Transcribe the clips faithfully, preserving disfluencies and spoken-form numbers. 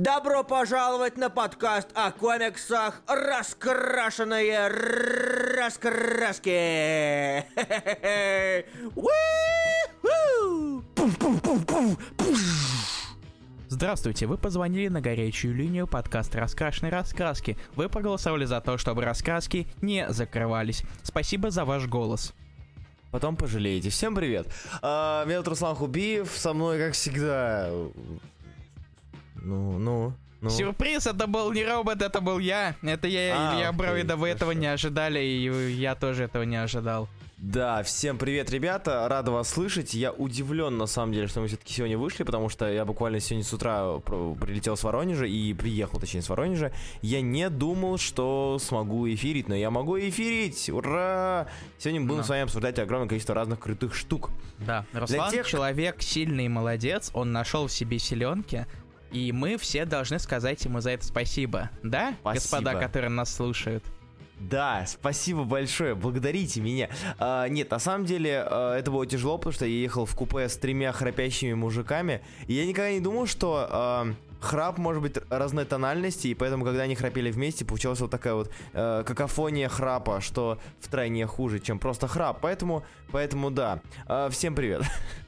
Добро пожаловать на подкаст о комиксах «Раскрашенные раскраски». Здравствуйте, вы позвонили на горячую линию подкаста «Раскрашенные раскраски». Вы проголосовали за то, чтобы раскраски не закрывались. Спасибо за ваш голос. Потом пожалеете. Всем привет. А, меня зовут Руслан Хубиев, со мной, как всегда... Ну, ну, ну. Сюрприз, это был не робот, это был я. Это я, а, Илья Бровида, вы хорошо. этого не ожидали, и я тоже этого не ожидал. Да, всем привет, ребята, рада вас слышать. Я удивлен, на самом деле, что мы все-таки сегодня вышли, потому что я буквально сегодня с утра прилетел с Воронежа и приехал, точнее, с Воронежа. Я не думал, что смогу эфирить, но я могу эфирить! Ура! Сегодня мы будем Да. с вами обсуждать огромное количество разных крутых штук. Да, Руслан тех- человек сильный и молодец, он нашел в себе силенки, и мы все должны сказать ему за это спасибо. Да, Спасибо. господа, которые нас слушают? Да, спасибо большое, благодарите меня. А, нет, на самом деле а, это было тяжело, потому что я ехал в купе с тремя храпящими мужиками, и я никогда не думал, что а, храп может быть разной тональности, и поэтому, когда они храпели вместе, получалась вот такая вот а, какофония храпа, что втройне хуже, чем просто храп. Поэтому, поэтому да. А, всем привет.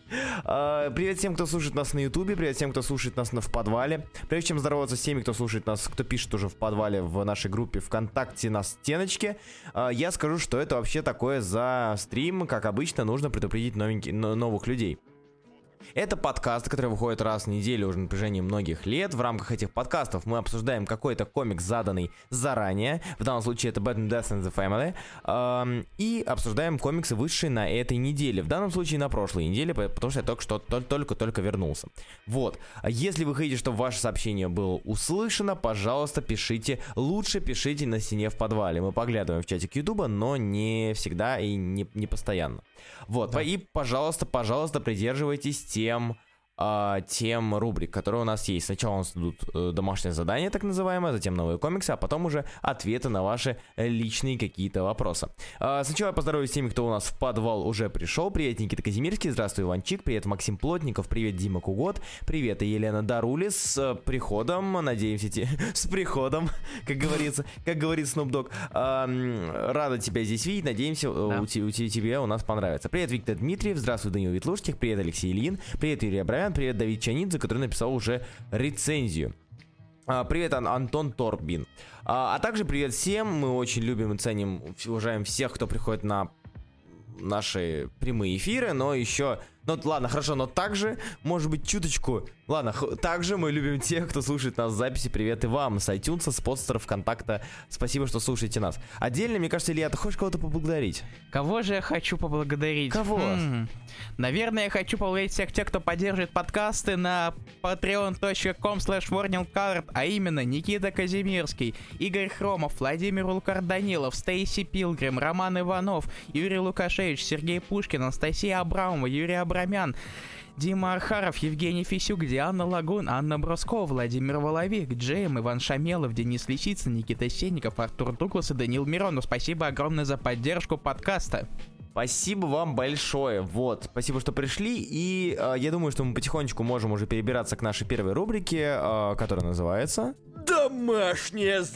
Uh, привет всем, кто слушает нас на ютубе, привет всем, кто слушает нас на, в подвале. Прежде чем здороваться с теми, кто слушает нас, кто пишет уже в подвале в нашей группе ВКонтакте на стеночке, uh, я скажу, что это вообще такое за стрим. Как обычно, нужно предупредить новеньких, новых людей. Это подкаст, который выходит раз в неделю уже на протяжении многих лет. В рамках этих подкастов мы обсуждаем какой-то комикс, заданный заранее. В данном случае это Batman Death in the Family. Эм, и обсуждаем комиксы, вышедшие на этой неделе. В данном случае на прошлой неделе, потому что я только что только-только вернулся. Вот. Если вы хотите, чтобы ваше сообщение было услышано, пожалуйста, пишите. Лучше пишите на стене в подвале. Мы поглядываем в чатик Ютуба, но не всегда и не, не постоянно. Вот. Да. И, пожалуйста, пожалуйста, придерживайтесь тем, э, тем рубрик, которые у нас есть. Сначала у нас идут э, домашние задания, так называемые, затем новые комиксы, а потом уже ответы на ваши личные какие-то вопросы. Э, сначала я поздороваюсь с теми, кто у нас в подвал уже пришел. Привет, Никита Казимирский, здравствуй, Иванчик, привет, Максим Плотников, привет, Дима Кугот, привет, и Елена Дарули, с приходом, надеемся, те, с приходом, как говорится, как говорит Snoop Dogg. Э, рада тебя здесь видеть, надеемся, да. у, у, у тебе у нас понравится. Привет, Виктор Дмитриев, здравствуй, Данил Ветлужских, привет, Алексей Ильин, привет, Юрий Абрамян, привет, Давид Чанидзе, который написал уже рецензию. А, привет, Ан- Антон Торбин. А, а также привет всем, мы очень любим и ценим, уважаем всех, кто приходит на наши прямые эфиры, но еще... Ну ладно, хорошо, но также, может быть, чуточку... Ладно, х- также мы любим тех, кто слушает нас в записи. Привет и вам с iTunes, с подстеров, ВКонтакта. Спасибо, что слушаете нас. Отдельно, мне кажется, Илья, ты хочешь кого-то поблагодарить? Кого же я хочу поблагодарить? Кого? М-м. Наверное, я хочу поблагодарить всех тех, кто поддерживает подкасты на patreon точка com слэш warningcard, а именно Никита Казимирский, Игорь Хромов, Владимир Улкар Данилов, Стейси Пилгрим, Роман Иванов, Юрий Лукашевич, Сергей Пушкин, Анастасия Абрамова, Юрий Абрамян, Дима Архаров, Евгений Фисюк, Диана Лагун, Анна Бруско, Владимир Воловик, Джейм, Иван Шамелов, Денис Лисицын, Никита Сенников, Артур Дуглас и Данил Миронов. Спасибо огромное за поддержку подкаста. Спасибо вам большое, вот, спасибо, что пришли, и э, я думаю, что мы потихонечку можем уже перебираться к нашей первой рубрике, э, которая называется... Домашнее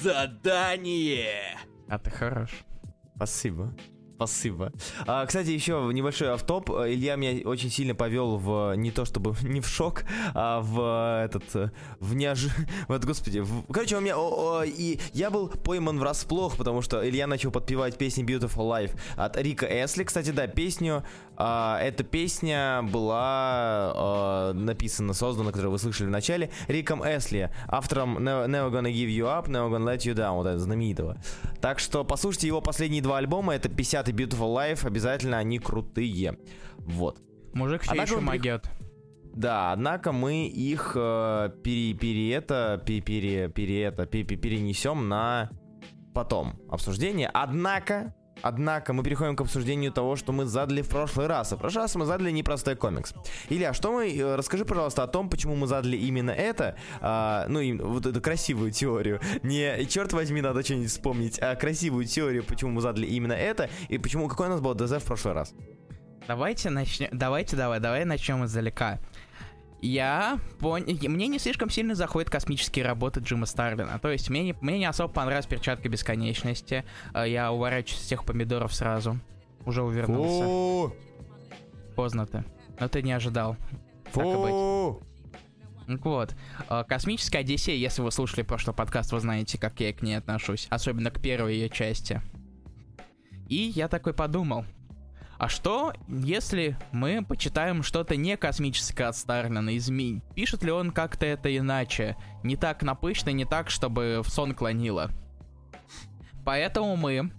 задание. А ты хорош. Спасибо. Спасибо. А, кстати, еще небольшой автоп. Илья меня очень сильно повел в не то чтобы не в шок, а в этот в неож... Вот, господи. В... Короче, у меня о, о, и я был пойман врасплох, потому что Илья начал подпевать песню Beautiful Life от Рика Эсли. Кстати, да, песню. А, эта песня была а, написана, создана, которую вы слышали в начале, Риком Эсли, автором Never, Never Gonna Give You Up, Never Gonna Let You Down, вот этого знаменитого. Так что послушайте его последние два альбома. Это пятьдесят и Beautiful Life, обязательно они крутые. Вот. Мужик все Однако еще мы... могет. Да, однако мы их э, пере, пере, это, пере, пере, пере, это, пере, перенесем на потом обсуждение. Однако, однако мы переходим к обсуждению того, что мы задали в прошлый раз. А в прошлый раз мы задали непростой комикс. Илья, что мы... Расскажи, пожалуйста, о том, почему мы задали именно это. А, ну, и вот эту красивую теорию. Не, черт возьми, надо что-нибудь вспомнить, а красивую теорию, почему мы задали именно это, и почему, какой у нас был ДЗ в прошлый раз. Давайте начнем... Давайте, давай, давай начнем издалека. Я понял. Мне не слишком сильно заходят космические работы Джима Старлина. То есть мне не, мне не особо понравилась перчатка бесконечности. Я уворачиваюсь с тех помидоров сразу. Уже увернулся. Фу! Поздно ты. Но ты не ожидал. Так и быть. Вот. Космическая Одиссея, если вы слушали прошлый подкаст, вы знаете, как я к ней отношусь. Особенно к первой ее части. И я такой подумал. А что, если мы почитаем что-то не космическое от Старлина из МИ? Пишет ли он как-то это иначе? Не так напыщенно, не так, чтобы в сон клонило. Поэтому мы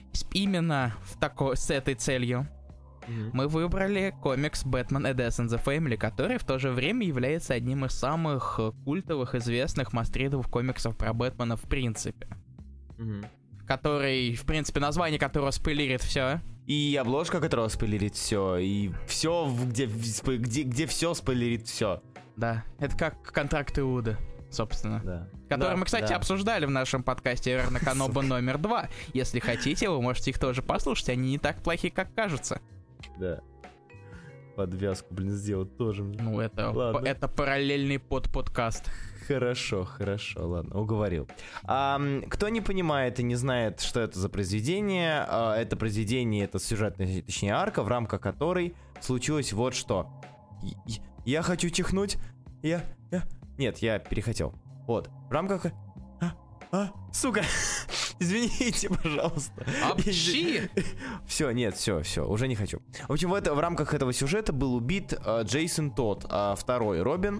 именно в тако- с этой целью mm-hmm. мы выбрали комикс Batman A Death in the Family, который в то же время является одним из самых культовых, известных мастридовых комиксов про Бэтмена в принципе. Mm-hmm. Который, в принципе, название которого спойлерит все. И обложка которого спойлерит все, и все, где, где, где все спойлерит все. Да, это как контракт Иуда, собственно. Да. Который да, мы, кстати, да. обсуждали в нашем подкасте Эрна Каноба номер два. Если хотите, вы можете их тоже послушать, они не так плохи, как кажется. Да. Подвязку, блин, сделать тоже. Ну, это, п- это параллельный под-подкаст. Хорошо, хорошо, ладно, уговорил. А, кто не понимает и не знает, что это за произведение, а, это произведение, это сюжетная, точнее, арка, в рамках которой случилось вот что. Я, я хочу чихнуть, я, я... Нет, я перехотел. Вот, в рамках... А, а, сука! Извините, пожалуйста. Апчи! Все, нет, все, все, уже не хочу. В общем, в, это, в рамках этого сюжета был убит а, Джейсон Тодд, а, второй Робин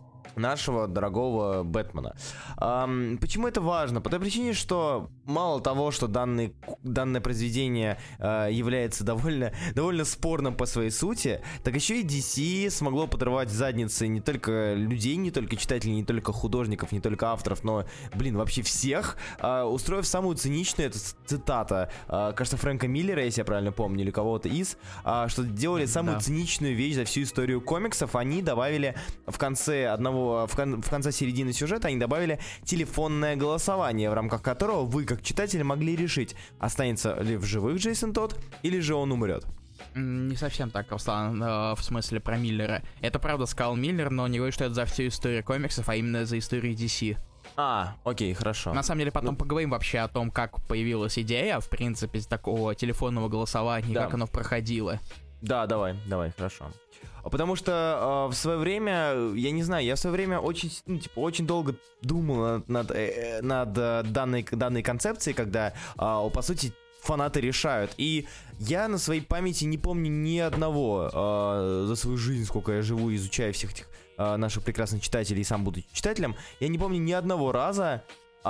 нашего дорогого Бэтмена. Um, почему это важно? По той причине, что мало того, что данный, данное произведение uh, является довольно, довольно спорным по своей сути, так еще и ди си смогло подрывать задницы не только людей, не только читателей, не только художников, не только авторов, но, блин, вообще всех, uh, устроив самую циничную, это цитата, uh, кажется, Фрэнка Миллера, если я правильно помню, или кого-то из, uh, что делали самую да. циничную вещь за всю историю комиксов. Они добавили в конце одного В, кон- в конце середины сюжета они добавили телефонное голосование, в рамках которого вы, как читатель, могли решить, останется ли в живых Джейсон Тодд, или же он умрет. Не совсем так, Руслан, э, в смысле про Миллера. Это правда сказал Миллер, но не говорит, что это за всю историю комиксов, а именно за историю ди си. А, окей, хорошо. На самом деле, потом ну... поговорим вообще о том, как появилась идея, в принципе, такого телефонного голосования, да. как оно проходило. Да, давай, давай, хорошо. Потому что э, в свое время, я не знаю, я в свое время очень, ну, типа, очень долго думал над, над, э, над э, данной, данной концепцией, когда, э, по сути, фанаты решают. И я на своей памяти не помню ни одного э, за свою жизнь, сколько я живу, изучая всех этих э, наших прекрасных читателей и сам буду читателем, я не помню ни одного раза...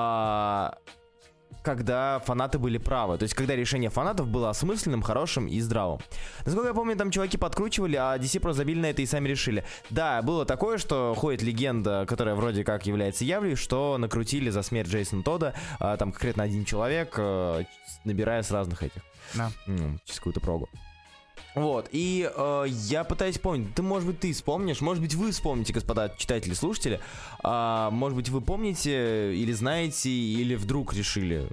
Э, когда фанаты были правы. То есть, когда решение фанатов было осмысленным, хорошим и здравым. Насколько я помню, там чуваки подкручивали, а ди си просто забили на это и сами решили. Да, было такое, что ходит легенда, которая вроде как является явью, что накрутили за смерть Джейсона Тодда, а, там конкретно один человек, а, набирая с разных этих. Да. Ну, через какую-то прогу. Вот, и э, я пытаюсь вспомнить, ты, может быть, ты вспомнишь, может быть, вы вспомните, господа читатели, слушатели, э, может быть, вы помните или знаете, или вдруг решили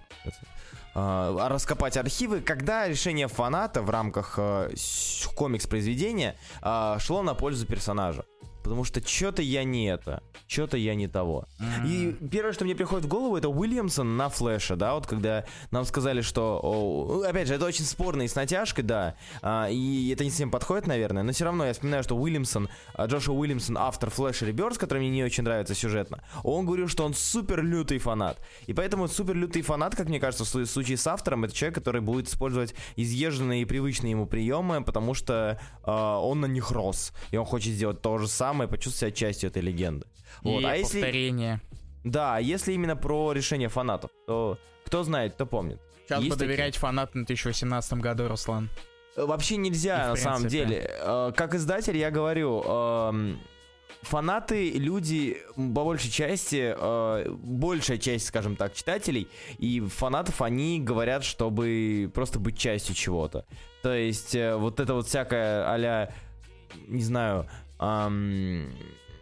э, раскопать архивы, когда решение фаната в рамках э, комикс-произведения э, шло на пользу персонажа. Потому что что-то я не это, что-то я не того. Mm-hmm. И первое, что мне приходит в голову, это Уильямсон на Флэше, да, вот когда нам сказали, что, о, опять же, это очень спорно и с натяжкой, да, а, и это не совсем подходит, наверное, но все равно я вспоминаю, что Уильямсон, Джошуа Уильямсон, автор Флэш и Ребёрс, который мне не очень нравится сюжетно, он говорил, что он супер лютый фанат. И поэтому супер лютый фанат, как мне кажется, в случае с автором, это человек, который будет использовать изъезженные и привычные ему приемы, потому что а, он на них рос, и он хочет сделать то же самое, и почувствовать себя частью этой легенды. Вот. И а повторение. Если... Да, если именно про решение фанатов, то кто знает, кто помнит. Сейчас бы доверять фанатам в две тысячи восемнадцатом году, Руслан. Вообще нельзя, на самом деле. Как издатель я говорю, фанаты, люди, по большей части, большая часть, скажем так, читателей и фанатов, они говорят, чтобы просто быть частью чего-то. То есть вот это вот всякое а-ля, не знаю... Um,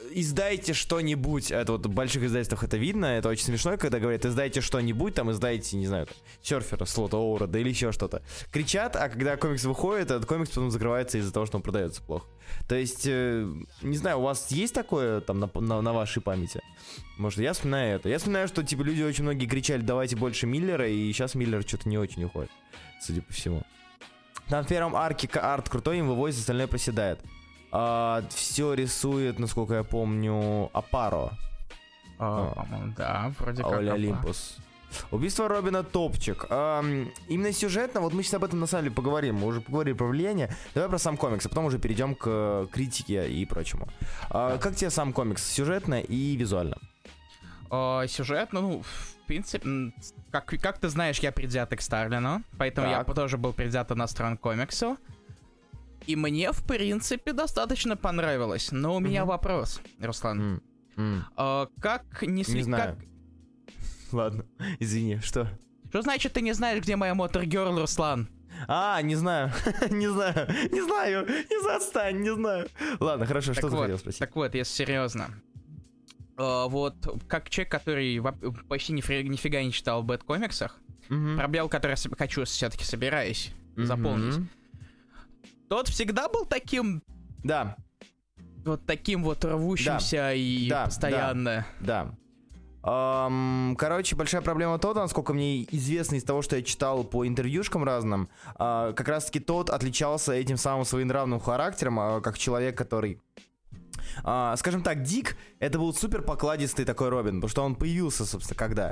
издайте что-нибудь. Это вот в больших издательствах это видно, это очень смешно, когда говорят, издайте что-нибудь, там издайте, не знаю, серфера, Слота Оурода или еще что-то. Кричат, а когда комикс выходит, этот комикс потом закрывается из-за того, что он продается плохо. То есть, э, не знаю, у вас есть такое там на, на, на вашей памяти? Может, я вспоминаю это. Я вспоминаю, что типа люди очень многие кричали, давайте больше Миллера, и сейчас Миллер что-то не очень уходит, судя по всему. Там в первом арке арт крутой, им вывозит, остальное проседает. А, все рисует, насколько я помню, Апаро. А, по-моему, да, вроде как. Оля Олимпус. Убийство Робина топчик. А, именно сюжетно, вот мы сейчас об этом на самом деле поговорим. Мы уже поговорили про влияние. Давай про сам комикс, а потом уже перейдем к критике и прочему. А, как тебе сам комикс? Сюжетно и визуально? А, сюжетно, ну, в принципе, как, как ты знаешь, я предвзятый к Старлину, поэтому так. Я тоже был предвзято настроен к комиксу. И мне, в принципе, достаточно понравилось. Но у меня mm-hmm. вопрос, Руслан. Mm. Mm. А, как не... Не знаю. Как... Ладно, извини, что? Что значит, ты не знаешь, где моя Мотор-Герл, Руслан? А, не знаю, не знаю, не знаю, не за отстань, не знаю. Ладно, хорошо, что ты хотел спросить? Так вот, если серьезно. А, вот, как человек, который почти нифига не читал в бэт-комиксах, mm-hmm. пробел, который я хочу, все-таки собираюсь mm-hmm. заполнить, тот всегда был таким... Да. Вот таким вот рвущимся да. и да, постоянно. Да, да. Um, короче, большая проблема Тодда, насколько мне известно из того, что я читал по интервьюшкам разным, uh, как раз-таки Тодд отличался этим самым своенравным характером, uh, как человек, который... Uh, скажем так, Дик, это был супер покладистый такой Робин, потому что он появился, собственно, когда.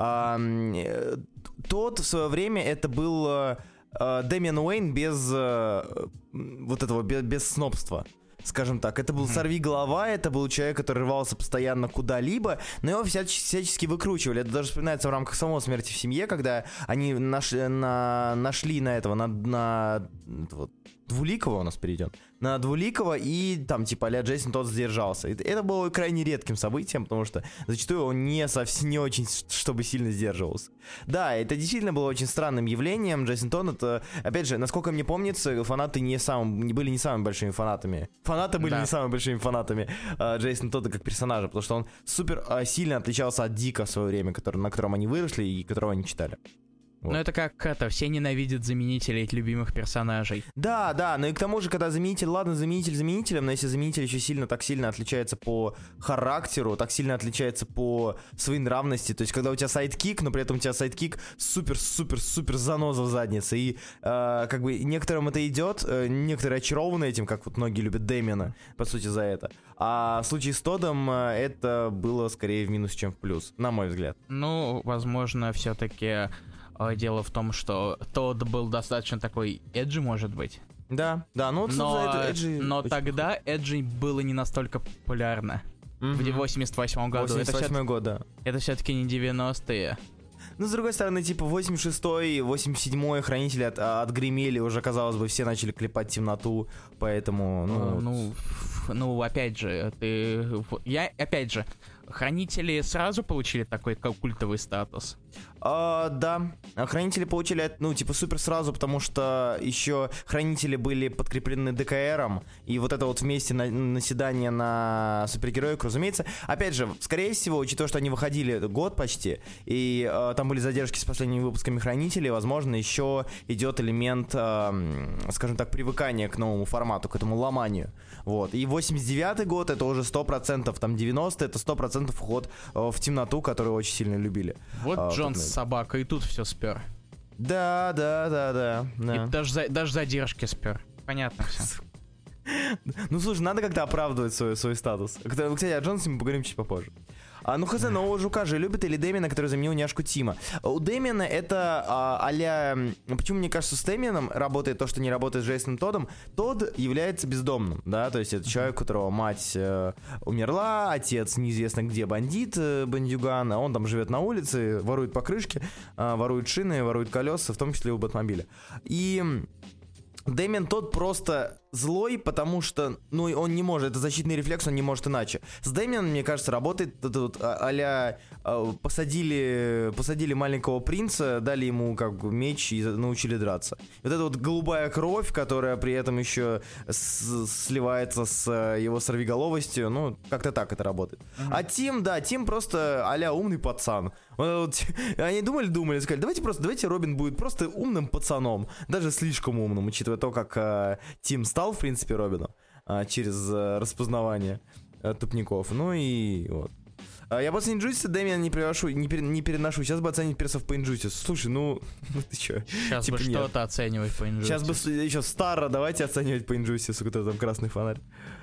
Uh, Тодд в свое время это был... Uh, Дэмиан Уэйн без uh, вот этого, без, без снобства, скажем так. Это был mm-hmm. сорвиголова, это был человек, который рвался постоянно куда-либо, но его всячески, всячески выкручивали. Это даже вспоминается в рамках самого «Смерти в семье», когда они нашли на, нашли на этого, на, на вот, Двуликого у нас перейдет, на Двуликого, и там типа а-ля Джейсон Тодд сдержался. И это было крайне редким событием, потому что зачастую он не совсем, не очень, чтобы сильно сдерживался. Да, это действительно было очень странным явлением. Джейсон Тодд, это, опять же, насколько мне помнится, фанаты не, самым, не были не самыми большими фанатами. Фанаты были да. не самыми большими фанатами uh, Джейсона Тодда как персонажа, потому что он супер uh, сильно отличался от Дика в свое время, который, на котором они выросли и которого они читали. Вот. Ну это как это, все ненавидят заменителей любимых персонажей. Да, да, но и к тому же, когда заменитель, ладно, заменитель заменителем, но если заменитель еще сильно, так сильно отличается по характеру, так сильно отличается по своей нравности, то есть когда у тебя сайдкик, но при этом у тебя сайдкик супер-супер-супер заноза в заднице, и э, как бы некоторым это идет, э, некоторые очарованы этим, как вот многие любят Дэмиана, по сути, за это. А в случае с Тоддом э, это было скорее в минус, чем в плюс, на мой взгляд. Ну, возможно, все-таки... Дело в том, что Тодд был достаточно такой эджи, может быть. Да, да, ну но, за это эджи... Но тогда эджи было не настолько популярно. Mm-hmm. В восемьдесят восьмом году. восемьдесят восьмой год, да. Это все-таки не девяностые. Ну, с другой стороны, типа, восемьдесят шестой, восемьдесят седьмой Хранители от, отгремели, уже, казалось бы, все начали клепать темноту, поэтому, ну... Ну, ну опять же, ты... Я, опять же, Хранители сразу получили такой культовый статус? А, да, Хранители получили, ну, типа, супер сразу, потому что еще Хранители были подкреплены ДКРом, и вот это вот вместе на, наседание на супергероику, разумеется. Опять же, скорее всего, учитывая, что они выходили год почти, и э, там были задержки с последними выпусками Хранителей, возможно, еще идет элемент, э, скажем так, привыкания к новому формату, к этому ломанию. Вот. И восемьдесят девятый год, это уже сто процентов, там девяностые, это сто процентов вход э, в темноту, которую очень сильно любили. Вот а, Джон с собакой, и тут все спер. Да, да, да, да. да. И даже, за, даже задержки спер. Понятно все. Ну, слушай, надо как-то оправдывать свой, свой статус. Кстати, о Джонсе мы поговорим чуть попозже. А, ну, хз, но Жука же любит или Дэмиана, который заменил няшку Тима? У Дэмиана это а, а-ля... Почему, мне кажется, с Дэмианом работает то, что не работает с Джейсоном Тоддом? Тодд является бездомным, да, то есть это человек, у которого мать э, умерла, отец неизвестно где бандит, э, бандюган, а он там живет на улице, ворует покрышки, э, ворует шины, ворует колеса, в том числе у Бэтмобиля. И... Дэмиан Тодд просто злой, потому что, ну, он не может, это защитный рефлекс, он не может иначе. С Дэмианом, мне кажется, работает тут а-ля а, посадили, посадили маленького принца, дали ему как бы меч и научили драться. Вот эта вот голубая кровь, которая при этом еще с- сливается с его сорвиголовостью, ну, как-то так это работает. Mm-hmm. А Тим, да, Тим просто а-ля умный пацан. Вот, они думали-думали, сказали, давайте просто, давайте Робин будет просто умным пацаном, даже слишком умным, учитывая то, как э, Тим стал, в принципе, Робином э, через э, распознавание э, тупников. Ну и вот. А я после инжустиса Дэмиана не переношу, не, пере, не переношу. Сейчас бы оценить персов по инжустису. Слушай, ну, ну ты чё? Сейчас типа бы нет. что-то оценивать по инжустису. Сейчас бы еще старо давайте оценивать по инжустису, кто там красный фонарь.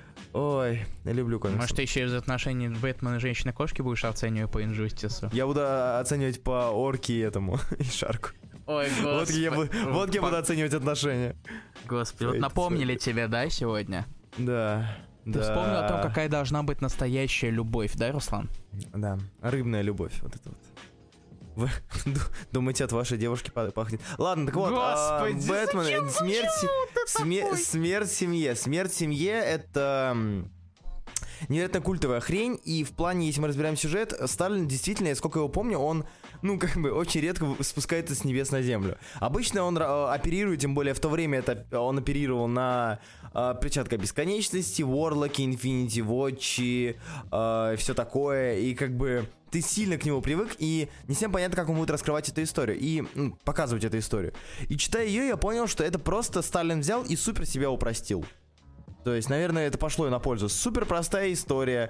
Ой, я люблю комиксы. Может, ты еще из отношений Бэтмена и Женщины-кошки будешь оценивать по инжустису? Я буду оценивать по орке этому и Шарку. Ой, господи. Вот я, буду, вот я буду оценивать отношения. Господи, вот напомнили тебе, да, сегодня? Да, Ты да. вспомнил о том, какая должна быть настоящая любовь, да, Руслан? Да, рыбная любовь, вот это вот. Вы думаете, от вашей девушки пахнет? Ладно, так вот, Господи, а, Бэтмен, смерть, сме- смерть семье. Смерть семье — это невероятно культовая хрень, и в плане, если мы разбираем сюжет, Сталин действительно, сколько я его помню, он, ну, как бы, очень редко спускается с небес на землю. Обычно он э, оперирует, тем более в то время это он оперировал на э, Перчатка Бесконечности, Ворлоки, Инфинити Вотчи, э, все такое, и как бы ты сильно к нему привык, и не всем понятно, как он будет раскрывать эту историю, и ну, показывать эту историю. И читая ее, я понял, что это просто Сталин взял и супер себя упростил. То есть, наверное, это пошло и на пользу. Супер простая история,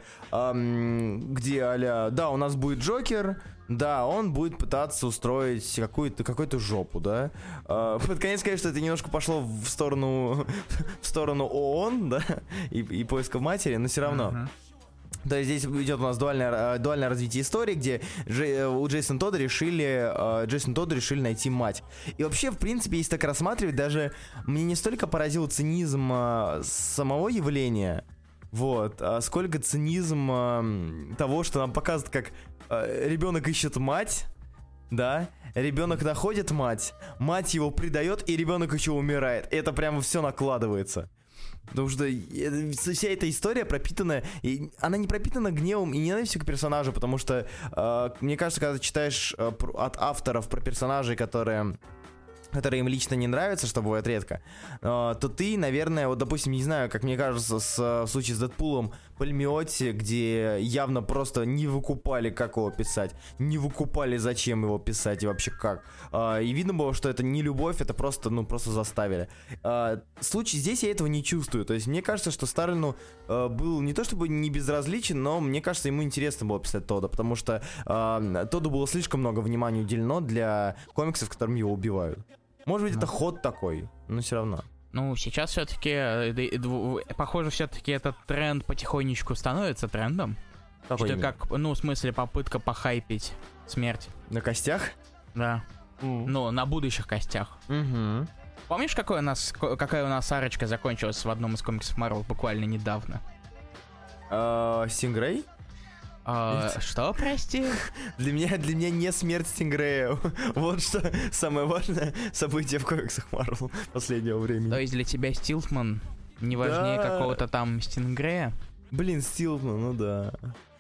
эм, где а-ля, да, у нас будет Джокер, да, он будет пытаться устроить какую-то, какую-то жопу, да. Э, под конец, конечно, это немножко пошло в сторону, в сторону ООН, да, и, и поиска матери, но все равно. Uh-huh. То есть здесь идет у нас дуальное, дуальное развитие истории, где Джей, у Джейсона Тодда решили, uh, Джейсон Тодда решили найти мать. И вообще, в принципе, если так рассматривать, даже мне не столько поразил цинизм uh, самого явления, вот, а сколько цинизм uh, того, что нам показывают, как uh, ребенок ищет мать, да, ребенок находит мать, мать его предает, и ребенок еще умирает. Это прямо все накладывается. Потому что вся эта история пропитана, и она не пропитана гневом и ненавистью к персонажу, потому что, э, мне кажется, когда ты читаешь э, от авторов про персонажей, которые, которые им лично не нравятся, что бывает редко, э, то ты, наверное, вот, допустим, не знаю, как мне кажется, с, в случае с Дэдпулом, Пальмиотти, где явно просто не выкупали, как его писать, не выкупали, зачем его писать и вообще как. Uh, и видно было, что это не любовь, это просто, ну, просто заставили. Uh, случай здесь я этого не чувствую. То есть мне кажется, что Сталину uh, был не то чтобы не безразличен, но мне кажется, ему интересно было писать Тодда, потому что uh, Тодду было слишком много внимания уделено для комиксов, которым его убивают. Может быть, mm. это ход такой, но все равно. Ну, сейчас все-таки, похоже, все-таки этот тренд потихонечку становится трендом. Какой что именно? как, ну, в смысле, попытка похайпить смерть. На костях? Да. Mm. Ну, на будущих костях. Mm-hmm. Помнишь, какой у нас, какая у нас арочка закончилась в одном из комиксов Marvel буквально недавно? Uh, Стингрей? Uh, что, прости? Для меня, для меня не смерть Стингрея. Вот что самое важное событие в комиксах Marvel последнего времени. То есть для тебя Стилтман не важнее да. какого-то там Стингрея? Блин, Стилтман, ну да.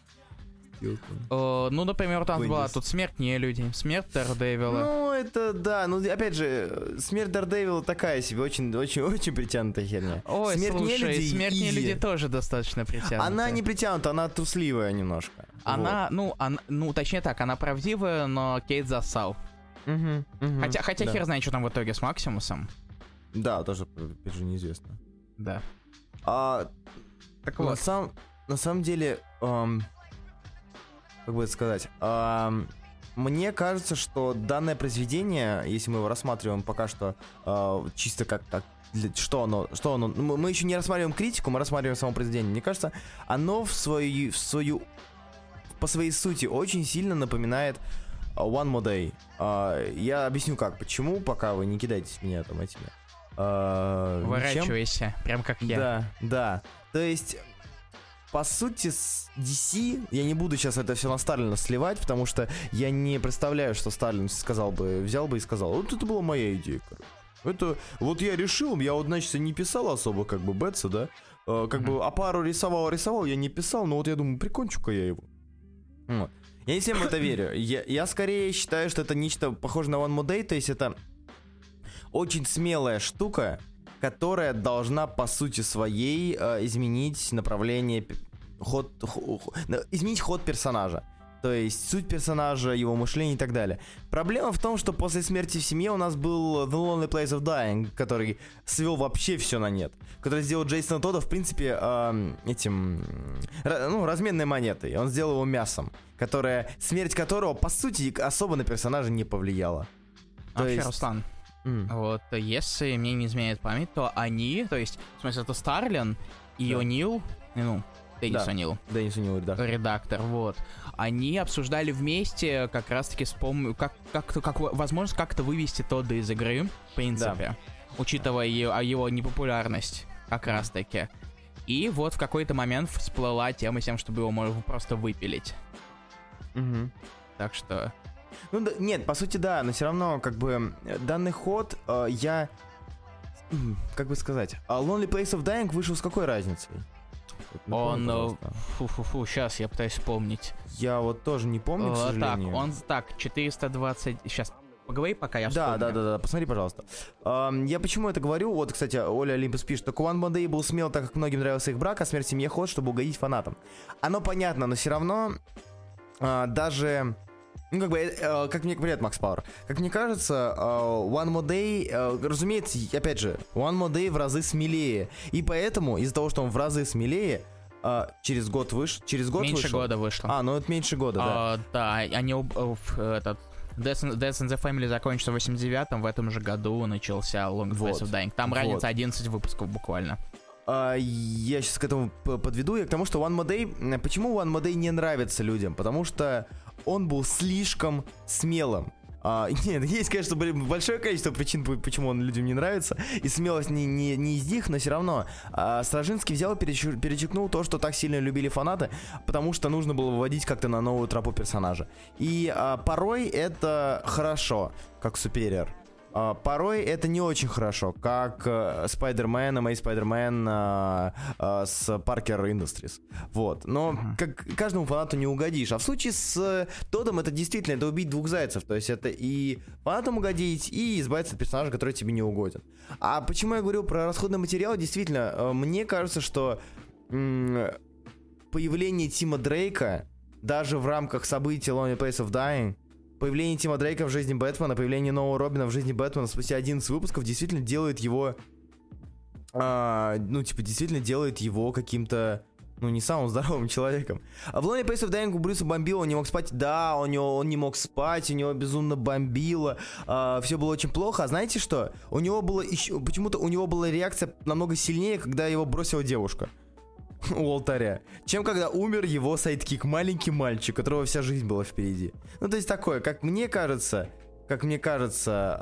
Uh, ну, например, там Вынес. была тут смерть нелюдей, смерть Дэрдэвила. Ну, это да, ну, опять же, смерть Дэрдэвила такая себе, очень, очень, очень притянутая херня. Ой, смерть слушай, нелюдей, смерть нелюдей тоже достаточно притянутая. Она не притянута, она трусливая немножко. Она, вот. ну, она, ну, точнее так, она правдивая, но Кейт засал. Угу, угу, хотя хотя да. хер знает, что там в итоге с Максимусом. Да, тоже, опять же, неизвестно. Да. А, так вот. На, сам, на самом деле... Эм... Как бы это сказать? А, мне кажется, что данное произведение, если мы его рассматриваем пока что а, чисто как, как для, что оно, что оно, мы еще не рассматриваем критику, мы рассматриваем само произведение. Мне кажется, оно в свою, в свою, по своей сути очень сильно напоминает One More Day. А, я объясню как, почему, пока вы не кидаетесь в меня там этими. А, Уворачивайся, прям как я. Да, да. То есть... По сути, с ди си, я не буду сейчас это все на Сталина сливать, потому что я не представляю, что Сталин сказал бы, взял бы и сказал, вот это была моя идея, короче. Это вот я решил, я вот, значит, не писал особо, как бы, Бетса, да? Э, как mm-hmm. бы, а пару рисовал, рисовал, я не писал, но вот я думаю, прикончу-ка я его. Вот. Я не всем в это верю. Я, я скорее считаю, что это нечто похоже на One More Day, то есть это очень смелая штука, которая должна, по сути своей, э, изменить направление, ход, ход, ход, изменить ход персонажа. То есть суть персонажа, его мышление и так далее. Проблема в том, что после смерти в семье у нас был The Lonely Place of Dying, который свел вообще все на нет. Который сделал Джейсона Тодда, в принципе, э, этим, э, ну, разменной монетой. Он сделал его мясом, которая, смерть которого, по сути, особо на персонажа не повлияла. То вообще, есть... Руслан, mm. вот если мне не изменяет память, то они, то есть, в смысле, это Старлин и да. О'Нил, ну, Деннис да. О'Нил. Деннис О'Нил, редактор. Редактор, вот. Они обсуждали вместе как раз-таки вспомню, как, как, как возможность как-то вывести Тодда из игры, в принципе, да. учитывая его, его непопулярность, как раз-таки. И вот в какой-то момент всплыла тема тем, чтобы его можно просто выпилить. Угу. Так что... Ну, да, нет, по сути, да, но все равно, как бы, данный ход э, я... Как бы сказать... Lonely Place of Dying вышел с какой разницей? Он... Фу-фу-фу, сейчас я пытаюсь вспомнить. Я вот тоже не помню, к сожалению. Так, он... Так, четыреста двадцать... Сейчас, поговори, пока я да, вспомню. Да, да, да, посмотри, пожалуйста. Uh, я почему это говорю? Вот, кстати, Оля Олимпус пишет, что One More Day был смел, так как многим нравился их брак, а смерть в семье ход, чтобы угодить фанатам. Оно понятно, но все равно uh, даже... Ну, как бы, э, как мне говорят, Макс Пауэр, как мне кажется, э, One More Day, э, разумеется, опять же, One More Day в разы смелее. И поэтому, из-за того, что он в разы смелее, э, через год вышел, через год меньше вышел. года вышло. А, ну это меньше года, а, да. Да, они, э, этот, Death in, Death in the Family закончился в восемьдесят девятом, в этом же году начался Long вот. Place of Dying. Там вот. Разница одиннадцать выпусков буквально. Uh, я сейчас к этому подведу, я к тому, что One More Day, почему One More Day не нравится людям? Потому что он был слишком смелым. Uh, нет, есть, конечно, большое количество причин, почему он людям не нравится, и смелость не, не, не из них, но все равно uh, Стражинский взял и перечер, перечеркнул то, что так сильно любили фанаты, потому что нужно было выводить как-то на новую тропу персонажа. И uh, порой это хорошо, как Superior. Uh, порой это не очень хорошо, как Spider-Man, uh, Amazing Spider-Man uh, uh, с Parker Industries. Вот. Но uh-huh. как каждому фанату не угодишь. А в случае с uh, Тоддом это действительно это убить двух зайцев. То есть это и фанатам угодить, и избавиться от персонажа, который тебе не угоден. А почему я говорю про расходный материал? Действительно, uh, мне кажется, что м- появление Тима Дрейка даже в рамках событий Lonely Place of Dying, появление Тима Дрейка в жизни Бэтмена, появление нового Робина в жизни Бэтмена спустя одиннадцать выпусков действительно делает его, а, ну, типа, действительно делает его каким-то, ну, не самым здоровым человеком. А в Lonely Place of Dying у Брюса бомбило, он не мог спать, да, у него, он не мог спать, у него безумно бомбило, а, все было очень плохо, а знаете что? У него было еще, почему-то у него была реакция намного сильнее, когда его бросила девушка у алтаря, чем когда умер его сайдкик, маленький мальчик, у которого вся жизнь была впереди. Ну, то есть такое, как мне кажется, как мне кажется,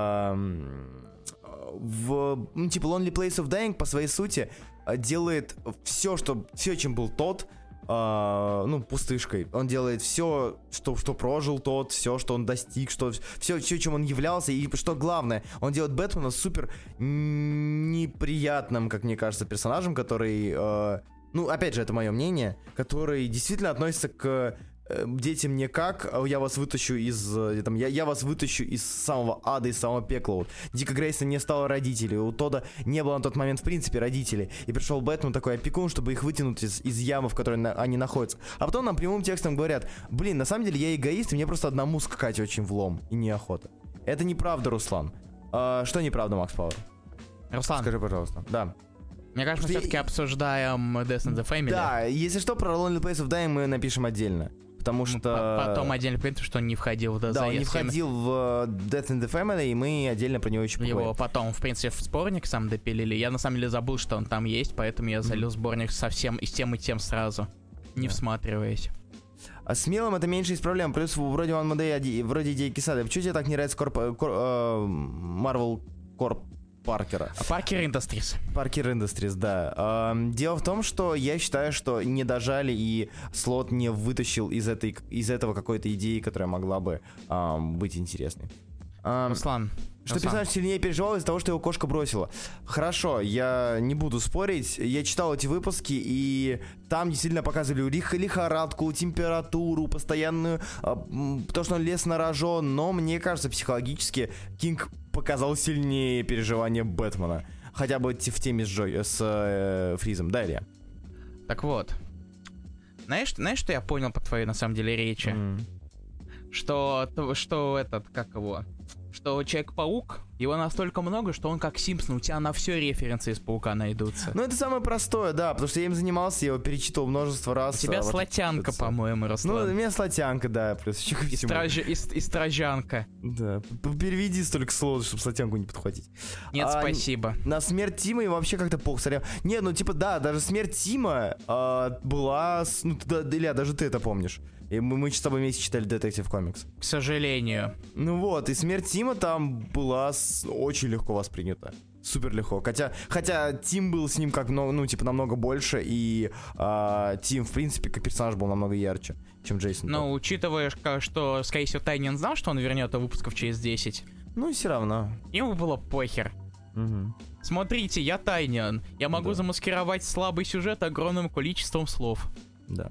в, ну, типа, Lonely Place of Dying по своей сути делает все, что, все, чем был тот, Uh, ну, пустышкой. Он делает все, что, что прожил тот, все, что он достиг, что, все, все, чем он являлся, и что главное, он делает Бэтмена супер неприятным, как мне кажется, персонажем, который, uh, ну, опять же, это мое мнение, который действительно относится к детям не как я вас вытащу из там, я, я вас вытащу из самого ада, из самого пекла. Вот. Дика Грейсона не стало родителей, у Тодда не было на тот момент в принципе родителей, и пришел Бэтмен такой опекун, чтобы их вытянуть из, из ямы, в которой на, они находятся. А потом нам прямым текстом говорят: блин, на самом деле я эгоист, и мне просто одному скакать очень влом и неохота. Это неправда, Руслан. А, что неправда, Макс Пауэр? Руслан, скажи, пожалуйста. Да. Мне кажется, мы все-таки обсуждаем Death in the Family. Да, если что, про Lonely Place of Dying мы напишем отдельно. Потому что... Потом отдельно принято, что он не входил в ДЗ. Да, он не входил в Death in the Family, и мы отдельно про него еще поговорим. Его потом, в принципе, в сборник сам допилили. Я на самом деле забыл, что он там есть, поэтому я залил mm-hmm. сборник совсем и с тем, и тем сразу, не да. всматриваясь. А смелым это меньше из проблем. Плюс вроде One More Day, вроде идеи Кисады. Почему тебе так не нравится Корп... Кор... Marvel Corp Паркера? Паркер Industries. Паркер Industries, да. Эм, дело в том, что я считаю, что не дожали, и Слот не вытащил из, этой, из этого какой-то идеи, которая могла бы эм, быть интересной. А, Руслан. Что Руслан. персонаж сильнее переживал из-за того, что его кошка бросила. Хорошо, я не буду спорить. Я читал эти выпуски, и там действительно показывали лих- лихорадку, температуру, постоянную... А, м, то, что он лез на рожон. Но мне кажется, психологически Кинг показал сильнее переживания Бэтмена. Хотя бы в теме с, Джой, с э, Фризом. Да, Илья? Так вот. Знаешь, знаешь, что я понял по твоей, на самом деле, речи? Mm. Что, что этот, как его... Что Человек-паук, его настолько много, что он как Симпсон, у тебя на все референсы из Паука найдутся. Ну, это самое простое, да, потому что я им занимался, я его перечитывал множество раз. У тебя а, слотянка, вот, по-моему, Руслан. Ну, у меня слотянка, да, плюс еще ко И, всему. страж... и, и стражанка. Да, п- переведи столько слов, чтобы слотянку не подхватить. Нет, А, спасибо. На смерть Тима и вообще как-то пох смотрел. Не, ну типа да, даже смерть Тима а, была... с- Ну, ты, да, Илья, даже ты это помнишь. И мы, мы с тобой вместе читали Детектив Комикс. К сожалению. Ну вот, и смерть Тима там была с- очень легко воспринята. Супер легко. Хотя, хотя Тим был с ним как, ну, ну типа, намного больше, и а, Тим, в принципе, как персонаж был намного ярче, чем Джейсон. Но учитывая, ка- что, скорее всего, Тайнин знал, что он вернет выпусков через десять, Ну, и все равно. ему было похер. Угу. Смотрите, я Тайниан. Я могу Да. замаскировать слабый сюжет огромным количеством слов. Да.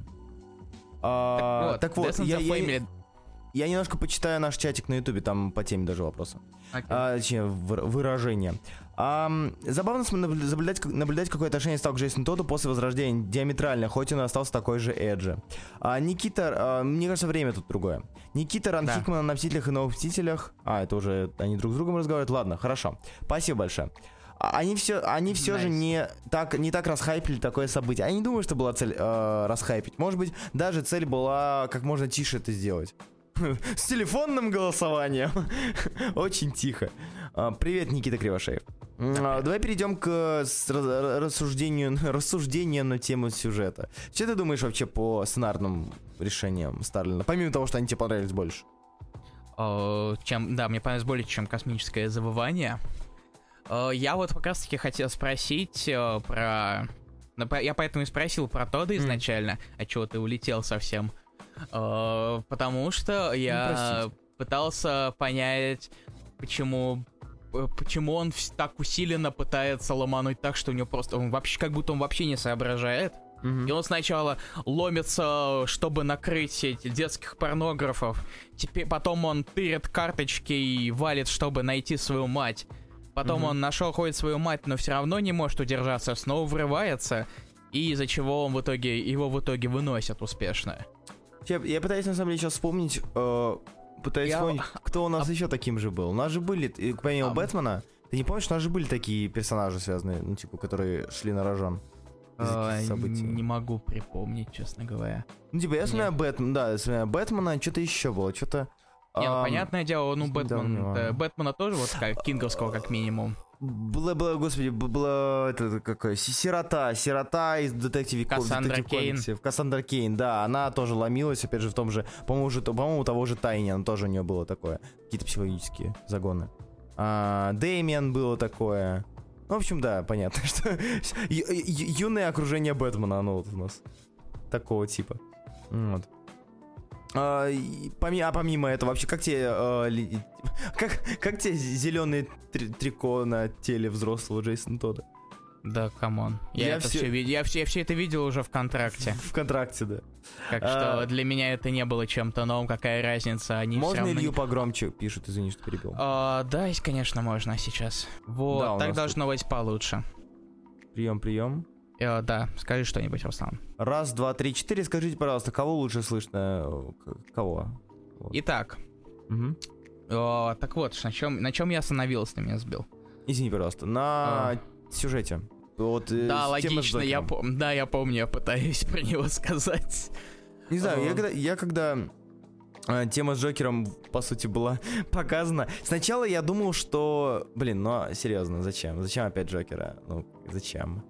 А, так вот, Death and я, the я- Family. я немножко почитаю наш чатик на ютубе, там по теме даже вопросы. Окей. А, точнее, выра- выражения. Ам, забавно см- наблю- наблюдать, как- наблюдать, какое отношение стал к Джейсону Тодду после возрождения. Диаметрально, хоть он и остался такой же Эджи. А, Никита, а, мне кажется, время тут другое. Никита Ран Да. Хикман на «Мстителях» и «Новых Мстителях». А, это уже они друг с другом разговаривают. Ладно, хорошо. Спасибо большое. А, Они все, они все же Nice. не так, не так расхайпили такое событие. Я не думаю, что была цель э, расхайпить. Может быть, даже цель была как можно тише это сделать. С телефонным голосованием. Очень тихо. А, Привет, Никита Кривошеев. А, Давай перейдем к с- ра- рассуждению, рассуждению на тему сюжета. Что ты думаешь вообще по сценарным решениям Старлина? Помимо того, что они тебе понравились больше. О, чем, да, мне понравилось более чем космическое завывание. О, я вот как раз таки хотел спросить о, про... ну, по- Я поэтому и спросил про Тодда изначально, а чего ты улетел совсем. О, потому что я простите. пытался понять, почему... п- Почему он вс- так усиленно пытается ломануть так, что у него просто... Он вообще, как будто он вообще не соображает. И он сначала ломится, чтобы накрыть эти детских порнографов. Теперь потом он тырит карточки и валит, чтобы найти свою мать. Потом Мгм. он нашел, ходит свою мать, но все равно не может удержаться, снова врывается. И из-за чего он в итоге, его в итоге выносят успешно. Я, я пытаюсь на самом деле сейчас вспомнить, э, пытаюсь Я- вспомнить, кто у нас еще таким же был. У нас же были, и, помимо А, Бэтмена, ты не помнишь, у нас же были такие персонажи связанные, ну типа, которые шли на рожон. из А, этих событий. не могу припомнить, честно говоря. Ну типа, я вспоминаю Бэтмена, да, я вспоминаю Бэтмена, что-то еще было, что-то... Не, ну, ам, понятное дело, ну из Бэтмен, недавнего. э, Бэтмена тоже вот как Кинговского как минимум. Было, было, господи, б- было это какое, си- сирота, сирота из детективе Кассандра Кейн. Кассандра Кейн, да, она тоже ломилась, опять же, в том же, по-моему, уже, по-моему, у того же Тайни, тоже у нее было такое, какие-то психологические загоны. А, Дэмиан было такое. Ну, в общем, да, понятно, что ю- ю- юное окружение Бэтмена, оно вот у нас такого типа. Вот. А, и поми- а помимо этого, вообще, как тебе, э, ли- как, как тебе зеленый трико на теле взрослого Джейсона Тодда? Да, камон. Я, Я это всё- все видел. Я все, я все это видел уже в контракте. В контракте, да. Так А- что для меня это не было чем-то новым. Какая разница? Они всё Можно равно Илью не- погромче пишут, извини, что перебил. А, да, есть, конечно, можно сейчас. Вот, Да, у так нас должно быть получше. Прием, прием. Э, да, скажи что-нибудь, Руслан. Раз, два, три, четыре. Скажите, пожалуйста, кого лучше слышно? э, к- Кого? Вот. Итак, Мгм. э, так вот, на чем, на чем я остановился, ты меня сбил. Извини, пожалуйста. На сюжете. Вот, э, Да, тема с логично, я, Джокером. пом- да, я помню, я пытаюсь про него сказать. Не знаю, я А. когда, я когда э, тема с Джокером, по сути, была показана, сначала я думал, что, блин, ну, серьезно, зачем? Зачем опять Джокера? Ну, зачем?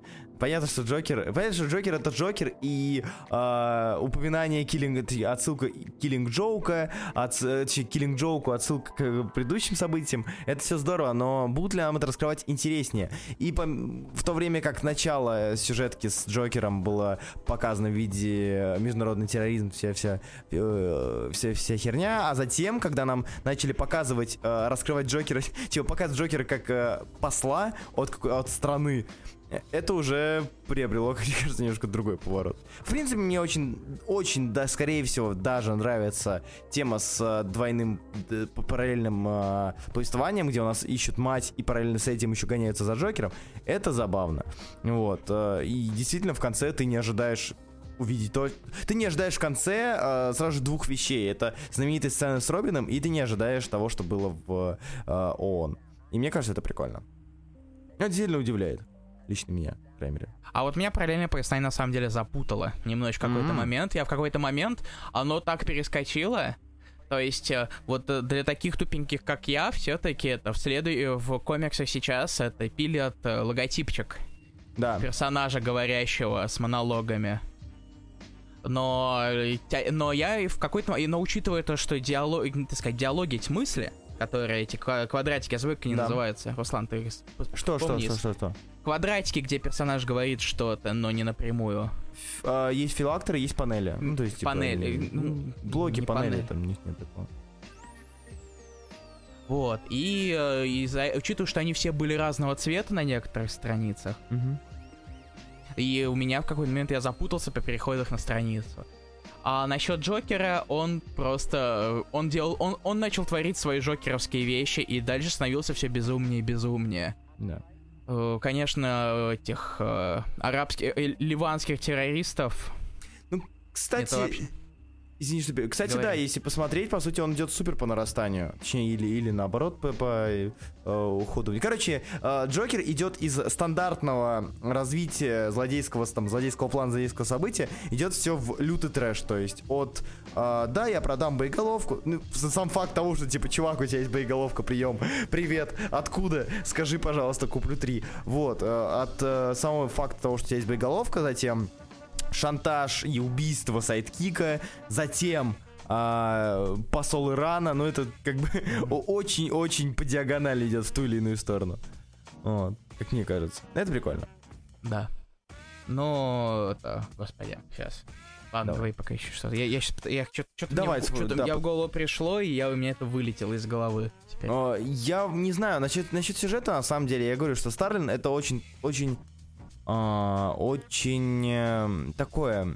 понятно, что Джокер... Понятно, что Джокер — это Джокер, и э, упоминание Killing... Отсылка Killing Joke, от, Killing Joke, отсылка к предыдущим событиям, это все здорово, но будут ли нам это раскрывать интереснее? И по, в то время как начало сюжетки с Джокером было показано в виде международный терроризм, вся, вся, э, вся, вся херня, а затем, когда нам начали показывать, э, раскрывать Джокера, типа показывать Джокера как э, посла от, от страны, это уже приобрело, мне кажется, немножко другой поворот. В принципе, мне очень, очень, да, скорее всего, даже нравится тема с э, двойным э, параллельным э, повествованием, где у нас ищут мать и параллельно с этим еще гоняются за Джокером. Это забавно. Вот. Э, и действительно, в конце ты не ожидаешь увидеть то... Ты не ожидаешь в конце э, сразу же двух вещей. Это знаменитая сцена с Робином, и ты не ожидаешь того, что было в э, ООН. И мне кажется, это прикольно. Это сильно удивляет. Лично меня, по крайней мере. А вот меня параллельное повествование на самом деле запутало немножечко в mm-hmm. какой-то момент. Я в какой-то момент, оно так перескочило. То есть, вот для таких тупеньких, как я, все-таки это в, следу... в комиксах сейчас это пилят логотипчик. Да. Персонажа, говорящего с монологами. Но, но я и в какой-то... Но учитывая то, что диалог... так сказать, диалогить мысли, которые эти квадратики, я забыл, как они да. называются. Руслан, ты что, что, что, что, что? Квадратики, где персонаж говорит что-то, но не напрямую. Ф, а, есть филакторы, есть панели. Ну, то есть, типа, панели. Ну, блоки, панели, панели, там нет, нет такого. Вот. И, и за, учитывая, что они все были разного цвета на некоторых страницах, угу. и у меня в какой-то момент я запутался по переходах на страницу. А насчет Джокера, он просто... Он делал... Он, он начал творить свои джокеровские вещи, и дальше становился все безумнее и безумнее. Да. Конечно, этих э, арабских, э, ливанских террористов. Ну, кстати, вообще... извини, что... Кстати, Говори. да, если посмотреть, по сути, он идет супер по нарастанию. Точнее, или, или наоборот, по, по э, уходу. Короче, э, Джокер идет из стандартного развития злодейского, там, злодейского плана, злодейского события, идет все в лютый трэш. То есть от... Uh, да, я продам боеголовку. Ну, сам факт того, что, типа, чувак, у тебя есть боеголовка, прием. Привет, откуда? Скажи, пожалуйста, куплю три. Вот, uh, от uh, самого факта того, что у тебя есть боеголовка, затем шантаж и убийство сайдкика, затем uh, посол Ирана. Ну, это как бы очень-очень по диагонали идет в ту или иную сторону. Вот, как мне кажется. Это прикольно. Да. Но, это, господи, сейчас... Ладно, давай, давай пока еще что-то. Я, я, я что-то Давай, мне, что-то да, мне в голову пришло, и я, у меня это вылетело из головы теперь. О, я не знаю, насчет, насчет сюжета, на самом деле, я говорю, что Старлин это очень, очень, э, очень э, такое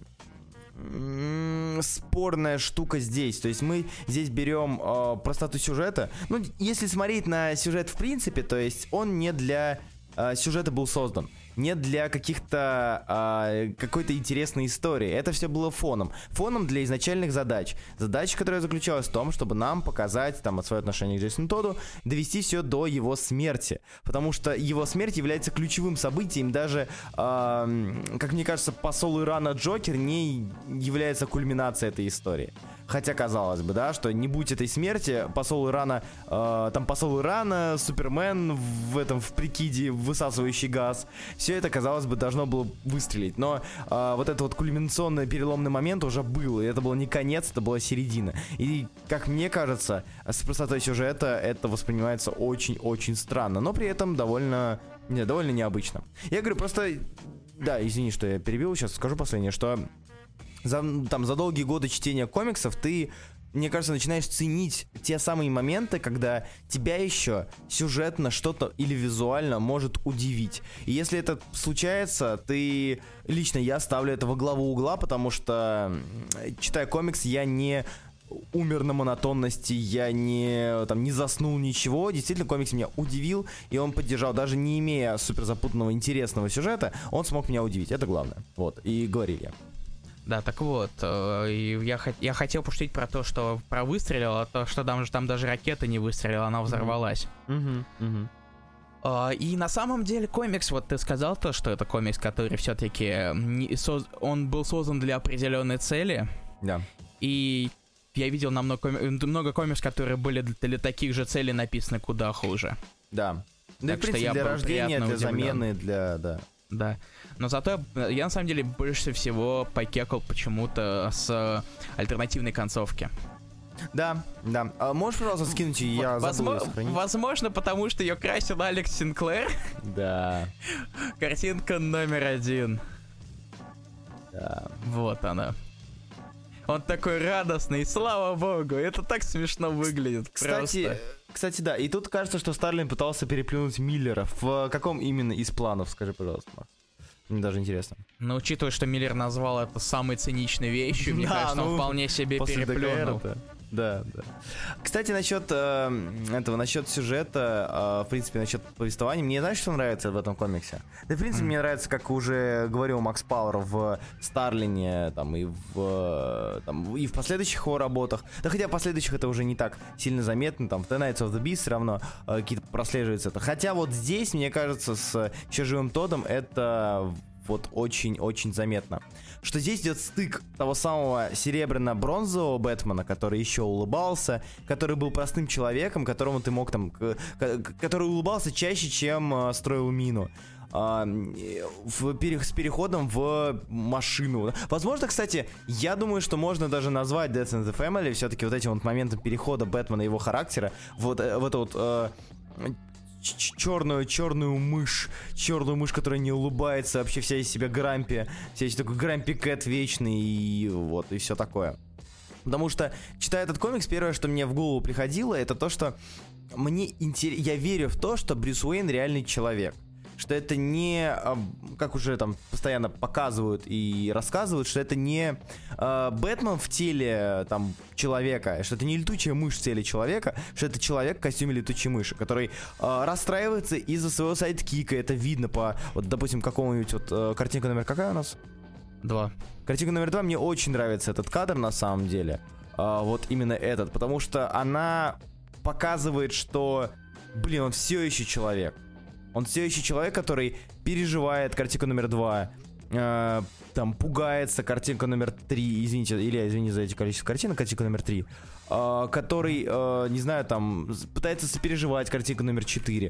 э, спорная штука здесь. То есть мы здесь берем э, простоту сюжета. Ну, если смотреть на сюжет в принципе, то есть он не для э, сюжета был создан. Не для каких-то а, какой-то интересной истории. Это все было фоном. Фоном для изначальных задач. Задача, которая заключалась в том, чтобы нам показать там свое отношение к Джейсону Тодду, довести все до его смерти. Потому что его смерть является ключевым событием. Даже, а, как мне кажется, посол Ирана Джокер не является кульминацией этой истории. Хотя казалось бы, да, что не будь этой смерти, посол Ирана, э, там посол Ирана, Супермен в этом, в прикиде, высасывающий газ, все это, казалось бы, должно было выстрелить. Но э, вот этот вот кульминационный переломный момент уже был, и это был не конец, это была середина. И, как мне кажется, с простотой сюжета это воспринимается очень-очень странно, но при этом довольно, не, довольно необычно. Я говорю, просто, да, извини, что я перебил, сейчас скажу последнее, что... За, там, за долгие годы чтения комиксов ты, мне кажется, начинаешь ценить те самые моменты, когда тебя еще сюжетно что-то или визуально может удивить. И если это случается, ты... Лично я ставлю это во главу угла, потому что, читая комикс, я не умер на монотонности, я не, там, не заснул, ничего. Действительно, комикс меня удивил, и он поддержал, даже не имея супер запутанного, интересного сюжета, он смог меня удивить. Это главное. Вот, и говорили я. Да, так вот, э, я, я хотел пошутить про то, что про выстрелила, то, что там, там даже ракета не выстрелила, она взорвалась. Mm-hmm. Mm-hmm. Э, и на самом деле комикс, вот ты сказал то, что это комикс, который все-таки не, соз, он был создан для определенной цели. Да. Yeah. И я видел намного, много комиксов, которые были для таких же целей написаны куда хуже. Да. Yeah. Да, в принципе, для рождения, для удивлен. замены, для, да. Да. Но зато я, я на самом деле больше всего покекал почему-то с альтернативной концовки. Да, да. А можешь, пожалуйста, скинуть ее? Я забыл ее сохранить. Возможно, потому что ее красил Алекс Синклер. Да. Картинка номер один. Да. Вот она. Он такой радостный, слава богу, это так смешно выглядит. Кстати, просто. кстати, да, и тут кажется, что Старлин пытался переплюнуть Миллера. В каком именно из планов, скажи, пожалуйста, Макс? Мне даже интересно. Но учитывая, что Миллер назвал это самой циничной вещью, мне кажется, он вполне себе переплюнул. Да, да. Кстати, насчет э, этого, насчет сюжета, э, в принципе, насчет повествования, мне знаешь, что нравится в этом комиксе? Да, в принципе, mm. мне нравится, как уже говорил Макс Пауэр в Старлине, там, и в, там, и в последующих его работах. Да, хотя в последующих это уже не так сильно заметно, там, в The Knights of the Beast все равно э, какие-то прослеживаются это. Хотя вот здесь, мне кажется, с еще живым Тоддом это вот очень-очень заметно. Что здесь идет стык того самого серебряно-бронзового Бэтмена, который еще улыбался, который был простым человеком, которому ты мог там, который улыбался чаще, чем строил мину. В, с переходом в машину. Возможно, кстати, я думаю, что можно даже назвать Death in the Family все-таки вот этим вот моментом перехода Бэтмена и его характера вот в это вот э, черную, черную мышь, черную мышь, которая не улыбается, вообще вся из себя Грампи, вся из такой Грампи Кэт вечный, и вот, и все такое. Потому что, читая этот комикс, первое, что мне в голову приходило, это то, что мне интересно, я верю в то, что Брюс Уэйн реальный человек. Что это не, как уже там постоянно показывают и рассказывают, что это не э, Бэтмен в теле там человека, что это не летучая мышь в теле человека, что это человек в костюме летучей мыши, который э, расстраивается из-за своего сайдкика. Это видно по, вот, допустим, какому-нибудь вот э, картинка номер какая у нас? Два. Картинка номер два. Мне очень нравится этот кадр на самом деле. Э, вот именно этот, потому что она показывает, что, блин, он все еще человек. Он все еще человек, который переживает, картинка номер два, э, там, пугается, картинка номер три, извините, Илья, извини за эти количество картинок, картинка номер три, э, который, э, не знаю, там, пытается сопереживать, картинка номер четыре.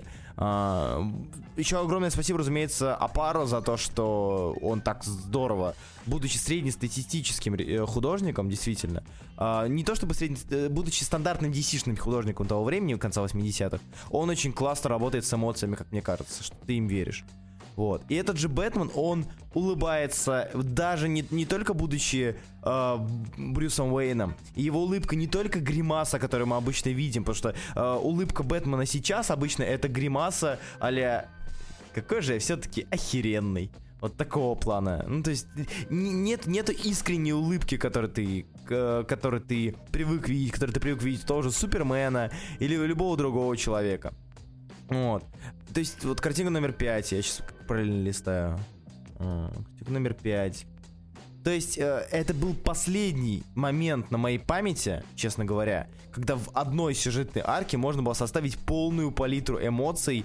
Э, еще огромное спасибо, разумеется, Апаро за то, что он так здорово, будучи среднестатистическим художником, действительно, э, не то чтобы средне, будучи стандартным ди си-шным художником того времени, конца восьмидесятых, он очень классно работает с эмоциями, как мне кажется, что ты им веришь. Вот. И этот же Бэтмен, он улыбается, даже не, не только будучи э, Брюсом Уэйном. И его улыбка не только гримаса, которую мы обычно видим, потому что э, улыбка Бэтмена сейчас обычно это гримаса а-ля какой же я все-таки охеренный. Вот такого плана. Ну, то есть нет, нету искренней улыбки, которую ты, к, которую ты привык видеть, которую ты привык видеть у того же Супермена или любого другого человека. Вот. То есть, вот картинка номер пять, я сейчас параллельно листаю. А, картинка номер пять. То есть, э, это был последний момент на моей памяти, честно говоря, когда в одной сюжетной арке можно было составить полную палитру эмоций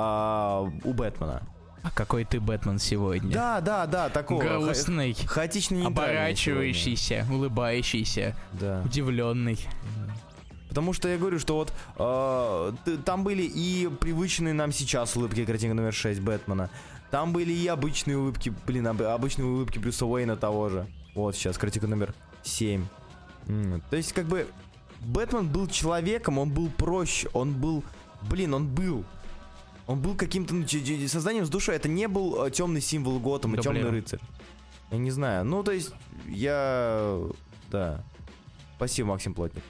э, у Бэтмена. А какой ты Бэтмен сегодня? Да, да, да, такой. Грустный, ха- хаотичный, оборачивающийся, улыбающийся, да. Удивленный. Потому что я говорю, что вот э, там были и привычные нам сейчас улыбки, картинка номер шесть Бэтмена. Там были и обычные улыбки, блин, об, обычные улыбки Брюса Уэйна того же. Вот сейчас, картинка номер семь. Mm. То есть, как бы, Бэтмен был человеком, он был проще, он был, блин, он был. Он был каким-то ну, созданием с душой. Это не был э, темный символ Готэма, да, темный блин. рыцарь. Я не знаю. Ну, то есть, я... Да. Спасибо, Максим Плотник.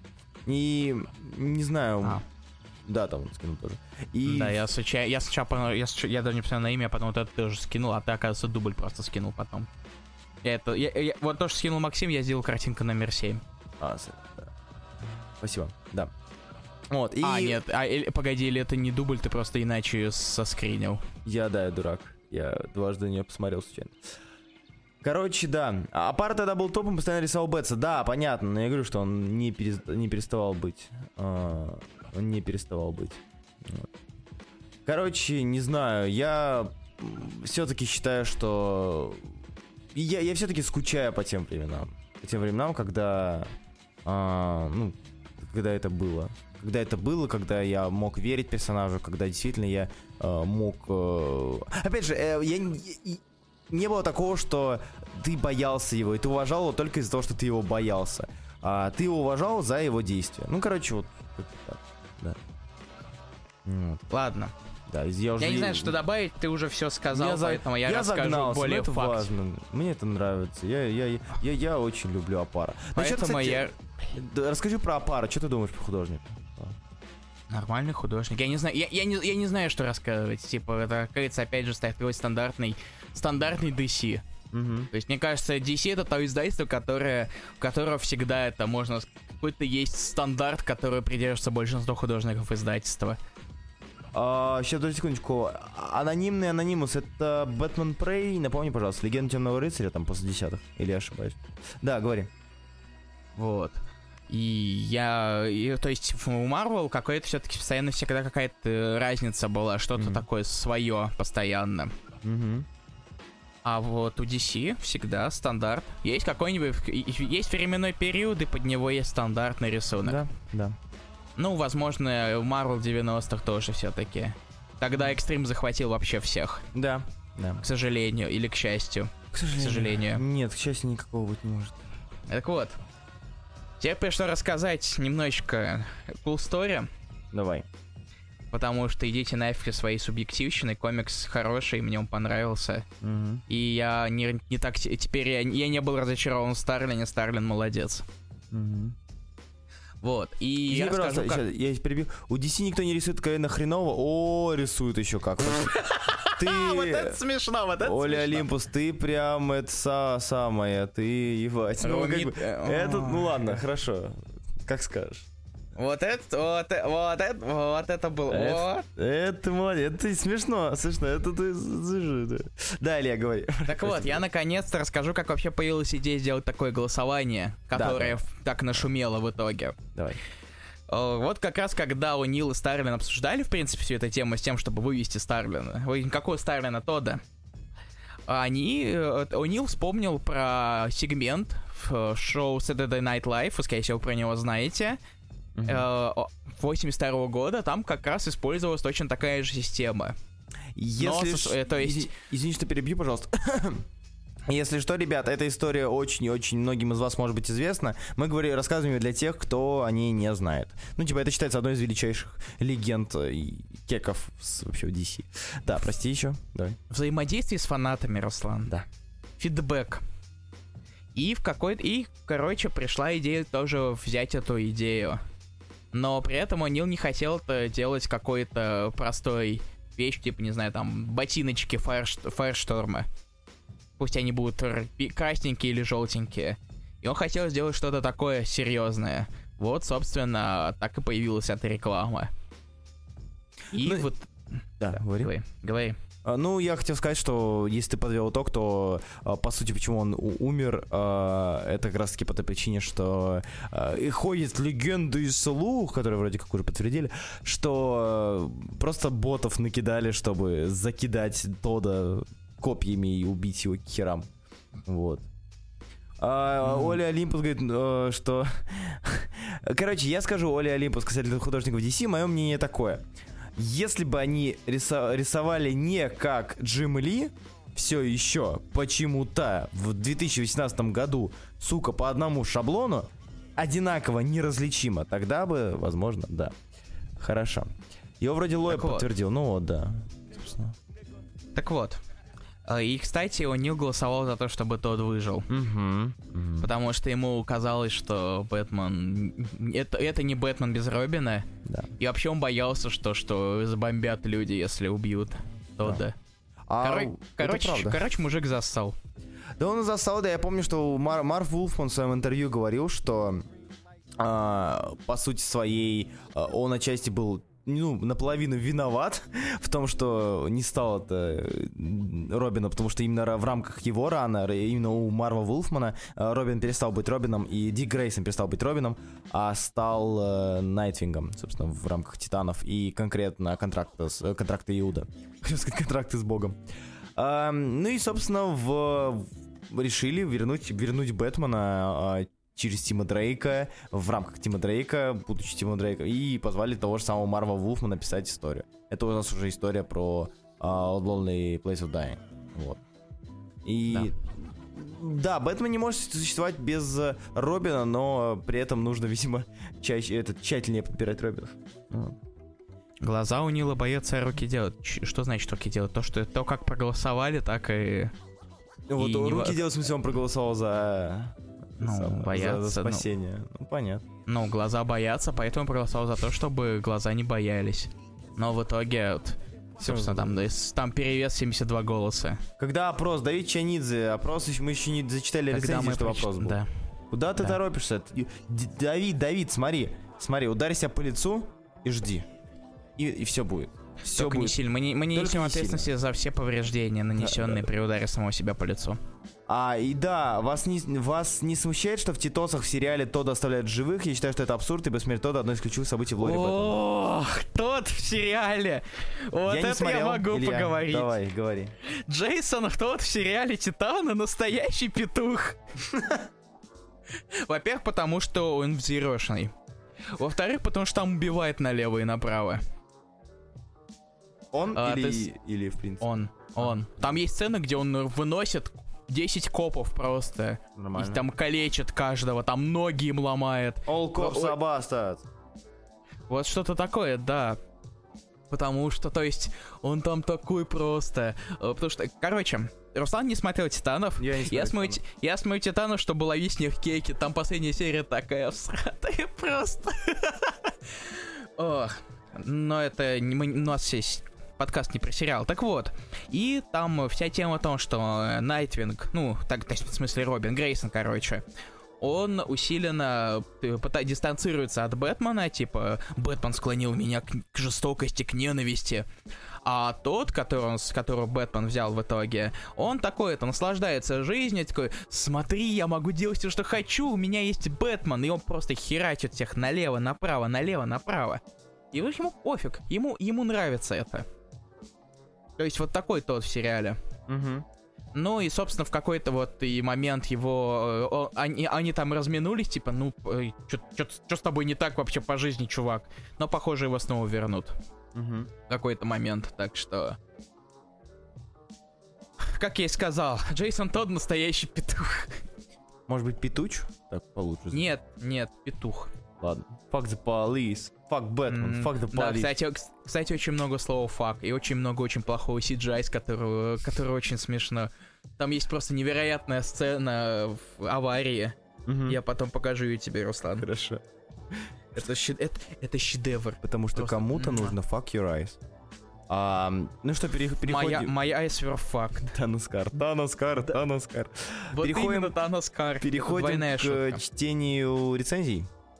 И не знаю, а. да, там скинул тоже. И... Да, я случайно, я сначала, я, я даже не посмотрел на имя, а потом вот это тоже скинул, а ты, оказывается, дубль просто скинул потом. Это, я, я, вот то, что скинул Максим, я сделал картинка номер семь. А, да. Спасибо, да. Вот, и... А, нет, а, или, погоди, или это не дубль, ты просто иначе ее соскринил. Я, да, я дурак, я дважды на нее посмотрел случайно. Короче, да. Апаро тогда был топом, постоянно рисовал Бэтса. Да, понятно, но я говорю, что он не, перес... не переставал быть. А, он не переставал быть. Вот. Короче, не знаю, я все-таки считаю, что... Я, я все-таки скучаю по тем временам. По тем временам, когда... А, ну, когда это было. Когда это было, когда я мог верить персонажу, когда действительно я э, мог... Э... Опять же, э, я, я, не было такого, что ты боялся его, и ты уважал его только из-за того, что ты его боялся. А ты его уважал за его действия. Ну, короче, вот так, да. Вот. Ладно. Да, я уже... Я не знаю, что добавить, ты уже все сказал, я поэтому я, я расскажу загнался, более это факт. важно. Мне это нравится. Я, я, я, я очень люблю Апара. Поэтому Насчет, кстати, я... да, расскажи про Апара, что ты думаешь про художника? Нормальный художник. Я не знаю, я, я, не, я не знаю, что рассказывать. Типа, это, кажется, опять же, такой стандартный, стандартный ди си. Угу. То есть, мне кажется, ди си это то издательство, которое, у которого всегда это, можно сказать, какой-то есть стандарт, который придерживается большинство художников издательства. А, сейчас, подожди секундочку. Анонимный Анонимус, это Бэтмен Прей, напомни, пожалуйста, Легенда Темного Рыцаря, там, после десятых, или я ошибаюсь? Да, говори. Вот. И я... И, то есть у Marvel какой-то все-таки постоянно всегда какая-то разница была, что-то mm-hmm. такое свое постоянно. Mm-hmm. А вот у ди си всегда стандарт. Есть какой-нибудь... Есть временной период, и под него есть стандартный рисунок. Да, да. Ну, возможно, в Marvel девяностых тоже все-таки. Тогда Экстрим захватил вообще всех. Да, да. К сожалению, или к счастью. К сожалению. К сожалению. Нет, к счастью, никакого быть не может. Так вот. Тебе пришло рассказать немножечко cool story. Давай. Потому что идите нафиг своей субъективщины. Комикс хороший, мне он понравился. Угу. И я не, не так... Теперь я, я не был разочарован в Старлине. Старлин молодец. Угу. Вот, и Извини, я пожалуйста, расскажу, как... сейчас, я перебью. У ди си никто не рисует откровенно хреново. О, рисует еще как. Ты... Вот это смешно, вот это Оля смешно. Олимпус, ты прям это са- самое, ты ебать. Ну, как бы, это, ну ладно, хорошо. Как скажешь. Вот это, вот, э- вот это, вот это было. Это, Вот. это молодец, это смешно, смешно, это ты зажи, да. Да, Илья, говори. Так вот, я наконец-то расскажу, как вообще появилась идея сделать такое голосование, которое Да, в- так нашумело в итоге. Давай. Э, Вот как раз когда О'Нил и Старлин обсуждали, в принципе, всю эту тему с тем, чтобы вывести Старлина. Ой, какого Старлина, Тодда? Они... э, О'Нил вспомнил про сегмент в э, шоу Saturday Night Live, вы, скорее всего, про него знаете. Uh-huh. восемьдесят второго года там как раз использовалась точно такая же система. Если Но, ш... то есть... Извини, извини, что перебью, пожалуйста. Если что, ребята, эта история очень и очень многим из вас может быть известна. Мы говорим, рассказываем ее для тех, кто о ней не знает. Ну, типа, это считается одной из величайших легенд и кеков с, вообще в ди си. Да, прости еще. Давай. Взаимодействие с фанатами, Руслан. Да. Фидбэк. И в какой-то... И, короче, пришла идея тоже взять эту идею. Но при этом О'Нил не хотел делать какой-то простой вещь, типа, не знаю, там, ботиночки Фаершторма. Пусть они будут красненькие или желтенькие. И он хотел сделать что-то такое серьезное. Вот, собственно, так и появилась эта реклама. И ну, вот... Да, да, говори. Говори. Говори. Ну, я хотел сказать, что если ты подвел итог, то, по сути, почему он умер, это как раз-таки по той причине, что и ходит легенда и слух, которые вроде как уже подтвердили, что просто ботов накидали, чтобы закидать Тодда копьями и убить его к херам. Вот. А, mm-hmm. Оля Олимпус говорит, что... Короче, я скажу Оле Олимпус, касательно художников ди си, мое мнение такое. Если бы они рисо- рисовали не как Джим Ли, все еще почему-то в две тысячи восемнадцатом году, сука, по одному шаблону, одинаково неразличимо, тогда бы, возможно, да. Хорошо. Его вроде Лой подтвердил, вот. Ну вот, да. Собственно. Так вот. И, кстати, О'Нил голосовал за то, чтобы Тодд выжил. Uh-huh. Uh-huh. Потому что ему казалось, что Бэтмен... Это, это не Бэтмен без Робина. Да. И вообще он боялся, что, что забомбят люди, если убьют Тодда. Да. А Кор... Короче, короче, мужик зассал. Да он зассал, да. Я помню, что Мар- Марв Вулфман в своем интервью говорил, что а, по сути своей а, он отчасти был... ну, наполовину виноват в том, что не стал это Робина, потому что именно в рамках его рана, именно у Марва Вулфмана, Робин перестал быть Робином, и Дик Грейсон перестал быть Робином, а стал э, Найтвингом, собственно, в рамках Титанов, и конкретно контракта, с, контракта Иуда. Хочу сказать, контракты с Богом. А, ну и, собственно, в, решили вернуть, вернуть Бэтмена через Тима Дрейка, в рамках Тима Дрейка, будучи Тима Дрейка, и позвали того же самого Марва Вулфмана писать историю. Это у нас уже история про uh, Lonely Place of Dying. Вот. И... Да. Да, Бэтмен не может существовать без Робина, но при этом нужно, видимо, чаще, это, тщательнее подбирать Робинов. Глаза у Нила боятся, а руки делают. Что значит руки делают? То, что то, как проголосовали, так и... Вот и руки не... делают, в смысле, он проголосовал за... Ну, Сам, боятся, за, за спасение. Ну, ну, понятно. Ну, глаза боятся, поэтому проголосовал за то, чтобы глаза не боялись. Но в итоге, вот, собственно, там, там перевес семьдесят два голоса. Когда опрос, Давид Чанидзе, опрос, мы еще не зачитали рецензию, что проч... вопрос был. Да. Куда ты да. торопишься? Давид, Давид, смотри, смотри, ударь себя по лицу и жди. И, и все будет. Все Только будет. не сильно. Мы не, мы не несем ответственности за все повреждения, нанесенные да, да. при ударе самого себя по лицу. А, и да, вас не, вас не смущает, что в Титосах в сериале Тодда оставляют живых? Я считаю, что это абсурд, ибо смерть Тодда одно из ключевых событий в лоре Бэтмена. Ох, тот в сериале! Вот я это не смотрел, я могу Илья, поговорить. Давай, говори. Джейсон тот в сериале Титаны настоящий петух. Во-первых, потому что он взъерошенный. Во-вторых, потому что там убивает налево и направо. Он а, или, ты... или в принципе? Он, он. Там есть сцена, где он выносит десять копов просто. Нормально. И там калечит каждого, там ноги им ломает. All cops are bastards. Вот что-то такое, да. Потому что, то есть, он там такой просто. Потому что, короче, Руслан не смотрел Титанов. Я не смотрел. Я смотрю, я смотрю Титанов, чтобы ловить с них кейки. Там последняя серия такая всратая просто. Ох. Но это не мы, у нас есть подкаст не про сериал. Так вот, и там вся тема о том, что Найтвинг, ну, так, в смысле Робин, Грейсон, короче, он усиленно пытается дистанцируется от Бэтмена, типа, Бэтмен склонил меня к, к жестокости, к ненависти. А тот, который он, с которого Бэтмен взял в итоге, он такой, это, наслаждается жизнью, такой, смотри, я могу делать все, что хочу, у меня есть Бэтмен, и он просто херачит всех налево, направо, налево, направо. И вот ему пофиг, ему, ему нравится это. То есть вот такой тот в сериале. Угу. Ну и, собственно, в какой-то вот и момент его... О, они, они там разминулись, типа, ну, что с тобой не так вообще по жизни, чувак? Но, похоже, его снова вернут. Угу. В какой-то момент, так что... Как я и сказал, Джейсон Тодд настоящий петух. Может быть, петуч? Так получше. Нет, нет, петух. Ладно. Fuck the police. Fuck Batman. Mm, fuck the police. Да, кстати, кстати, очень много слова fuck. И очень много очень плохого си джи ай, с которого, который очень смешно. Там есть просто невероятная сцена в аварии. Mm-hmm. Я потом покажу ее тебе, Руслан. Хорошо. Это, это, это шедевр. Потому что просто... кому-то mm-hmm. нужно fuck your eyes. А, ну что, пере, переходим... My eyes were fucked. Таноскар, Таноскар, Таноскар. Вот переходим, именно Таноскар. Переходим к шутка. чтению рецензий.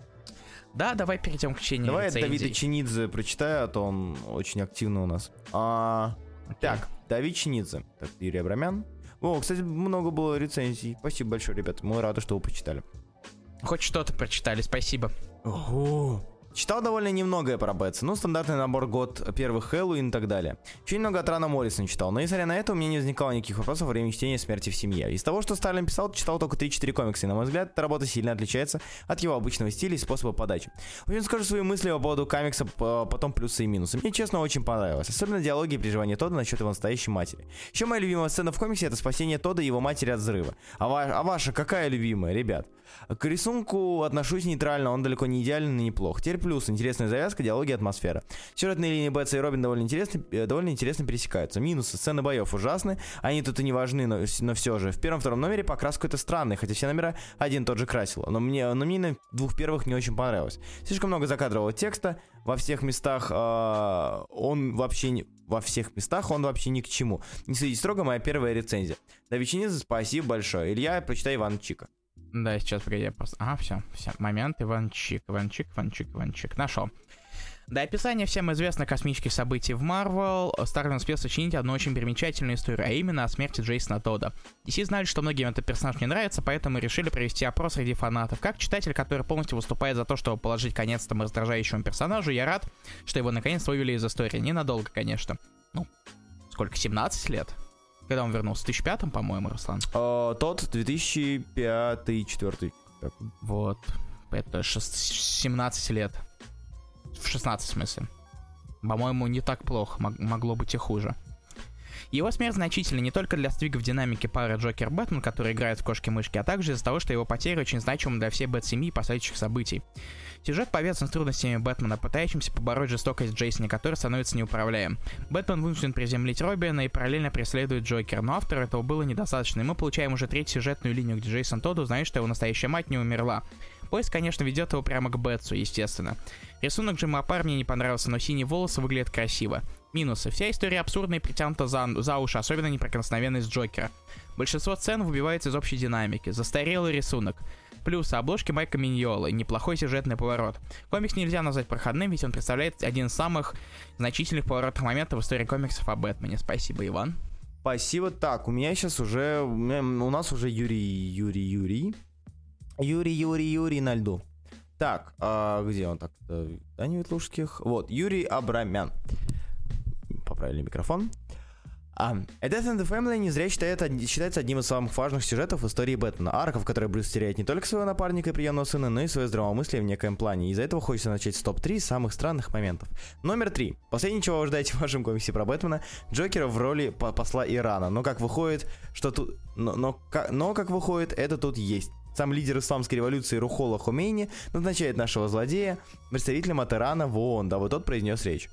Да, давай перейдем к чтению давай рецензий. Давай Давида Чинидзе прочитаю, а то он очень активно у нас. А, okay. Так, Давид Чинидзе. Так, Юрий Абрамян. О, кстати, много было рецензий. Спасибо большое, ребята. Мы рады, что вы почитали. Хоть что-то прочитали, спасибо. Ого. Читал довольно немногое про Бэтса, ну, стандартный набор год первых Хэллоуин и так далее. Еще немного от Рана Моррисона читал, но несмотря на это, у меня не возникало никаких вопросов во время чтения «Смерти в семье». Из того, что Старлин писал, читал только три-четыре комикса, и, на мой взгляд, эта работа сильно отличается от его обычного стиля и способа подачи. В общем, скажу свои мысли по поводу комикса, потом плюсы и минусы. Мне, честно, очень понравилось, особенно диалоги и переживания Тодда насчет его настоящей матери. Еще моя любимая сцена в комиксе — это спасение Тодда и его матери от взрыва. А, ва- а ваша какая любимая, ребят? К рисунку отношусь нейтрально, он далеко не идеален и неплох. Теперь плюс, интересная завязка, диалоги, атмосфера. Сюжетные линии Бэтса и Робин довольно интересны, довольно интересно пересекаются. Минусы, сцены боев ужасны, они тут и не важны, но, но все же. В первом-втором номере покрас какой-то странный, хотя все номера один тот же красил. Но мне, но мне на двух первых не очень понравилось. Слишком много закадрового текста, во всех местах э, он вообще не... Во всех местах он вообще ни к чему. Не следите строго, моя первая рецензия. Давид Чинидзе, спасибо большое. Илья, прочитай Ивана Чика. Да, сейчас, погоди, я просто... Ага, все, все, момент, Иванчик, Иванчик, Иванчик, Иванчик, нашел. До описания всем известных космических событий в Marvel Старлин успел сочинить одну очень примечательную историю, а именно о смерти Джейсона Тодда. ди си знали, что многим этот персонаж не нравится, поэтому решили провести опрос среди фанатов. Как читатель, который полностью выступает за то, чтобы положить конец этому раздражающему персонажу, я рад, что его наконец вывели из истории. Ненадолго, конечно. Ну, сколько, семнадцать лет? Когда он вернулся? В две тысячи пятом, по-моему, Руслан? Uh, тот две тысячи пятый-две тысячи четвёртый. как. Вот. Это шест... семнадцать лет. В шестнадцать, в смысле. По-моему, не так плохо. Мог... Могло быть и хуже. Его смерть значительна не только для сдвигов динамики пары Джокер-Бэтмен, который играет в кошки-мышки, а также из-за того, что его потеря очень значима для всей Бэт-семьи и последующих событий. Сюжет повязан с трудностями Бэтмена, пытающимся побороть жестокость Джейсона, который становится неуправляем. Бэтмен вынужден приземлить Робина и параллельно преследует Джокера, но автору этого было недостаточно, и мы получаем уже третью сюжетную линию, где Джейсон Тодд узнает, что его настоящая мать не умерла. Поезд, конечно, ведет его прямо к Бэтсу, естественно. Рисунок Джима Апара мне не понравился, но синие волосы выглядят красиво. Минусы. Вся история абсурдна и притянута за, за уши, особенно неприкосновенность Джокера. Большинство сцен выбивается из общей динамики. Застарелый рисунок. Плюсы. Обложки Майка Миньолы. Неплохой сюжетный поворот. Комикс нельзя назвать проходным, ведь он представляет один из самых значительных поворотных моментов в истории комиксов о Бэтмене. Спасибо, Иван. Спасибо. Так, у меня сейчас уже... У, меня, у нас уже Юрий, Юрий, Юрий. Юрий, Юрий, Юрий на льду. Так, а где он так? Дани Ветлужских. Вот, Юрий Абрамян. Поправили микрофон. А, A Death in the Family не зря считает, считается одним из самых важных сюжетов в истории Бэтмена. Арка, в которой Брюс теряет не только своего напарника и приемного сына, но и свое здравомыслие в некоем плане. Из-за этого хочется начать с топ три самых странных моментов. Номер три. Последнее, чего вы ждаете в вашем комиксе про Бэтмена, Джокера в роли посла Ирана. Но как выходит, что тут... Но, но, но как выходит, это тут есть. Сам лидер исламской революции Рухолла Хомейни назначает нашего злодея представителем от Ирана в ООН, да вот тот произнес речь.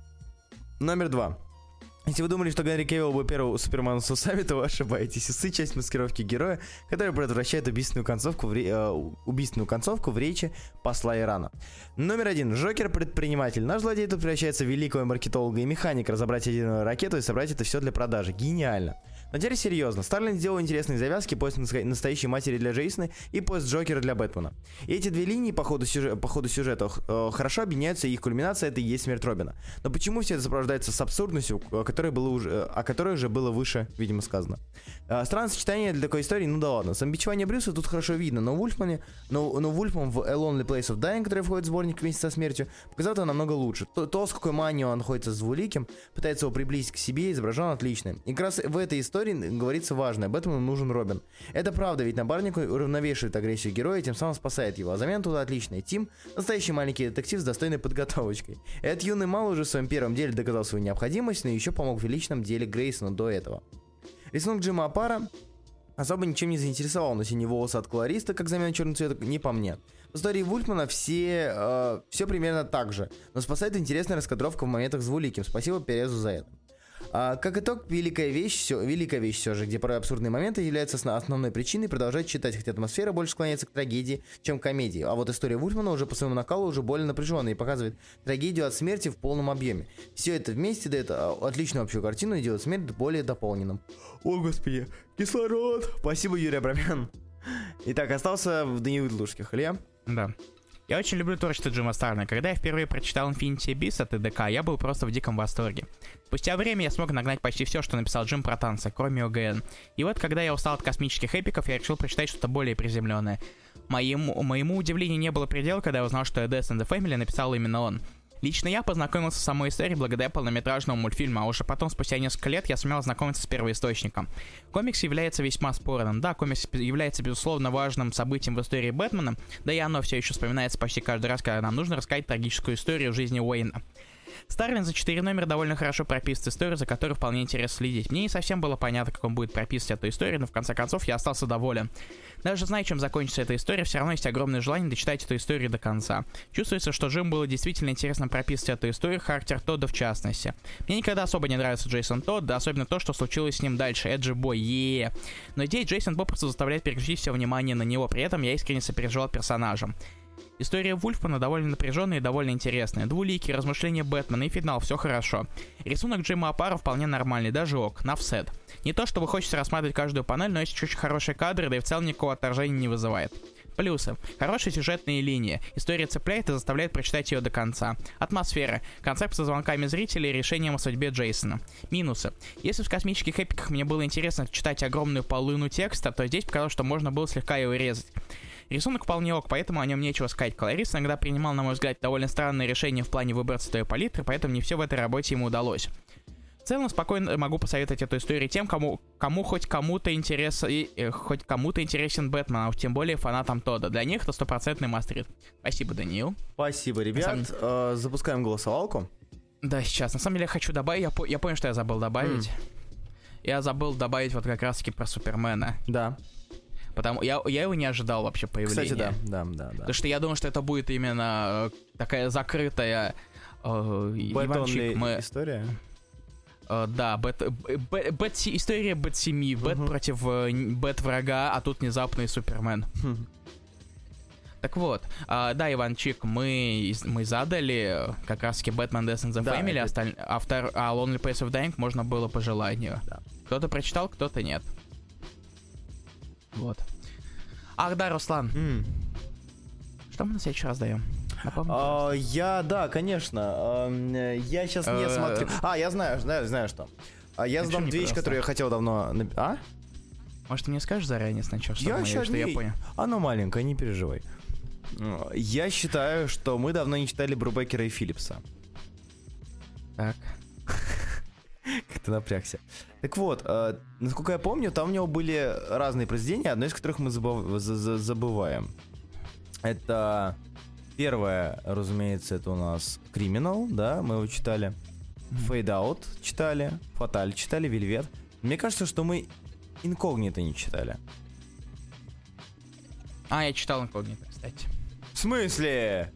Номер два. Если вы думали, что Генри Кевилл был первым Суперменом с усами, то вы ошибаетесь. Усы — часть маскировки героя, который предотвращает убийственную концовку в, ре... э, убийственную концовку в речи посла Ирана. Номер один. Джокер — предприниматель. Наш злодей тут превращается в великого маркетолога и механика, разобрать ядерную ракету и собрать это все для продажи. Гениально. Но теперь серьезно. Старлин сделал интересные завязки, поиск настоящей матери для Джейсона и поиск Джокера для Бэтмена. И эти две линии по ходу, сюжет, по ходу сюжета э, хорошо объединяются, и их кульминация — это и есть смерть Робина. Но почему все это сопровождается с абсурдностью, которой было уже, о которой уже было выше, видимо, сказано? Э, странное сочетание для такой истории, ну да ладно. Самобичевание Брюса тут хорошо видно, но Вульфмане, но, но Вульфман в A Lonely Place of Dying, который входит в сборник вместе со смертью, показал это намного лучше. То, то с какой манией он находится с Двуликим, пытается его приблизить к себе, изображен отлично. И как раз в этой истории говорится важное: Бэтмену нужен Робин. Это правда, ведь напарник уравновешивает агрессию героя и тем самым спасает его. А замена тут отличная. Тим — настоящий маленький детектив с достойной подготовочкой. Этот юный мал уже в своем первом деле доказал свою необходимость, но еще помог в личном деле Грейсону до этого. Рисунок Джима Апара особо ничем не заинтересовал, но синие волосы от колориста, как замена черного цвета, не по мне. В истории Вульфмана все, э, все примерно так же, но спасает интересная раскадровка в моментах с Двуликим. Спасибо Перезу за это. А, как итог, великая вещь, все, великая вещь все же, где порой абсурдные моменты являются основной причиной продолжать читать, хотя атмосфера больше склоняется к трагедии, чем к комедии. А вот история Вульфмана уже по своему накалу уже более напряженная и показывает трагедию от смерти в полном объеме. Все это вместе дает отличную общую картину и делает смерть более дополненным. О, господи, кислород! Спасибо, Юрий Абрамян. Итак, остался в Дни Ветлужских. Илья? Да. Я очень люблю творчество Джима Старлина. Когда я впервые прочитал Infinity Beast от ТДК, я был просто в диком восторге. Спустя время я смог нагнать почти все, что написал Джим про танцы, кроме ОГН. И вот, когда я устал от космических эпиков, я решил прочитать что-то более приземленное. Моему, моему удивлению не было предела, когда я узнал, что A Death in the Family написал именно он. Лично я познакомился с самой историей благодаря полнометражному мультфильму, а уже потом, спустя несколько лет, я сумел ознакомиться с первоисточником. Комикс является весьма спорным. Да, комикс является, безусловно, важным событием в истории Бэтмена, да и оно все еще вспоминается почти каждый раз, когда нам нужно рассказать трагическую историю жизни Уэйна. Старлин за четыре номера довольно хорошо прописывает историю, за которой вполне интересно следить. Мне не совсем было понятно, как он будет прописывать эту историю, но в конце концов я остался доволен. Даже зная, чем закончится эта история, все равно есть огромное желание дочитать эту историю до конца. Чувствуется, что Джим было действительно интересно прописывать эту историю, характер Тодда в частности. Мне никогда особо не нравится Джейсон Тодд, да особенно то, что случилось с ним дальше, Эджи Бой, е Но здесь Джейсон попросту заставляет переключить все внимание на него, при этом я искренне сопереживал персонажам. История Вульфмана довольно напряженная и довольно интересная. Двуликий, размышления Бэтмена и финал, все хорошо. Рисунок Джима Апара вполне нормальный, даже ок, навсет. Не то чтобы хочется рассматривать каждую панель, но есть очень хорошие кадры, да и в целом никакого отторжения не вызывает. Плюсы. Хорошие сюжетные линии. История цепляет и заставляет прочитать ее до конца. Атмосфера. Концепт со звонками зрителей и решением о судьбе Джейсона. Минусы. Если в космических эпиках мне было интересно читать огромную половину текста, то здесь показалось, что можно было слегка его резать. Рисунок вполне ок, поэтому о нем нечего сказать. Колорист иногда принимал, на мой взгляд, довольно странные решения в плане выбора цветовой палитры, поэтому не все в этой работе ему удалось. В целом, спокойно могу посоветовать эту историю тем, кому, кому хоть кому-то интерес, и, э, хоть кому-то интересен Бэтмен, а уж тем более фанатам Тодда. Для них это стопроцентный мастрит. Спасибо, Даниил. Спасибо, ребят. самом- Э, запускаем голосовалку. Да, сейчас. На самом деле я хочу добавить, я, по- я понял, что я забыл добавить. Я забыл добавить вот как раз-таки про Супермена. Да. Потому я, я его не ожидал вообще появления. Кстати, да, да, да, да. Потому что я думал, что это будет именно э, такая закрытая э, Иванчик, мы, история. э, да, бэт, э, бэт, бэт си- история Бэт-семьи, Бэт Мгм. против э, н- Бэт-врага, а тут внезапный Супермен. Хм. Так вот, э, да, Иванчик, мы, из- мы задали э, как раз-таки Batman Death in the Да, Family, это- осталь- а, втор- а Lonely Place of Dying можно было по желанию. Да. Кто-то прочитал, кто-то нет. Вот. Ах да, Руслан, М. что мы на следующий раз даем? Напомни, А, я, да, конечно. Ам, э, Я сейчас не Э, смотрю. А, я знаю, знаю, знаю что. А я Напиши задам мне, две вещи, пожалуйста. которые я хотел давно... нап- А? Может, ты мне скажешь заранее сначала, что, Я мы- щас что я не- понял? Оно маленькое, не переживай. М, Я считаю, что мы давно не читали Брубекера и Филлипса. Так. Как ты напрягся. Так вот, э, насколько я помню, там у него были разные произведения, одно из которых мы забыв- за- за- забываем. Это первое, разумеется, это у нас Криминал, да, мы его читали. Fade Out читали, Фаталь читали, Вельвет. Мне кажется, что мы Инкогнито не читали. А, я читал Инкогнито, кстати. В смысле?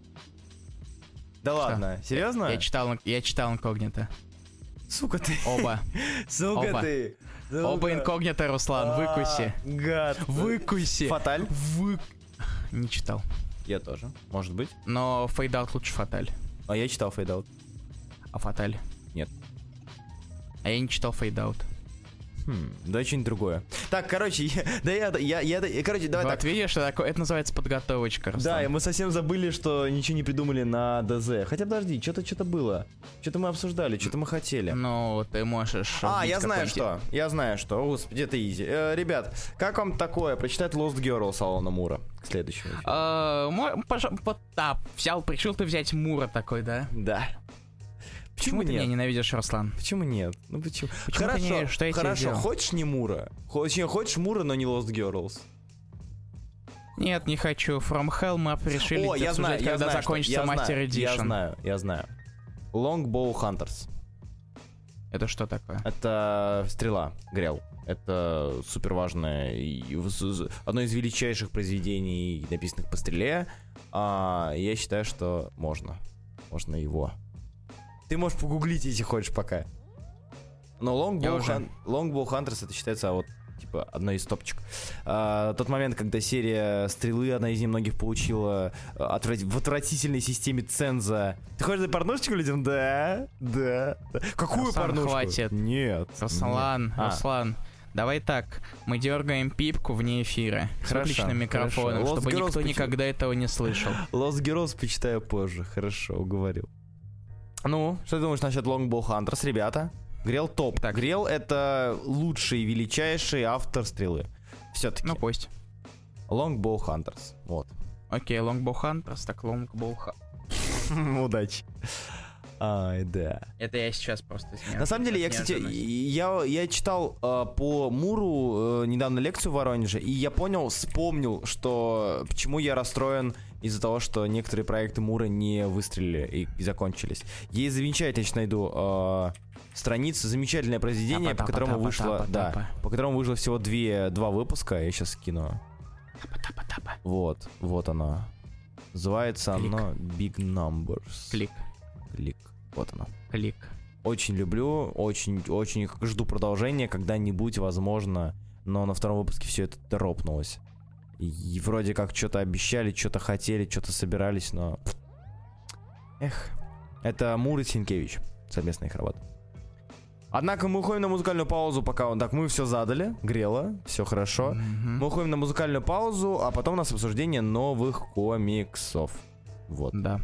Да ладно, серьезно? Я читал, я читал Инкогнито. Сука ты. Оба. Сука Оба. ты. Сука. Оба Инкогнито, Руслан, выкуси. А, Гад. Выкуси. Фаталь? Вы... Не читал. Я тоже, может быть. Но Фейдаут лучше Фаталь. А я читал Fade Out. А Фаталь? Нет. А я не читал Фейдаут. Хм, да что-нибудь другое. Так, короче, я, да я, я, я, я, короче, давай Вот так. видишь, это, такое- это называется подготовочка, Руслан. Да, и мы совсем забыли, что ничего не придумали на ДЗ. Хотя подожди, что-то что-то было. Что-то мы обсуждали, что-то мы хотели. Ну, ты можешь... А, вбить я знаю какой-нибудь- что. Я знаю что. Господи, это изи. Э, ребят, как вам такое? Прочитать Lost Girls Алана Мура к следующему. фильму? А, мо- пожа- вот, да, взял, решил ты взять Мура такой, да? Да. Почему Почему ты меня нет? ненавидишь, Руслан? Почему нет? Ну почему? Почему ты хорошо, не- что я тебе хорошо. сделал? Хочешь не Мура? Хочешь, хочешь Мура, но не Lost Girls? Нет, не хочу. From Hell мы решили О, я обсуждать, знаю, я когда знаю, что- закончится я Master знаю, Edition. Я знаю, я знаю. Longbow Hunters. Это что такое? Это стрела, Грел. Это супер важное и в- з- одно из величайших произведений, написанных по стреле. А, я считаю, что можно. Можно его. Ты можешь погуглить, если хочешь, пока. Но Я Longbow, уже. Hun- Longbow Hunters это считается вот типа одной из топчик. А, тот момент, когда серия стрелы, одна из немногих получила а, отврат- в отвратительной системе ценза. Ты хочешь дать порнушечку людям? Да, да. да. Какую Руслан, порнушку? хватит. Нет. Руслан, нет. А, Руслан, давай так, мы дергаем пипку вне эфира с Хорошо, выключенным микрофоном, хорошо. Lost чтобы Girls никто почему? никогда этого не слышал. Lost Girls почитаю позже. Хорошо, уговорил. Ну, что ты думаешь насчет Longbow Hunters, ребята? Грел топ. Так. Грел это лучший, величайший автор стрелы. Все-таки. Ну пусть. Longbow Hunters. Вот. Окей, Longbow Hunters, так Longbow Hunters. Удачи. Ай, да. Это я сейчас просто снял. На самом деле, я, кстати, я, я читал э, по Муру э, недавно лекцию в Воронеже, и я понял, вспомнил, что почему я расстроен из-за того, что некоторые проекты Мура не выстрелили и, и закончились. Есть замечательно, я сейчас найду э, страницу, замечательное произведение, по которому вышло, да, по которому вышло всего две, два выпуска, я сейчас скину. Вот, вот оно. Называется Клик. оно Big Numbers. Клик, Клик. Вот оно. клик. Очень люблю, очень, очень жду продолжения, когда-нибудь, возможно, но на втором выпуске все это дропнулось. И вроде как что-то обещали, что-то хотели, что-то собирались, но... Эх. Это Мур и Сенкевич. Совместная их работа. Однако мы уходим на музыкальную паузу, пока он... Так, мы все задали, грело, все хорошо. Мгм. Мы уходим на музыкальную паузу, а потом у нас обсуждение новых комиксов. Вот. Да.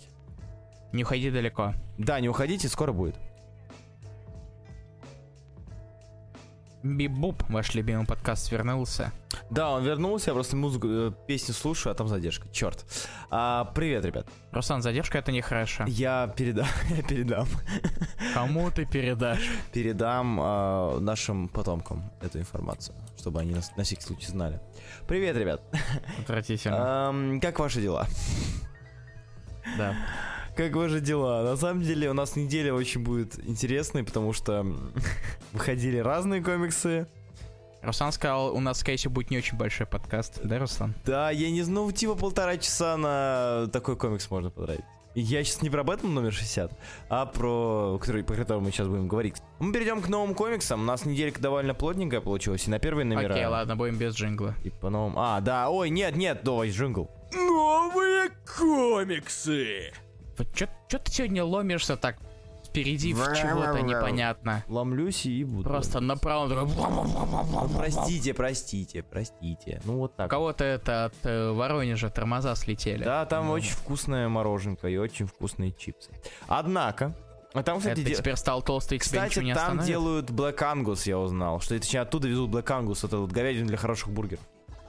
Не уходи далеко. Да, не уходите, скоро будет. Бип-буп, ваш любимый подкаст, вернулся. Да, он вернулся, я просто музыку, э, песню слушаю, а там задержка. Черт. А, привет, ребят. Руслан, задержка — это нехорошо. Я передам, я передам. Кому ты передашь? Передам э, нашим потомкам эту информацию, чтобы они на, на всякий случай знали. Привет, ребят. Отвратительно. Эм, как ваши дела? Да. Как ваши дела? На самом деле у нас неделя очень будет интересной, потому что выходили разные комиксы. Руслан сказал, у нас, скорее всего, будет не очень большой подкаст, да, Руслан? Да, я не знаю, типа полтора часа на такой комикс можно потратить. И я сейчас не про Бэтмен номер шестьдесят, а про, который, про который мы сейчас будем говорить. Мы перейдем к новым комиксам. У нас неделька довольно плотненькая получилась, и на первые номера... Окей, ладно, будем без джингла. И по новым... А, да, ой, нет, нет, давай, джингл. Новые комиксы! Вот чё ты сегодня ломишься так впереди в чего-то непонятно? Ломлюсь и буду. Просто направо. Ну, простите, простите, простите. Ну вот У так. кого-то это от э, Воронежа тормоза слетели. Да, там Ну. очень вкусная мороженка и очень вкусные чипсы. Однако, а там, кстати, Это де- теперь стал толстый, тебя кстати, ничего не там остановит? делают Black Angus, я узнал. Что, точнее, оттуда везут Black Angus, это вот говядину для хороших бургеров.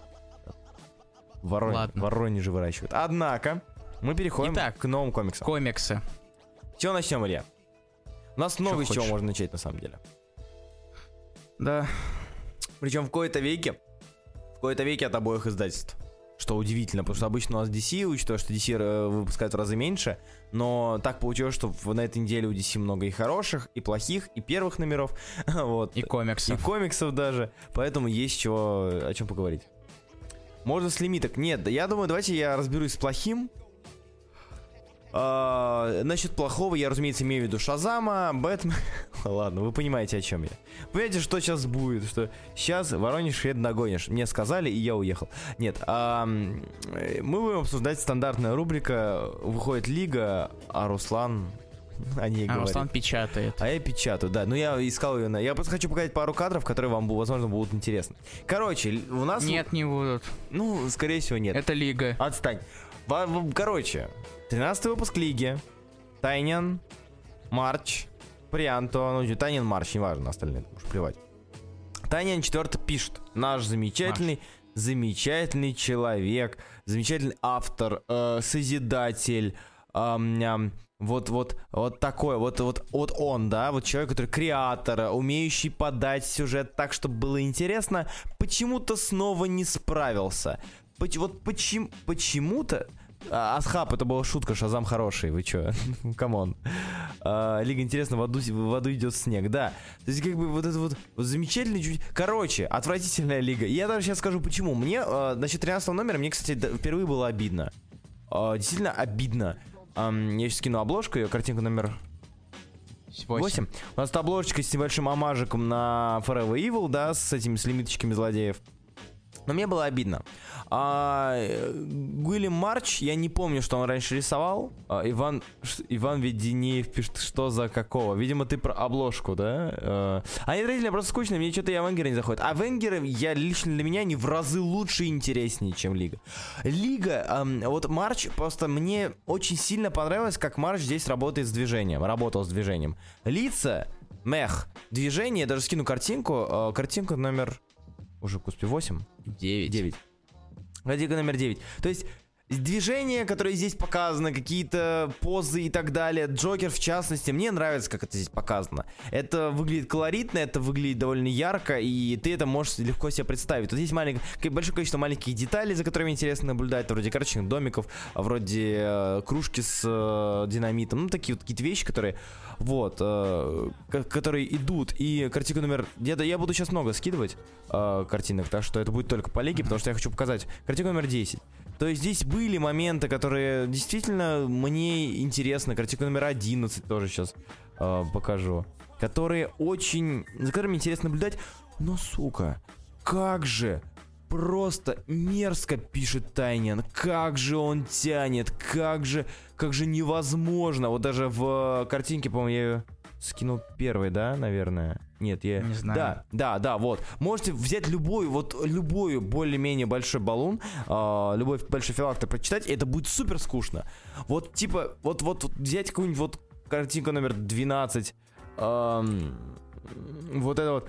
В Ворон... Ладно. Воронеже выращивают. Однако, мы переходим Итак, к новым комиксам. Комиксы. С чего начнем, Илья? У нас много с чего хочешь? можно начать, на самом деле. Да. Причем в кои-то веке, в кои-то веке от обоих издательств. Что удивительно, потому что обычно у нас ди си, учитывая, что ди си выпускают в разы меньше, но так получилось, что в- на этой неделе у ди си много и хороших, и плохих, и первых номеров, вот, И и комиксов. комиксов даже, поэтому есть чего, о чем поговорить. Можно с лимиток. Нет, да я думаю, давайте я разберусь с плохим. А, насчет плохого я, разумеется, имею в виду Шазама, Бэтмен. Ладно, вы понимаете, о чем я. Понимаете, что сейчас будет? Что сейчас Воронеж хрен догонишь. Мне сказали, и я уехал. Нет, а, м, мы будем обсуждать стандартная рубрика. Выходит Лига, а Руслан о ней А говорит. Руслан печатает. А я печатаю, да. Ну я искал ее на... Я просто хочу показать пару кадров, которые вам, возможно, будут интересны. Короче, л- у нас... Нет, не будут. Ну, скорее всего, нет. Это Лига. Отстань. Во- в- Короче, тринадцатый выпуск Лиги. Тайнин, Марч, Прианто, ну, Тайнин, Марч, неважно, остальные, уж плевать. Тайнин четвертый пишет. Наш замечательный, замечательный человек, замечательный автор, э, созидатель, ам, ам, вот, вот, вот такой, вот, вот, вот он, да, вот человек, который креатор, умеющий подать сюжет так, чтобы было интересно, почему-то снова не справился. Поч- вот почему, почему-то... А, Асхаб, это была шутка, Шазам хороший, вы чё? Камон. А, Лига интересно, в аду, в аду идет снег, да. То есть, как бы, вот это вот, вот замечательный чуть... Короче, отвратительная Лига. Я даже сейчас скажу, почему. Мне, а, насчет тринадцатого номера, мне, кстати, да, впервые было обидно. А, действительно обидно. Ам, я сейчас скину обложку, ее картинка номер восемь. У нас обложечка с небольшим омажиком на Forever Evil, да, с этими с лимиточками злодеев. Но мне было обидно. А, э, Уильям Марч, я не помню, что он раньше рисовал. А, Иван, Ш- Иван Веденеев пишет, что за какого. Видимо, ты про обложку, да? А, они родители просто скучные, мне что-то и Авенгеры не заходят. Авенгеры, я лично для меня, они в разы лучше и интереснее, чем Лига. Лига, ам, вот Марч, просто мне очень сильно понравилось, как Марч здесь работает с движением, работал с движением. Лица, мех, движение, я даже скину картинку, а, картинку номер... Уже, господи, восемь? Девять. девять. Картинка номер девять. То есть движения, которые здесь показаны, какие-то позы и так далее. Джокер, в частности, мне нравится, как это здесь показано. Это выглядит колоритно, это выглядит довольно ярко, и ты это можешь легко себе представить. Тут есть маленькое, большое количество маленьких деталей, за которыми интересно наблюдать, вроде карточных домиков, вроде э, кружки с э, динамитом. Ну, такие вот какие-то вещи, которые, вот, э, ко- которые идут. И картинка номер... Я, я буду сейчас много скидывать э, картинок, так что это будет только по Лиге, потому что я хочу показать. Картинка номер десять. То есть здесь были моменты, которые действительно мне интересны. Картинка номер одиннадцать тоже сейчас э, покажу. Которые очень... За которыми интересно наблюдать. Но, сука, как же просто мерзко пишет Тайнин. Как же он тянет. Как же... Как же невозможно. Вот даже в картинке, по-моему, я ее скинул первой, да, наверное? Нет, я... Не знаю. Да, да, да, вот. Можете взять любой, вот любой более-менее большой баллон, э, любой большой филактор прочитать, и это будет супер скучно. Вот типа, вот, вот, вот взять какую-нибудь вот картинку номер двенадцать, эм, вот это вот.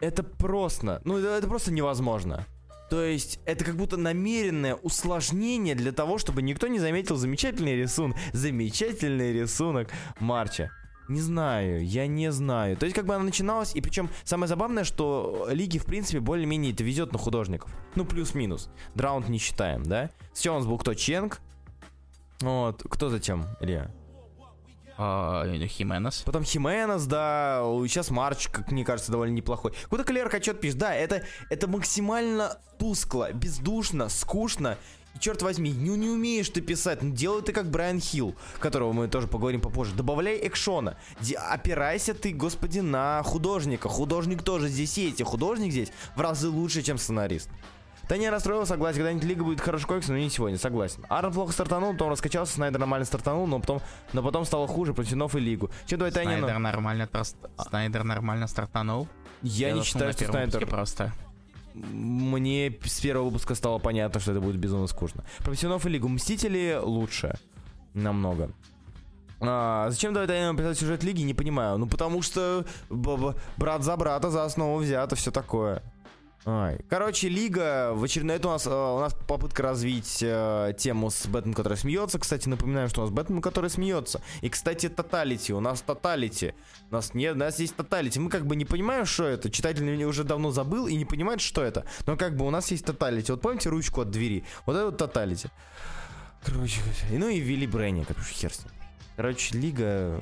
это просто, ну это, это просто невозможно. То есть это как будто намеренное усложнение для того, чтобы никто не заметил замечательный рисунок, замечательный рисунок Марча. Не знаю, я не знаю. То есть как бы она начиналась, и причем самое забавное, что лиги в принципе более-менее это везет на художников. Ну плюс-минус. Драунд не считаем, да? Сначала у нас был кто? Ченг. Вот, кто затем, Илья? Uh, Хименес. Потом Хименес, да, сейчас Марч, как мне кажется, довольно неплохой. Куда Клерк отчет пишет, да, это, это максимально тускло, бездушно, скучно. И черт возьми, ну не умеешь ты писать, ну делай ты как Брайан Хилл, которого мы тоже поговорим попозже. Добавляй экшона, Ди- опирайся ты, господи, на художника. Художник тоже здесь есть, и художник здесь в разы лучше, чем сценарист. Таня расстроила, согласен, когда-нибудь Лига будет хороший комикс, но не сегодня, согласен. Арн плохо стартанул, потом раскачался, Снайдер нормально стартанул, но потом, но потом стало хуже, против Нов и Лигу. Че, давай, Таня, Снайдер ну... нормально, траст... Снайдер нормально стартанул. Я, Я не считаю, что Снайдер... Просто. Мне с первого выпуска стало понятно, что это будет безумно скучно. Против Нов и Лигу. Мстители лучше. Намного. А, зачем давай Таня написать сюжет Лиги, не понимаю. Ну, потому что брат за брата за основу взято, все такое. Ай. Короче, Лига в очередной... Это у нас, у нас попытка развить э, тему с Бэтменом, который смеется. Кстати, напоминаем, что у нас Бэтмен, который смеется. И, кстати, Тоталити. У нас Тоталити. У нас нет, у нас есть Тоталити. Мы как бы не понимаем, что это. Читатель уже давно забыл и не понимает, что это. Но как бы у нас есть Тоталити. Вот помните ручку от двери? Вот это вот Тоталити. Короче, ну и ввели Брэнни, как уж хер с ним. Короче, Лига...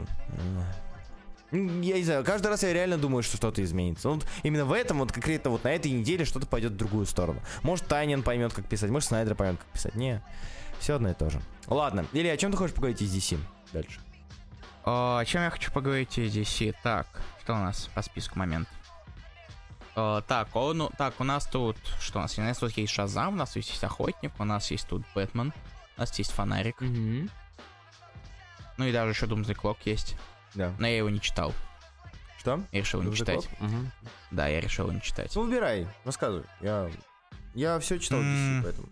Я не знаю, каждый раз я реально думаю, что что-то изменится. Вот именно в этом, вот конкретно вот на этой неделе что-то пойдет в другую сторону. Может, Тайнин поймет, как писать, может, Снайдер поймет, как писать. Не, все одно и то же. Ладно, Илья, о чем ты хочешь поговорить из ди си дальше? О, о чем я хочу поговорить из ди си? Так, что у нас по списку момент? О, так, о, ну, так, у нас тут, что у нас? У нас тут есть Шазам, у нас тут есть Охотник, у нас есть тут Бэтмен, у нас есть Фонарик. Mm-hmm. Ну и даже еще Doomsday Clock есть. Да. Но я его не читал. Что? Я решил не читать. Угу. Да, я решил его не читать. Ну, выбирай, рассказывай. Я, я все читал ди си, поэтому...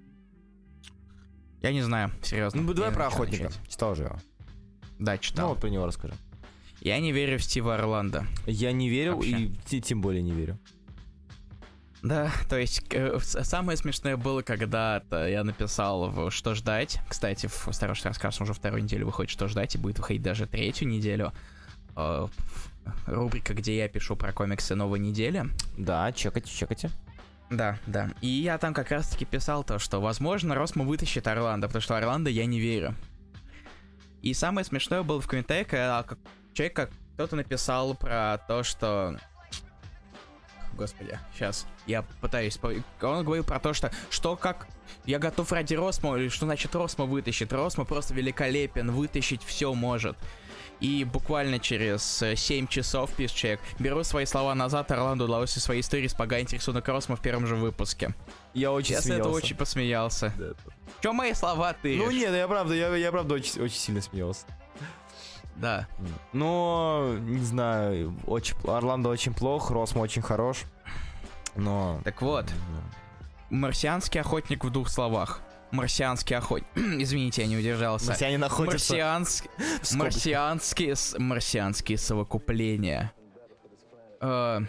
Я не знаю, серьезно. Ну, давай про Охотника. Начать. Читал же его. Да, читал. Ну, вот про него расскажи. Я не верю в Стива Орландо. Я не верил вообще. И тем более не верю. Да, то есть э, самое смешное было, когда я написал в «Что ждать». Кстати, в «Осторожно, расскажем» уже вторую неделю выходит «Что ждать», и будет выходить даже третью неделю. Э, рубрика, где я пишу про комиксы новой недели. Да, чекайте, чекайте. Да, да. И я там как раз-таки писал то, что, возможно, Росмо вытащит Орландо, потому что Орландо я не верю. И самое смешное было в комментариях, когда человек, кто-то написал про то, что... Господи, сейчас я пытаюсь... Он говорил про то, что что как... Я готов ради Росмо, или что значит Росмо вытащит? Росмо просто великолепен, вытащить все может. И буквально через семь часов, пишет человек, беру свои слова назад, Орландо удалось из своей истории споганить рисунок Росмо в первом же выпуске. Я очень я смеялся. Я с этого очень посмеялся. Да. Чё мои слова ты? Ну нет, я правда, я, я правда очень, очень сильно смеялся. Да. Но, не знаю, очень, Орландо очень плох, Росмо очень хорош, но... Так вот, марсианский охотник в двух словах. Марсианский охотник... Извините, я не удержался. Марсианин охотится. Марсианск... Марсианские... Марсианские совокупления. Э,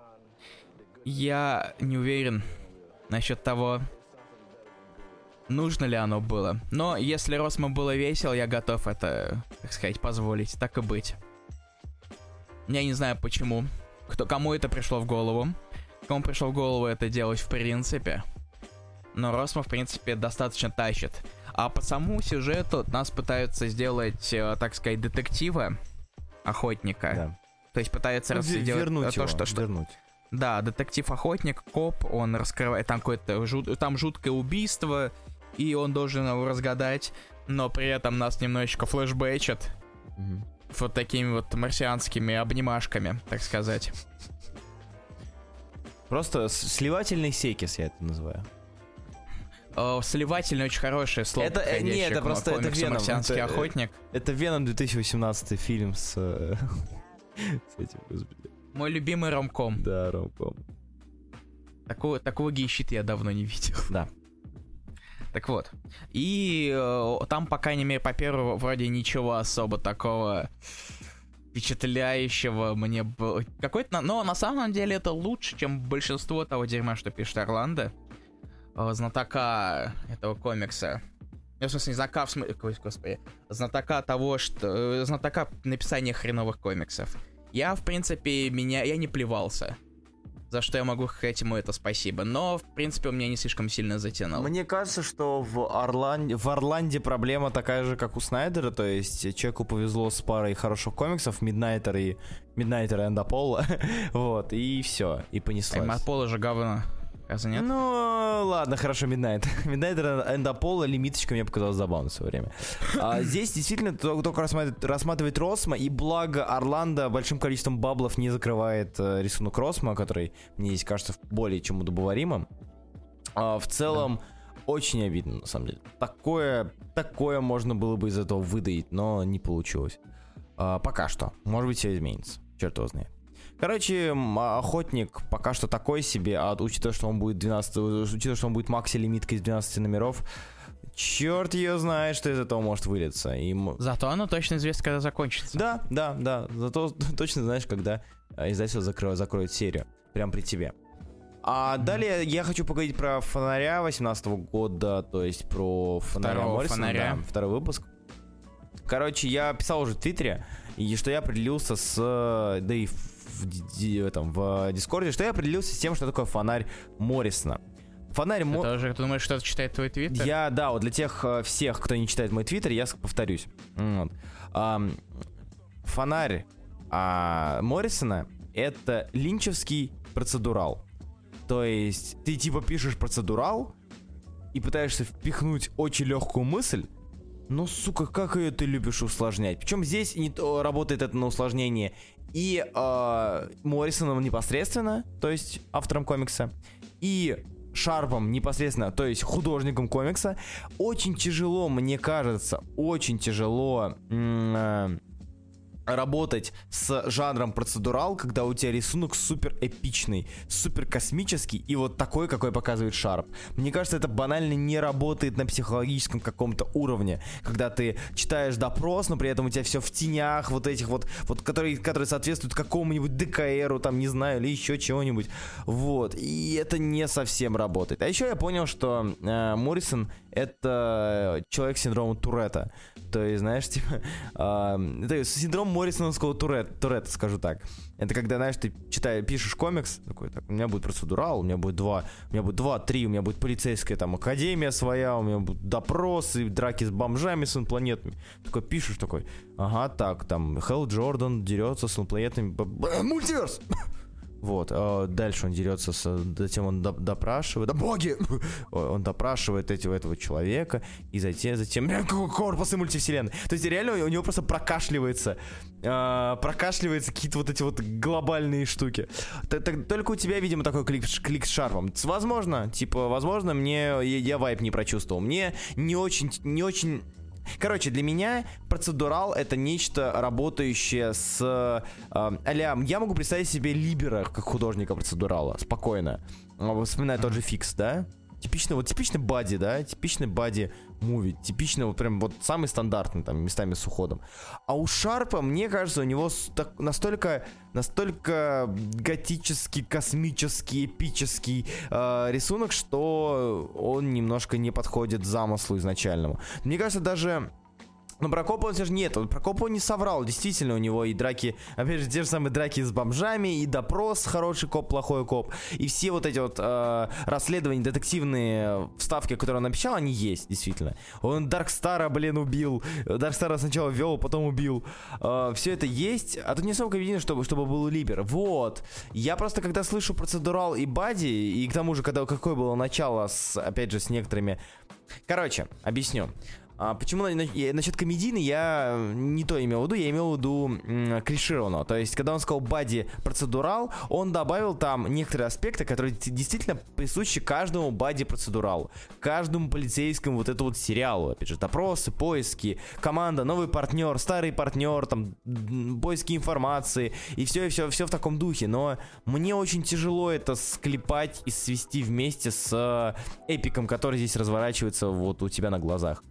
я не уверен насчет того, нужно ли оно было. Но если Росмо было весело, я готов это, так сказать, позволить. Так и быть. Я не знаю почему. Кто, кому это пришло в голову. Кому пришло в голову это делать в принципе. Но Росмо, в принципе, достаточно тащит. А по самому сюжету нас пытаются сделать, так сказать, детектива, охотника. Да. То есть пытаются ну, сделать вернуть то, его, что, что... вернуть. Да, детектив-охотник, коп, он раскрывает, там какое-то жут... там жуткое убийство, и он должен его разгадать, но при этом нас немножечко флешбэчат mm-hmm. вот такими вот марсианскими обнимашками, так сказать. Просто сливательный секис, я это называю. О, сливательный очень хорошее слово. Это, не, это просто это Веном. «Марсианский это, охотник». Это Веном две тысячи восемнадцатый фильм с, с этим, господи. Мой любимый ромком. Да, ромком. Такого, такого гей-щит я давно не видел. Да. Так вот. И э, там, по крайней мере, по первому вроде ничего особо такого впечатляющего мне было. Какой-то, но на самом деле это лучше, чем большинство того дерьма, что пишет Орландо, знатока этого комикса. Я, в смысле, не знатока, в смысле, господи, знатока того, что... Знатока написания хреновых комиксов. Я, в принципе, меня... Я не плевался. За что я могу сказать ему это спасибо. Но, в принципе, он меня не слишком сильно затянул. Мне кажется, что в Орланде, в Орланде проблема такая же, как у Снайдера. То есть человеку повезло с парой хороших комиксов, Миднайтер и Миднайтер и Эндапола. Вот, и все, и понеслось. Эндапола же говно. Разве нет? Ну, ладно, хорошо, Midnight. Midnight Эндапола, лимиточка мне показалась забавной в свое время. А здесь действительно только рассматривает, рассматривает Росма, и благо Орландо большим количеством баблов не закрывает э, рисунок Росма, который мне здесь кажется более чем удобоваримым. А, в целом, да. Очень обидно, на самом деле. Такое, такое можно было бы из этого выдаить, но не получилось. А, пока что. Может быть, все изменится. Черт его знает. Короче, охотник пока что такой себе, а учитывая, что он будет двенадцать, учитывая, что он будет макси-лимиткой из двенадцати номеров, черт ее знает, что из этого может вылиться. И... Зато оно точно известно, когда закончится. Да, да, да. Зато точно знаешь, когда издательство закроет, закроет серию. Прям при тебе. А mm-hmm. далее я хочу поговорить про Фонаря восемнадцатого года, то есть про Фонаря Моррисона. Фонаря. Да, второй выпуск. Короче, я писал уже в Твиттере, и что я определился с... Да и в, в, этом, в Дискорде, что я определился с тем, что такое Фонарь Моррисона. Фонарь Мо... Ты тоже, ты думаешь, что-то читает твой Твиттер? Я, да, вот для тех всех, кто не читает мой Твиттер, я повторюсь. Вот. А, Фонарь а, Моррисона — это линчевский процедурал. То есть ты типа пишешь процедурал и пытаешься впихнуть очень легкую мысль. Ну, сука, как ее ты любишь усложнять. Причем здесь не то, работает это на усложнение и э, Моррисоном непосредственно, то есть автором комикса, и Шарпом непосредственно, то есть художником комикса. Очень тяжело, мне кажется, очень тяжело м- работать с жанром процедурал, когда у тебя рисунок супер эпичный, супер космический и вот такой, какой показывает Шарп. Мне кажется, это банально не работает на психологическом каком-то уровне, когда ты читаешь допрос, но при этом у тебя все в тенях вот этих вот, вот которые, которые соответствуют какому-нибудь ДКРу, там, не знаю, или еще чего-нибудь. Вот. И это не совсем работает. А еще я понял, что э, Моррисон — это человек с синдромом Туретта. То есть, знаешь, типа... Э, это синдром Моррисоновского Туретта, Туретта, скажу так. Это когда, знаешь, ты читаешь, пишешь комикс, такой, так, у меня будет процедурал, у меня будет два, у меня будет два, три, у меня будет полицейская там академия своя, у меня будут допросы, драки с бомжами, с инопланетами. Такой пишешь, такой, ага, так, там, Хелл Джордан дерется с инопланетами, мультиверс! Вот, а дальше он дерется, с, затем он допрашивает, да боги! Он допрашивает этого, этого человека, и затем, затем корпусы мультивселенной. То есть реально у него просто прокашливается, э, прокашливается какие-то вот эти вот глобальные штуки. Только у тебя, видимо, такой клик, клик с Шарпом. Возможно, типа, возможно, мне, я, я вайп не прочувствовал. Мне не очень, не очень... Короче, для меня процедурал — это нечто работающее с... Э, а-ля, я могу представить себе Либера как художника процедурала, спокойно. Вспоминаю тот же Фикс, да? Типичный, вот типичный бади, да? Типичный бади-муви. Типичный, вот прям вот самый стандартный, там, местами с уходом. А у Шарпа, мне кажется, у него так, настолько, настолько готический, космический, эпический э, рисунок, что он немножко не подходит замыслу изначальному. Мне кажется, даже... Но про Копа он все же нет, про Копа он не соврал. Действительно, у него и драки, опять же, те же самые драки с бомжами, и допрос, хороший коп, плохой коп. И все вот эти вот э, расследования, детективные вставки, которые он написал, они есть, действительно. Он Даркстара, блин, убил. Даркстара сначала вел, потом убил. Э, все это есть, а тут не особо видно, чтобы, чтобы был Либер. Вот. Я просто, когда слышу процедурал и бади, и к тому же, когда какое было начало, с, опять же, с некоторыми... Короче, объясню. А почему на, на, насчет комедийный я не то имел в виду, я имел в виду м, клишированного. То есть, когда он сказал бади процедурал, он добавил там некоторые аспекты, которые действительно присущи каждому бади процедуралу, каждому полицейскому вот этому вот сериалу. Опять же, допросы, поиски, команда, новый партнер, старый партнер, там, поиски информации, и все, и все, все в таком духе. Но мне очень тяжело это склепать и свести вместе с эпиком, который здесь разворачивается вот у тебя на глазах.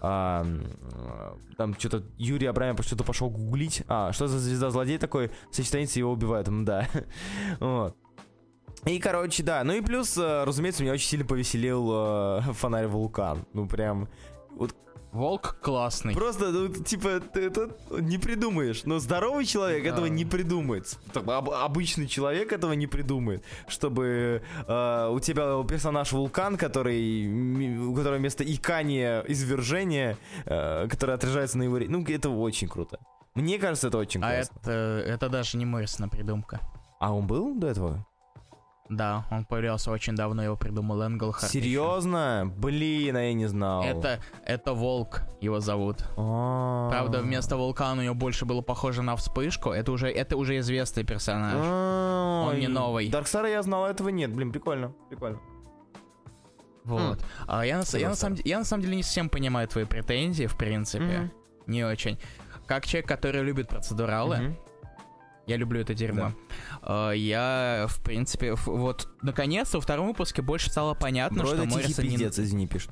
а, там что-то Юрий Абрамов что-то пошел гуглить. А, что за звезда-злодей такой, сочетается, его убивают. Да. Вот. И, короче, да. Ну и плюс, разумеется, меня очень сильно повеселил э, фонарь Вулкан. Ну, прям... Вот, Волк классный. просто, ну, типа, ты это не придумаешь. Но здоровый человек да. этого не придумает. Об, обычный человек этого не придумает. Чтобы э, у тебя персонаж Вулкан, который, у которого вместо икания извержения, э, которое отражается на его... Ну, это очень круто. Мне кажется, это очень а классно. А это, это даже не Моррисона придумка. А он был до этого? Да, он появлялся очень давно, его придумал Энглхарт. Серьезно? Еще. Блин, а я не знал. Это, это Волк, его зовут. А-а-а. Правда, вместо Вулкана у него больше было похоже на вспышку. Это уже, это уже известный персонаж. А-а-а. Он не новый. Дарксара я знал, этого нет. Блин, прикольно, прикольно. Вот. Mm. А я, на, я, на самом, я на самом деле не совсем понимаю твои претензии, в принципе. Mm-hmm. Не очень. Как человек, который любит процедуралы, mm-hmm. я люблю это дерьмо. Да. Uh, я, в принципе, вот, наконец, во втором выпуске больше стало понятно, Бро, что Моррисон не... пиздец, извини, пишет.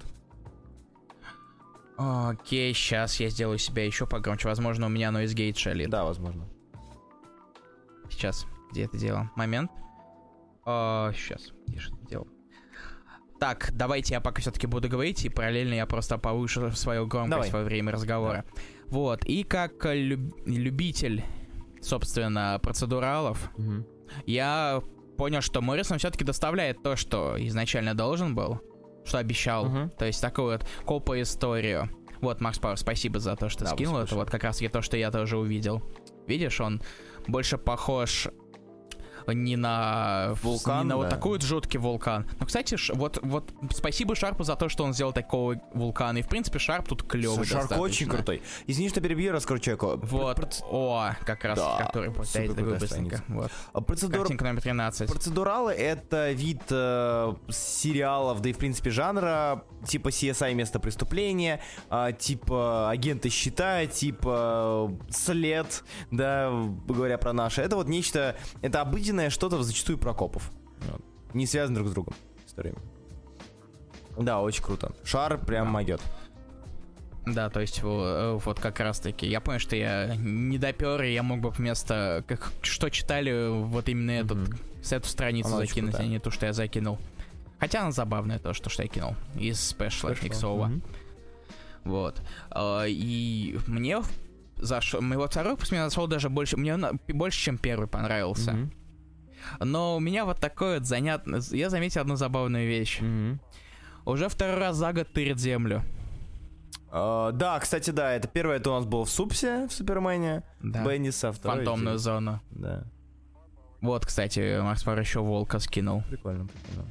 Окей, сейчас я сделаю себя еще погромче. Возможно, у меня noise gate шалит. Да, возможно. Сейчас, где это дело? Момент. Uh, сейчас, пишет, дело. Так, давайте я пока все-таки буду говорить, и параллельно я просто повышу свою громкость Давай. во время разговора. Да. Вот, и как люб... любитель... собственно, процедуралов, угу. я понял, что Моррисон все-таки доставляет то, что изначально должен был, что обещал. Угу. То есть такую вот копа-историю. Вот, Макс Пауэр, спасибо за то, что да, скинул. Это вот как раз и то, что я тоже увидел. Видишь, он больше похож не на вулкан, не на да. вот такой вот жуткий вулкан. Но, кстати, ш, вот, вот спасибо Шарпу за то, что он сделал такого вулкана. И, в принципе, Шарп тут клевый Шарп достаточно. очень крутой. Извини, что перебью, расскажу человеку. Вот. Про... О, как раз, да, который повторяет такой быстренько. Вот. Процедур... Картинка номер тринадцать. Процедуралы — это вид э, сериалов, да и, в принципе, жанра, типа си эс ай «Место преступления», э, типа «Агенты щита», типа «След», да, говоря про наши. Это вот нечто, это обыденное что-то зачастую про копов. Вот. Не связаны друг с другом историями. Да, очень круто. Шар прям да. могет. Да, то есть вот, вот как раз таки. Я понял, что я не допер, и я мог бы вместо... Как, что читали, вот именно mm-hmm. этот, с эту страницу она закинуть, а не то, что я закинул. Хотя она забавная, то, что, что я кинул. Из спешла иксового. Mm-hmm. Вот. Uh, и мне зашел... Моего второй выпуск мне зашел даже больше... Мне больше, чем первый понравился. Mm-hmm. Но у меня вот такой вот занятный... Я заметил одну забавную вещь. Mm-hmm. Уже второй раз за год тырит землю. Uh, да, кстати, да, это первое, это у нас было в Супсе, в Супермене. Да. Бенниса, второй. Фантомную здесь. зону. Да. Вот, кстати, Макс Пауэр еще волка скинул. Прикольно, прикольно.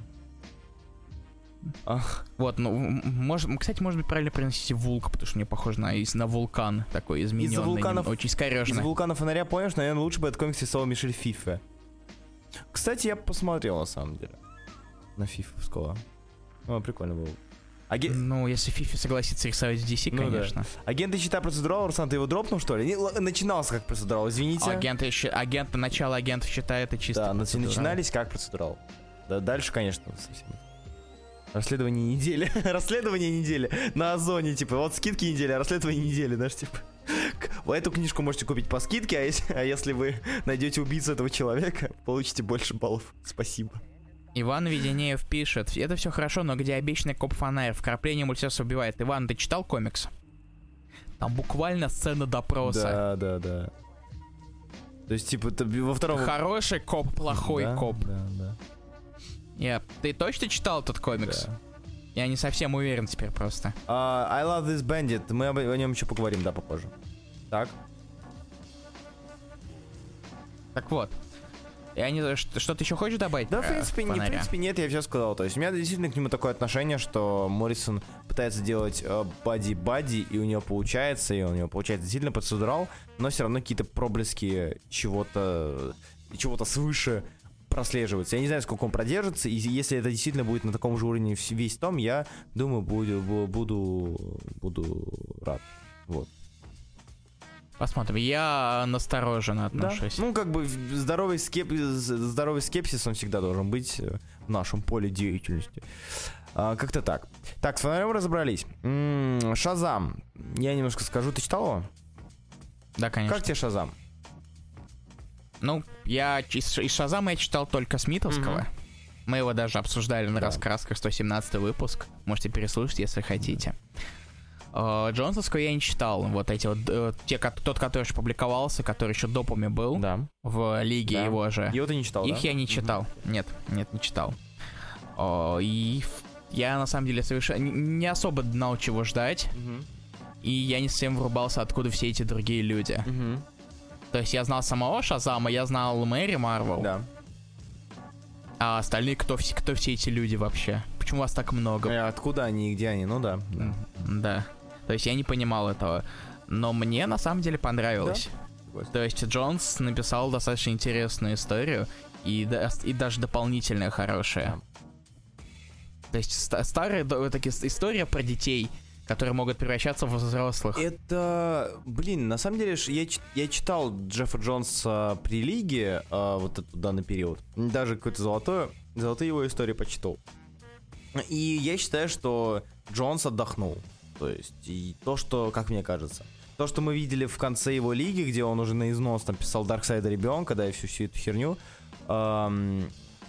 Ах. Вот, ну, может, кстати, может быть, правильно приносить вулк, потому что мне похоже на, на вулкан такой измененный, из-за вулканов, очень скорёжный. Из вулкана фонаря, понял, наверное, лучше бы этот комикс рисовал Мишель Фифе. Кстати, я посмотрел, на самом деле, на Фифовского. Ну, прикольно было. Аген... Ну, если Фифи согласится рисовать в ди си, ну, конечно. Да. Агенты щита процедурал, Руслан, ты его дропнул, что ли? Не, начинался как процедурал, извините. Агенты, агенты, начало агентов щита, это чисто да, процедурал. Начинались как процедурал. Да, дальше, конечно, совсем. Расследование недели. Расследование недели на Озоне, типа, вот скидки недели, а расследование недели, знаешь, типа. Эту книжку можете купить по скидке, а если, а если вы найдете убийцу этого человека, получите больше баллов. Спасибо. Иван Веденеев пишет: это все хорошо, но где обещанный коп-фонарь? Вкрапление мультиверса убивает. Иван, ты читал комикс? Там буквально сцена допроса. Да, да, да. То есть, типа, во втором... Хороший коп, плохой да, коп. Да, да. Yeah. Ты точно читал этот комикс? Да. Я не совсем уверен теперь просто. Uh, I Love This Bandit. Мы об, о нем еще поговорим, да, попозже. Так. Так вот. Я не знаю, что-то еще хочешь добавить? Да, в принципе, не, в принципе, нет, я все сказал. То есть у меня действительно к нему такое отношение, что Моррисон пытается делать бади-бади, э, и у него получается, и у него получается действительно процедурал, но все равно какие-то проблески чего-то, чего-то свыше прослеживаются. Я не знаю, сколько он продержится, и если это действительно будет на таком же уровне весь том, я думаю, буду, буду, буду рад. Вот. Посмотрим. Я настороженно отношусь. Да? Ну, как бы здоровый, скеп... здоровый скепсис, он всегда должен быть в нашем поле деятельности. А, как-то так. Так, с фонарем разобрались. М-м, Шазам. Я немножко скажу, ты читал его? Да, конечно. Как тебе Шазам? Ну, я из, из Шазама я читал только Смитовского. Мгм. Мы его даже обсуждали на Да. раскрасках, сто семнадцатый выпуск. Можете переслушать, если хотите. Э, Джонсовского я не читал. Вот эти вот, э, те, ко- тот, который еще публиковался, который еще допами был Да. в лиге Да. его же. Его ты не читал, Их да? я не читал. Нет, нет, не читал. О, и ф- я на самом деле совершенно н- не особо знал, чего ждать. Мгм. И я не совсем врубался, откуда все эти другие люди. Мгм. То есть я знал самого Шазама, я знал Мэри Марвел. Да. А остальные, кто, все, кто все эти люди вообще? Почему вас так много? Э, Откуда они и где они? Ну да. да. М, Да. То есть я не понимал этого. Но мне на самом деле понравилось. Согласен. То есть Джонс написал достаточно интересную историю. И, да- и даже дополнительная хорошая. То есть ста- старая до- вот такие с- история про детей, которые могут превращаться в взрослых. Это, блин, на самом деле, ж я, ч- я читал Джеффа Джонса при лиге, а, вот этот данный период. Даже какое-то золотое, золотые его истории почитал. И я считаю, что Джонс отдохнул. То есть, и то, что, как мне кажется, то, что мы видели в конце его лиги, где он уже на износ там писал Дарксайда ребенка, да, и всю, всю эту херню. ам,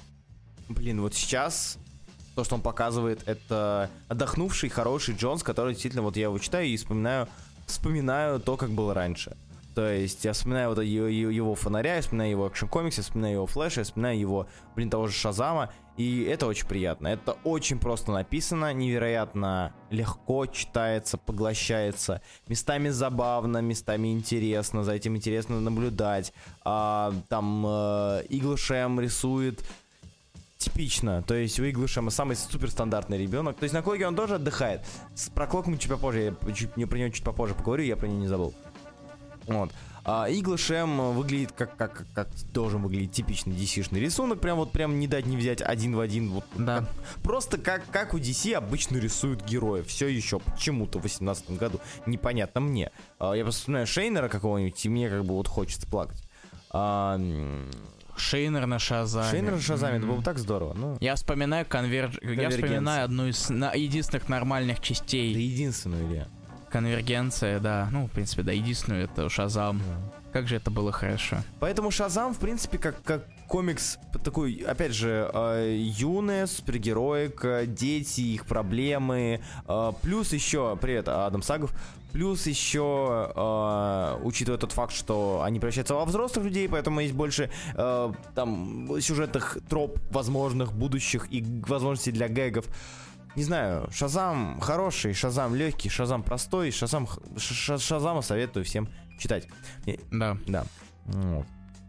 блин, вот сейчас то, что он показывает, это отдохнувший, хороший Джонс, который действительно, вот я его читаю и вспоминаю, вспоминаю то, как было раньше. То есть я вспоминаю вот его, его фонаря, я вспоминаю его экшн-комиксы, я вспоминаю его флэша, я вспоминаю его, блин, того же Шазама, и это очень приятно. Это очень просто написано, невероятно легко читается, поглощается, местами забавно, местами интересно, за этим интересно наблюдать. А, там э, Иглшем рисует типично, то есть у Иглшема самый суперстандартный ребенок. То есть на Клоке он тоже отдыхает. С, про Клок мы чуть попозже, я чуть, не про него чуть попозже поговорю, я про него не забыл. Вот. А Иглшем выглядит как, как, как должен выглядеть типичный ди си-шный рисунок. Прям вот прям не дать не взять один в один. Вот, Да. как- просто как, как у ди си обычно рисуют героев. Все еще почему-то в восемнадцатом году. Непонятно мне. А, я просто вспоминаю Шейнера какого-нибудь, и мне как бы вот хочется плакать. А, м, Шейнер на Шазаме. Шейнер на Шазаме, это М. было бы так здорово. Ну, Я вспоминаю конверж... Я Конвергенция. вспоминаю одну из на- единственных нормальных это частей единственную Илья. конвергенция, да. Ну, в принципе, да, единственную это Шазам. Как же это было хорошо. Поэтому Шазам, в принципе, как, как комикс такой, опять же, э, юная супергероика, дети, их проблемы, э, плюс еще, привет, Адам Сагов, плюс еще, э, учитывая тот факт, что они превращаются во взрослых людей, поэтому есть больше э, там сюжетных троп возможных, будущих и возможностей для гэгов. Не знаю, Шазам хороший, Шазам легкий, Шазам простой, Шазам, Ш- Шазама советую всем читать. И- Да. Да. Вот.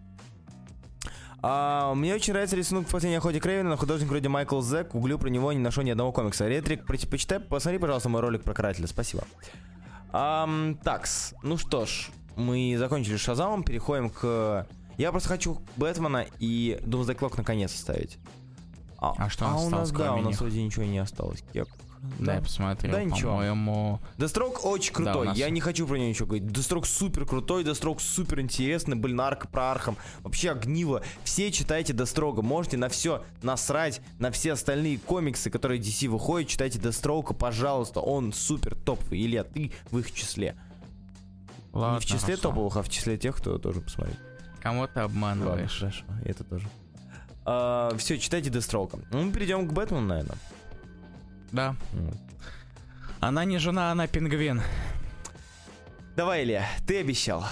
А, мне очень нравится рисунок в «Последней охоте Крейвена», но художник вроде Майкл Зек, гуглю про него, не нашел ни одного комикса. Ретрик, про- почитай, посмотри, пожалуйста, мой ролик про Карателя, спасибо. Ам, такс, ну что ж, мы закончили с Шазамом, переходим к... Я просто хочу Бэтмена и Doomsday Clock наконец оставить. А что а у осталось, нас, да, кроме у нас них? вроде ничего не осталось. Кек. Да, я посмотрел, Да, ничего. по-моему... Deathstroke очень Да, крутой, у нас- я не хочу про него ничего говорить. Deathstroke супер крутой, Deathstroke супер интересный, блин, Арка про Архам, вообще огниво. Все читайте Deathstroke, можете на все насрать, на все остальные комиксы, которые ди си выходят, читайте Deathstroke, пожалуйста, он супер топовый. Илья, ты в их числе. Ладно, не в числе хорошо. топовых, а в числе тех, кто должен посмотреть. Кого ты обманываешь? Хорошо, это тоже. все, читайте Deathstroke. Ну, мы перейдем к Бэтмену, наверное. Да. Вот. Она не жена, она пингвин. Давай, Илья, ты обещал.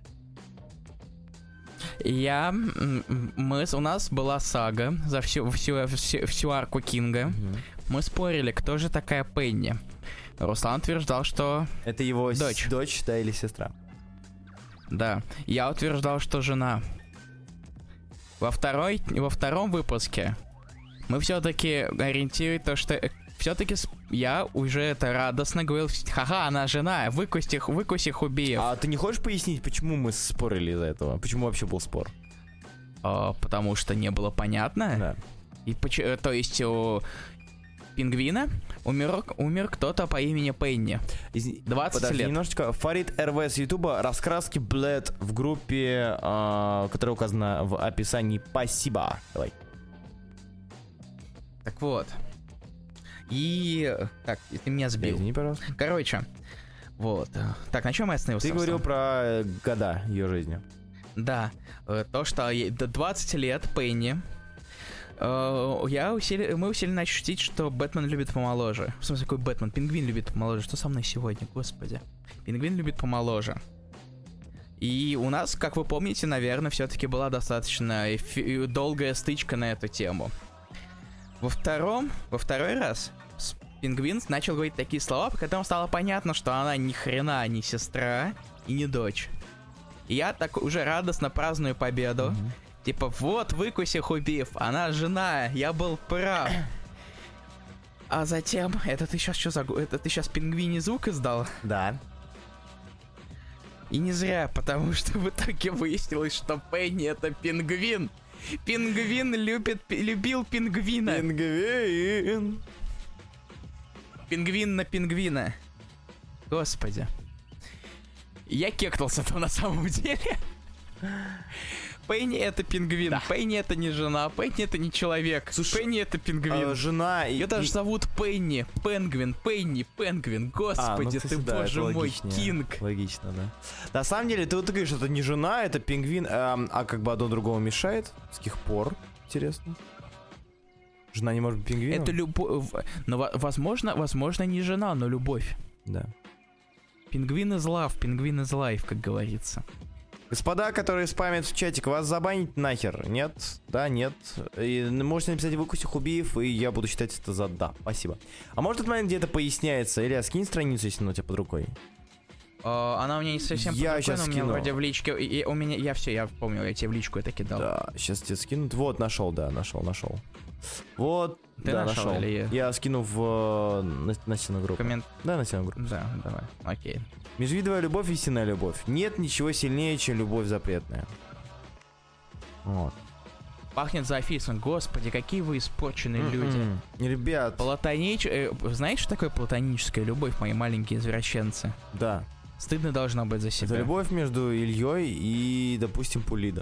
Я... м, м, Мы, с- у нас была сага за всю, всю, всю, всю арку Кинга. Мы спорили, кто же такая Пенни. Руслан утверждал, что... Это его с- Дочь. дочь, да, или сестра? Да. Я утверждал, что жена. Во второй... Во втором выпуске мы все-таки ориентируем то, что... Все-таки я уже это радостно говорил, ха-ха, она жена, выкуси, выкуси Хубиев. А ты не хочешь пояснить, почему мы спорили из-за этого? Почему вообще был спор? А, потому что не было понятно. Да. И поч- э, то есть у пингвина умер, умер кто-то по имени Пенни. Из- двадцать Подожди лет. немножечко. Фарид эр ви с Ютуба. Раскраски Блэд в группе, а, которая указана в описании. Спасибо. Давай. Так вот. И... Так, ты меня сбил. Извини, пожалуйста. Короче, вот. Так, на чем я остановился? Ты говорил про э, года ее жизни. Да, э, то, что ей до двадцать лет Пенни. э, Я усили... Мы усиленно начали шутить, что Бэтмен любит помоложе. В смысле, какой Бэтмен? Пингвин любит помоложе. Что со мной сегодня, господи? Пингвин любит помоложе. И у нас, как вы помните, наверное, все-таки была достаточно эфи... долгая стычка на эту тему. Во втором, во второй раз Пингвин начал говорить такие слова, по которым стало понятно, что она ни хрена не сестра и не дочь. И я так уже радостно праздную победу. Mm-hmm. Типа, вот, выкуси, убив, она жена, я был прав. А затем, это ты сейчас что за... Это ты сейчас пингвиний звук издал? Да. И не зря, потому что в итоге выяснилось, что Пенни это пингвин. Пингвин любит, любил пингвина. Пингвин. Пингвин на пингвина. Господи. Я кекнулся-то на самом деле. Пенни это пингвин. Да. Пенни это не жена. Пенни это не человек. Слушай, Пенни это пингвин. А, жена... Ее и... даже зовут Пенни. Пенгвин. Пенни. Пенгвин. Господи, а, ну, кстати, ты, да, боже мой, кинг. Логично, да. На самом деле, ты вот говоришь, что это не жена, это пингвин, а, а как бы одно другому мешает? С каких пор? Интересно. Жена не может быть пингвином? Это любовь. Но, возможно, возможно, не жена, но любовь. Да. Пингвин is love, пингвин is life, как говорится. Господа, которые спамят в чатик, вас забанить нахер? Нет? Да, нет. И можете написать «Выкуси Хубиев», и я буду считать это за «да». Спасибо. А может этот момент где-то поясняется? Илья, скинь страницу, если она у тебя под рукой. Uh, она у меня не совсем я под рукой, но у меня скину. вроде в личке... И, и, у меня, я все, я помню, я тебе в личку это кидал. Да, сейчас тебе скинут. Вот, нашел, да, нашел, нашел. Вот, ты да, нашел, нашел. Или я? я скину в на, на стену группу. Коммент... Да, на стену группу. Да, давай, окей. Межвидовая любовь, истинная любовь. Нет ничего сильнее, чем любовь запретная. Вот. Пахнет зоофилом. Господи, какие вы испорченные Mm-mm. люди. Ребят. Платонич... Э, знаешь, что такое платоническая любовь, мои маленькие извращенцы? Да. Стыдно должно быть за себя. Это любовь между Ильей и, допустим, Пулидо.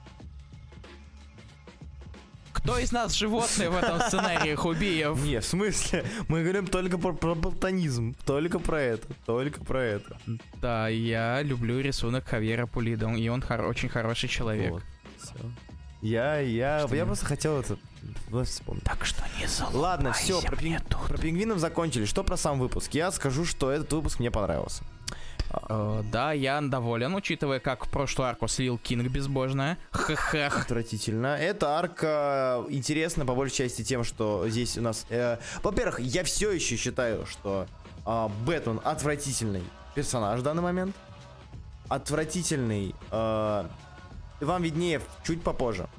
Кто из нас животные в этом сценарии, Хубиев? Не, в смысле? Мы говорим только про, про платонизм. Только про это. Только про это. Да, я люблю рисунок Хавьера Пулидо, и он хор- очень хороший человек. Вот. Все. Я, я, Что я я? просто хотел это вспомнить. Так что не залупайся. Ладно, все, про, пинг... про пингвинов закончили. Что про сам выпуск? Я скажу, что этот выпуск мне понравился. Uh, да, я доволен, учитывая, как в прошлую арку слил Кинг безбожная. Ха-ха. Отвратительно. Эта арка интересна по большей части тем, что здесь у нас... Э, во-первых, я все еще считаю, что э, Бэтмен отвратительный персонаж в данный момент. Отвратительный... Э, вам виднее чуть попозже.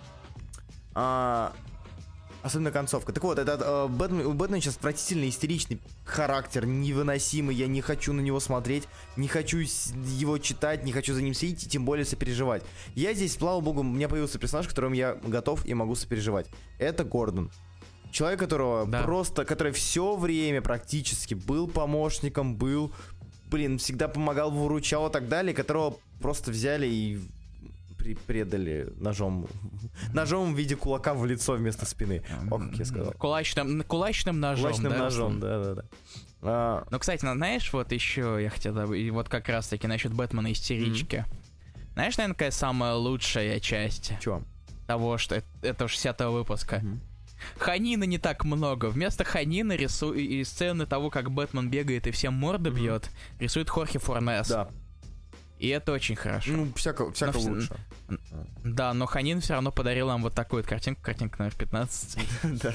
А, особенно концовка. Так вот, этот э, Бэтмен, у Бэтмена сейчас отвратительный, истеричный характер, невыносимый. Я не хочу на него смотреть, не хочу его читать, не хочу за ним следить, и тем более сопереживать. Я здесь, слава богу, у меня появился персонаж, которым я готов и могу сопереживать. Это Гордон. Человек, которого да. просто, который все время практически был помощником, был, блин, всегда помогал, выручал и так далее, которого просто взяли и предали ножом. Ножом в виде кулака в лицо вместо спины. О, как я сказал. Кулачным, кулачным ножом. Кулачным да, ножом, да-да-да. А... Ну, кстати, знаешь, вот еще я хотел... И вот как раз-таки насчет Бэтмена истерички. Mm-hmm. Знаешь, наверное, какая самая лучшая часть? Чего? Того, что это, этого шестидесятого выпуска. Mm-hmm. Ханина не так много. Вместо Ханина рису... и сцены того, как Бэтмен бегает и всем морды mm-hmm. бьет, рисует Хорхе Форнес. Да. И это очень хорошо. Ну, всяко, всяко но, лучше. Да, но Ханин все равно подарил нам вот такую вот картинку, картинка номер пятнадцать. Да.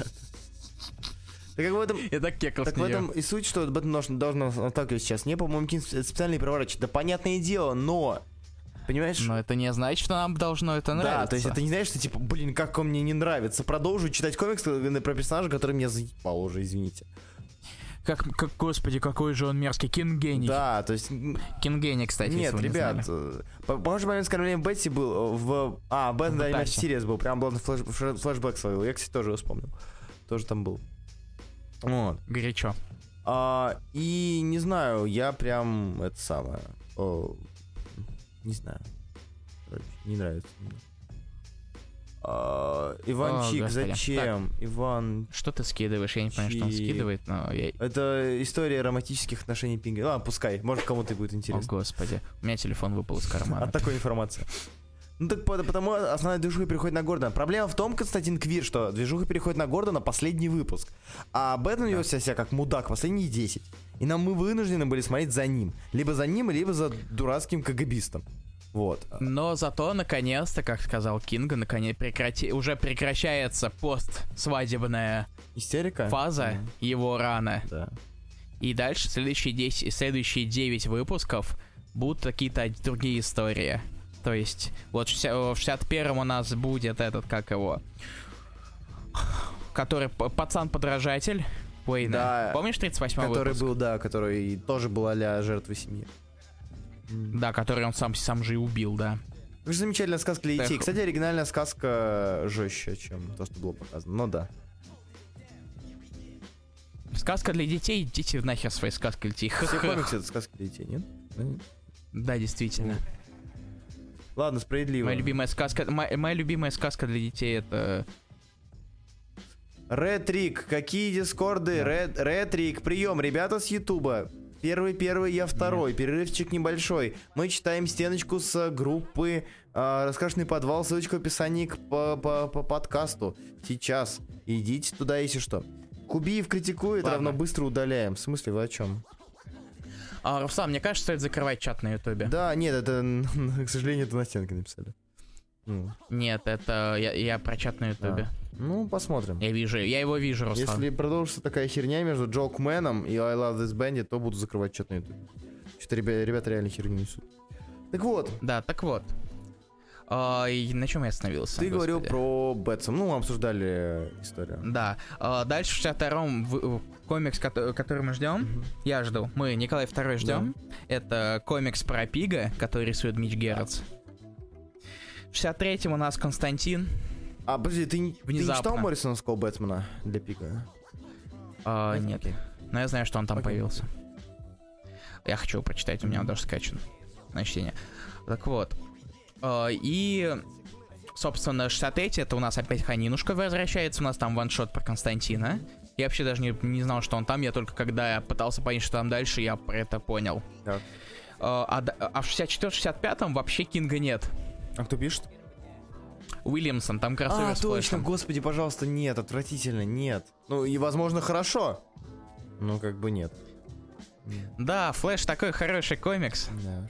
Так как в этом... Я так кекал Так в этом и суть, что Бэтмен должен отталкивать сейчас. Не, по-моему, какие-то специальные проворачивать. Да, понятное дело, но... Понимаешь? Но это не значит, что нам должно это нравиться. Да, то есть это не значит, что типа, блин, как он мне не нравится. Продолжу читать комикс про персонажа, который меня заебал уже, извините. Как, как, господи, какой же он мерзкий. Кингений. Да, то есть... Кингений, кстати, Нет, если ребят, не похожий момент с кормлением Бетти был в... А, Бэтмен Анимейшн Сириус был, прям был флэш, флэшбэк свой. Я, кстати, тоже его вспомнил. Тоже там был. Вот. Горячо. А, и не знаю, я прям это самое... О, не знаю. Короче, не нравится мне. А, Иванчик, О, зачем? Иван... Что ты скидываешь? Я не понимаю, что он скидывает, но я... Это история романтических отношений Пинга. Ладно, пускай, может кому-то будет О, интересно. господи, у меня телефон выпал из кармана. От такой информации. Ну так потому основная движуха переходит на Гордона. Проблема в том, Константин Квир, что движуха переходит на Гордона последний выпуск. А Бэтмен вел себя как мудак последние десять. И нам мы вынуждены были смотреть за ним. Либо за ним, либо за дурацким КГБистом. Вот. Но зато, наконец-то, как сказал Кинга, наконец прекрати... уже прекращается постсвадебная Истерика? фаза Mm. его рана. Да. И дальше следующие, десять, следующие девять выпусков будут какие-то другие истории. То есть, вот в шестьдесят первом у нас будет этот, как его, который пацан-подражатель Уэйна. Да. Помнишь тридцать восьмой Который выпуск? был, да, который тоже был а-ля жертвы семьи. Да, который он сам, сам же и убил, да. Как же замечательная сказка для детей. Эх. Кстати, оригинальная сказка жестче, чем то, что было показано. Ну да. Сказка для детей, идите нахер свои сказки для детей. Все комиксы это сказки для детей, нет? Да, действительно. Ладно, справедливо. Моя любимая сказка, моя, моя любимая сказка для детей это... Ретрик, какие дискорды? Ред, Ретрик, прием, ребята с Ютуба. Первый, первый, я второй. Перерывчик небольшой. Мы читаем стеночку с группы э, «Рассказанный подвал». Ссылочка в описании к по, по, по подкасту. Сейчас. Идите туда, если что. Кубиев критикует, Ладно. равно быстро удаляем. В смысле, вы о чем? А, Руслан, мне кажется, стоит закрывать чат на Ютубе. Да, нет, это, к сожалению, это на стенке написали. Ну, Нет, это я, я про чат на Ютубе. ну, посмотрим. Я вижу, я его вижу, Руслан. Если продолжится такая херня между Джокменом и I Love This Bandit, то буду закрывать чат на ютубе. Что-то ребята, ребята реально херню несут. Так вот, Да, так вот. А, и на чем я остановился? ты господи? говорил про Бэтсом. Ну, мы обсуждали историю. Да. А, дальше в шестьдесят втором в- комикс, кото- который мы ждем. Мгм. Я жду. Мы Николай второй ждем. Это комикс про Пига, который рисует Мич Герритс. В шестьдесят третьем у нас Константин. А, подожди, ты, не- ты не Внезапно. читал Моррисоновского Бэтмена для Пика? А, Нет? нет. Окей. Но я знаю, что он там Окей. появился. Я хочу его прочитать, у меня он даже скачан на чтение. Так вот. А, и, собственно, шестьдесят третий это у нас опять Ханинушка возвращается. У нас там ваншот про Константина. Я вообще даже не, не знал, что он там. Я только когда я пытался понять, что там дальше, я про это понял. Так. А, а д- а в шестьдесят четвёртом шестьдесят пятом вообще Кинга нет. А кто пишет? Уильямсон, там кроссовер А, с точно, Флэшем. господи, пожалуйста, нет, отвратительно, нет. Ну, и, возможно, хорошо. Ну, как бы нет. Да, Флэш такой хороший комикс. Да.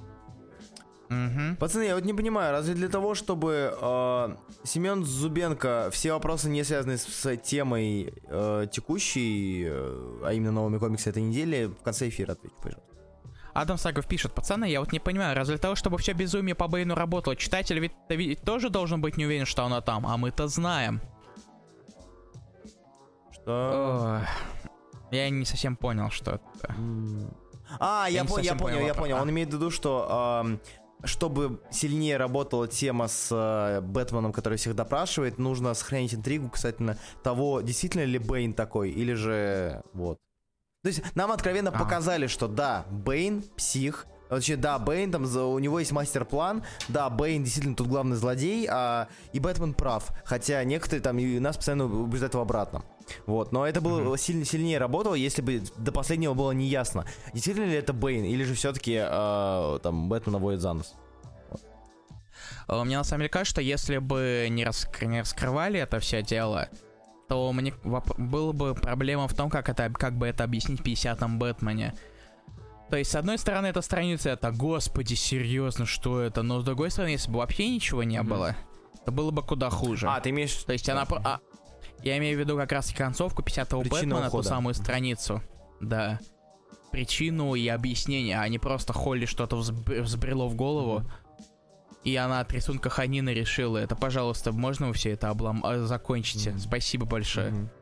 Угу. Пацаны, я вот не понимаю, разве для того, чтобы э, Семен Зубенко все вопросы, не связанные с, с темой э, текущей, э, а именно новыми комиксами этой недели, в конце эфира ответить, пожалуйста. Адам Сагов пишет: пацаны, я вот не понимаю, разве для того, чтобы все безумие по Бэйну работало, читатель ведь, ведь тоже должен быть не уверен, что оно там, а мы-то знаем. Что? Ох, я не совсем понял, что это. А, Я я, не по- я совсем понял, понял я вопрос. понял. А. Он имеет в виду, что эм, чтобы сильнее работала тема с э, Бэтменом, который всех допрашивает, нужно сохранить интригу касательно того, действительно ли Бэйн такой, или же вот. То есть нам откровенно Ага. показали, что да, Бэйн псих. Вообще, да, Бэйн, там, за- у него есть мастер-план, да, Бэйн действительно тут главный злодей, а, и Бэтмен прав, хотя некоторые там и нас постоянно убеждают в обратном. Вот, но это было Мгм. сильно, сильнее работало, если бы до последнего было неясно, действительно ли это Бэйн, или же все-таки там Бэтмен наводит за нос. А, Мне на самом деле кажется, что если бы не, раскр- не раскрывали это все дело, то мне воп- было бы проблема в том, как, это, как бы это объяснить в пятидесятом Бэтмене. То есть, с одной стороны, эта страница это, господи, серьезно, что это? Но с другой стороны, если бы вообще ничего не Мгм. было, то было бы куда хуже. А, ты имеешь... То есть она... про- а, я имею в виду как раз и концовку пятидесятого Причина Бэтмена, ту ухода. самую страницу. Да. Причину и объяснение, а не просто Холли что-то взб- взбрело в голову. И она от рисунка Ханины решила это. Пожалуйста, можно вы все это облом... а, закончите? Мгм. Спасибо большое. Мгм.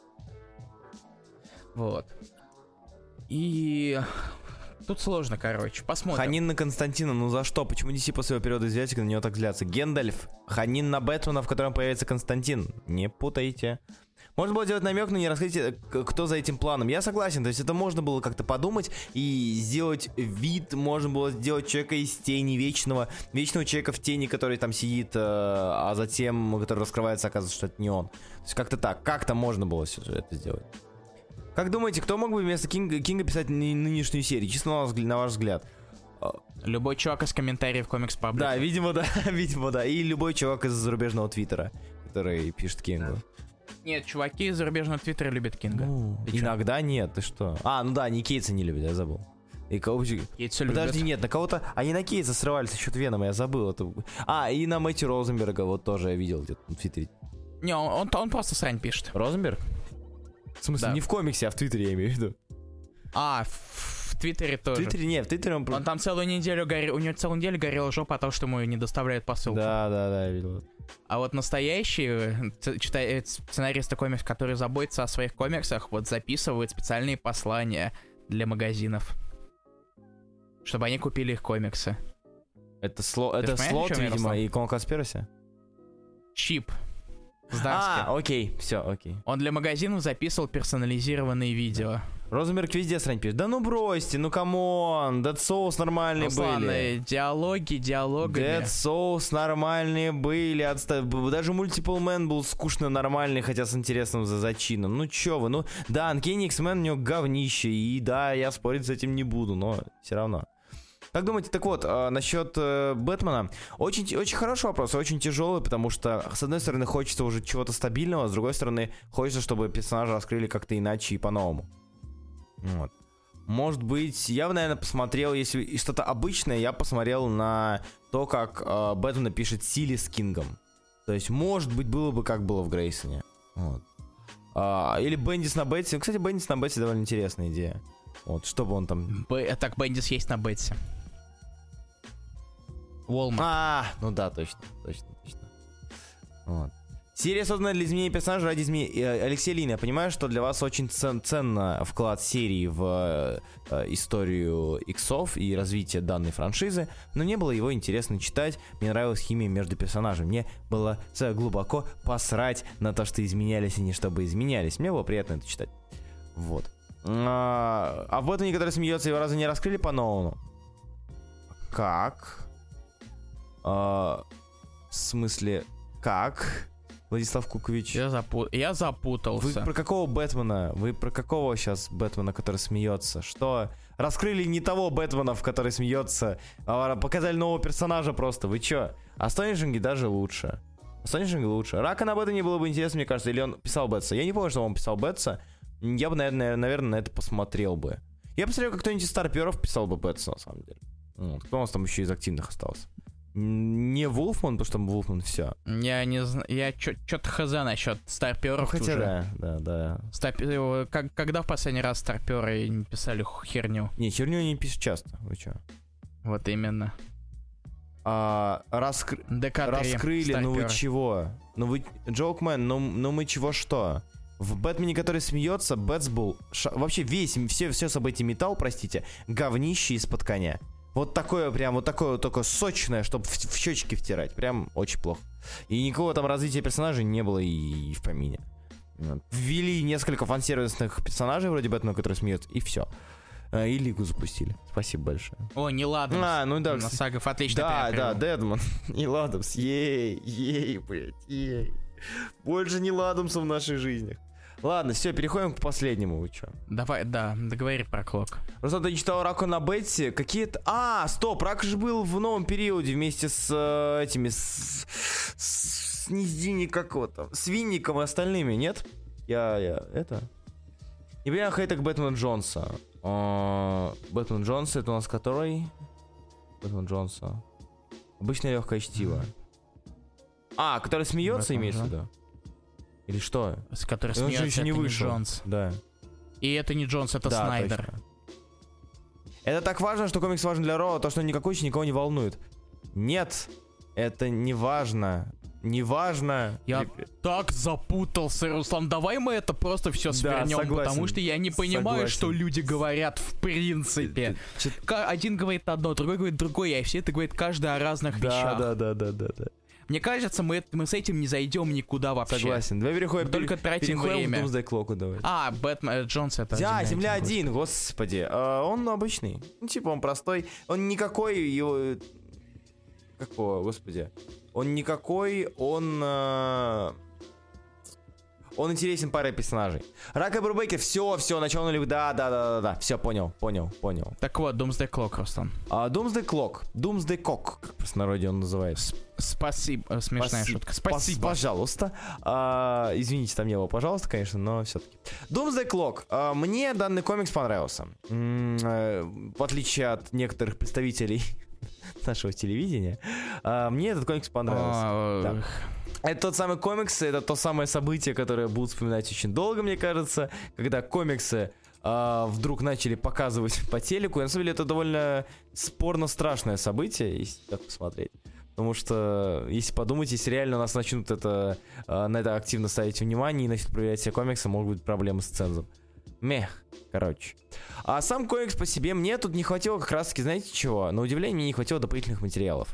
Вот. И... Тут сложно, короче. Посмотрим. Ханин на Константина, ну за что? Почему ди си после его периода известия на него так злятся? Гэндальф, Ханин на Бэтмена, в котором появится Константин. Не путайте. Можно было делать намек, но не раскрыть, э, к- кто за этим планом. Я согласен, то есть это можно было как-то подумать и сделать вид, можно было сделать человека из тени, вечного, вечного человека в тени, который там сидит, э, а затем, который раскрывается, оказывается, что это не он. То есть как-то так, как-то можно было всё это сделать. Как думаете, кто мог бы вместо Кинга, Кинга писать ны- нынешнюю серию? Чисто на ваш, взгля- на ваш взгляд. Любой чувак из комментариев комикс паблика. Да, видимо, да, видимо, да. И любой чувак из зарубежного твиттера, который пишет Кингу. Нет, чуваки из зарубежного твиттера любят Кинга. Ну, Ты чё? иногда нет, ты что? А, ну да, не Кейтса не любят, я забыл. И кого... Кейтса Подожди, любят. нет, на кого-то... Они на Кейтса срывались за счет Венома, я забыл это. А, и на Мэтью Розенберга вот тоже я видел где-то в Твиттере. Не, он, он, он просто срань пишет. Розенберг? В смысле, Да. не в комиксе, а в Твиттере я имею в виду. А, в, в Твиттере В тоже. Твиттере нет, в Твиттере он... Он там целую неделю горел, у него целую неделю горела жопа от того, что ему не доставляют посылку. Да, да, да, я видел. А вот настоящие ц- чита- э, сценаристы комиксов, которые заботятся о своих комиксах, вот записывают специальные послания для магазинов, чтобы они купили их комиксы. Это, сло... Ты это ж понимаешь, слот, о чем я, видимо, Руслан? и Конкаспираси? Чип. С Дарски. А, окей, все, окей. Он для магазинов записывал персонализированные видео. Розенберг везде срань пишет. Да ну бросьте, ну камон, Dead Souls нормальные Руслан, были. э, диалоги, диалогами. Dead Souls нормальные были. Отста... б- Даже Multiple Man был скучно нормальный, хотя с интересным за зачином. Ну чё вы, ну да, Uncanny X-Men у него говнище. И да, я спорить с этим не буду, но все равно. Как думаете, так вот, э, насчет э, Бэтмена, очень, очень хороший вопрос, очень тяжелый, потому что, с одной стороны, хочется уже чего-то стабильного, с другой стороны, хочется, чтобы персонажа раскрыли как-то иначе и по-новому. Вот. Может быть, я бы, наверное, посмотрел, если и что-то обычное, я посмотрел на то, как э, Бэтмена пишет Сили с Кингом. То есть, может быть, было бы как было в Грейсоне. Вот. А, или Бендис на Бетси. Ну, кстати, Бендис на Бетси довольно интересная идея. Вот, чтобы он там... Б- Так, Бендис есть на Бетси. Уолмарт. А, ну да, точно, точно, точно. Вот. Серия создана для изменения персонажа ради изменения. Э, Алексей Лин, я понимаю, что для вас очень цен, ценно вклад серии в э, историю иксов и развитие данной франшизы, но не было его интересно читать. Мне нравилась химия между персонажами. Мне было э, глубоко посрать на то, что изменялись они, чтобы изменялись. Мне было приятно это читать. Вот. А, а в Бэтмене, который смеется, его разве не раскрыли по-новому? Как? А, в смысле, как? Владислав Кукович. Я, запу- я Вы запутался. про какого Бэтмена? Вы про какого сейчас Бэтмена, который смеется? Что? Раскрыли не того Бэтмена, в который смеется, а показали нового персонажа просто. Вы чё? Астонишинги даже лучше. Астонишинги лучше. Рака об этом не было бы интересно, мне кажется. Или он писал Бэтса. Я не помню, что он писал Бэтса. Я бы, наверное, наверное, на это посмотрел бы. Я посмотрел, как кто-нибудь из старперов писал бы Бэтса, на самом деле. Вот. Кто у нас там еще из активных остался? Не Вулфман, потому что там Вулфман все. Я не знаю, я чё-то хз насчет старперов Хотя уже. да, да, да. Старпе- как- Когда в последний раз старперы не писали ху- херню? Не, херню не пишут часто. Вы чё? Вот именно. А, раскры... ДК три, Раскрыли, ну вы старпёры. чего? Ну вы, Джокмен, ну, ну мы чего что? В Бэтмене, который смеется, Бэтс был... ша- Вообще весь, все, все события металл, простите, говнище из-под коня. Вот такое прям, вот такое вот такое сочное, чтобы в, в щечки втирать. Прям очень плохо. И никакого там развития персонажей не было и, и в помине. Вот. Ввели несколько фан-сервисных персонажей вроде Бэтмена, который смеется, и все. И Лигу запустили. Спасибо большое. О, не ладно. А, ну да, На кстати. Сагов отлично. Да, прям да, привел. Дедман и Ладомс. Ей, ей, блядь, ей. Больше не Ладомса в нашей жизни. Ладно, все, переходим к последнему. Вы чё? Давай, да, договори про Клок. Руслан, ты не читал Раку на Бетси? Какие-то... А, стоп, Рак же был в новом периоде вместе с э, этими... С, с, с Низдини какого-то. С Винником и остальными, нет? Я, я, это... Не понимаю хейта к Бэтмену Джонса. А, Бэтмен Джонса, это у нас который? Бэтмен Джонса. Обычное легкое чтиво. А, который смеется, Бэтмен имеется в Джон. виду? Или что? С которой Он же смеется, еще это не не вышел. Джонс. Да. И это не Джонс, это Да, Снайдер. точно. Это так важно, что комикс важен для Ро, то, что никакой еще никого не волнует. Нет, это не важно. Не важно. Я так запутался, Руслан. Давай мы это просто все свернем, согласен. потому что я не понимаю, Согласен. что люди говорят в принципе. Ка- Один говорит одно, другой говорит другое, а все это говорит каждый о разных Да, вещах. да, да, да, да, да. Мне кажется, мы, мы с этим не зайдем никуда вообще. Согласен. Давай переходим, Мы только тратим переходим время. в Doomsday Clock, давай. А, Бэтмен, Джонс это Да, Земля Земля один, один, господи. А, он обычный. Ну, типа, он простой. Он никакой, его... Какого, господи. Он никакой, он... а, Он интересен парой персонажей. Рак и Брубейкер, все, все, начало нулевых. Да, да, да, да, да. Все, понял, понял, понял. Так вот, Doomsday Clock, Рустам. А, Doomsday Clock. Doomsday Cock, как в простонародье он называется. Спасибо, э, смешная Спаси- шутка. Спасибо. Пос- Пожалуйста. А, извините, там не было, пожалуйста, конечно, но все-таки. Doomsday Clock. А, мне данный комикс понравился. М, э, В отличие от некоторых представителей нашего телевидения, а, мне этот комикс понравился. А, Да. Это тот самый комикс, это то самое событие, которое будут вспоминать очень долго, мне кажется, когда комиксы а, вдруг начали показывать по телеку. И на самом деле это довольно спорно-страшное событие, если так посмотреть. Потому что, если подумать, если реально у нас начнут это, а, на это активно ставить внимание и начнут проверять все комиксы, могут быть проблемы с цензом. Мех, короче. А сам комикс по себе, мне тут не хватило как раз-таки, знаете чего? На удивление, мне не хватило дополнительных материалов.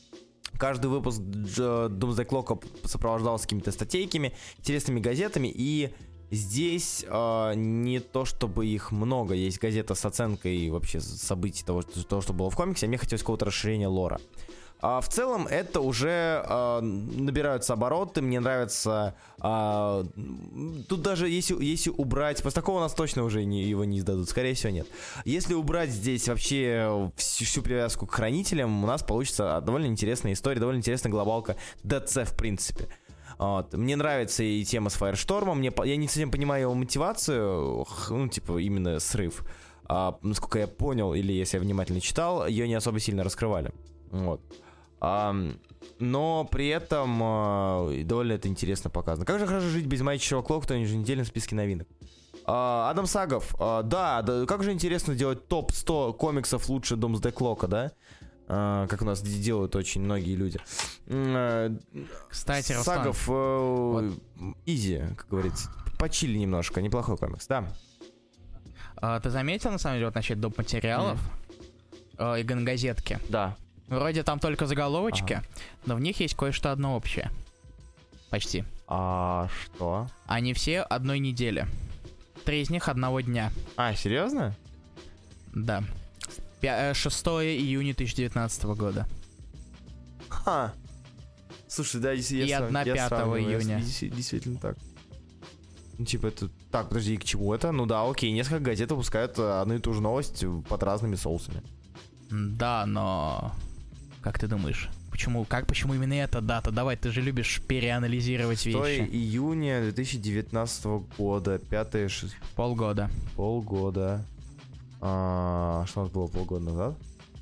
Каждый выпуск Дж- Doomsday Clock сопровождался какими-то статейками, интересными газетами, и здесь э, не то чтобы их много, есть газета с оценкой вообще событий того, что, того, что было в комиксе, а мне хотелось какого-то расширения лора. А в целом это уже э, набираются обороты, мне нравится. Э, тут даже если, если убрать, после такого у нас точно уже не, его не издадут, скорее всего нет. Если убрать здесь вообще всю, всю привязку к хранителям, у нас получится довольно интересная история, довольно интересная глобалка ди си в принципе. Вот. Мне нравится и тема с Фаерштормом, мне, я не совсем понимаю его мотивацию, ну типа именно срыв. А, насколько я понял, или если я внимательно читал, ее не особо сильно раскрывали. Вот. Um, но при этом uh, довольно это интересно показано. Как же хорошо жить без Mighty Sherlock Clock, кто еженедельно в списке новинок. Uh, Адам Сагов, uh, да, да, как же интересно делать топ сто комиксов лучше Doomsday Clock'а, да? Uh, как у нас делают очень многие люди. Uh, Кстати, Руслан, Сагов, uh, изи, вот. Как говорится. Почили немножко, неплохой комикс, да. А, ты заметил, на самом деле, вот насчет доп. Материалов mm. э, и газетки? Да. Вроде там только заголовочки, ага. но в них есть кое-что одно общее. Почти. А что? Они все одной недели. Три из них одного дня. А, серьезно? Да. шестого июня две тысячи девятнадцатого года. Ха. Слушай, да, если я И срав... одна пятого июня. Действительно так. Ну, типа, это... Так, подожди, и к чему это? Ну да, окей, несколько газет выпускают одну и ту же новость под разными соусами. Да, но... Как ты думаешь? Почему, как, почему именно эта дата? Давай, ты же любишь переанализировать вещи. шестого июня две тысячи девятнадцатого года, пятое, шестое... Полгода. Полгода. А, что у нас было полгода назад?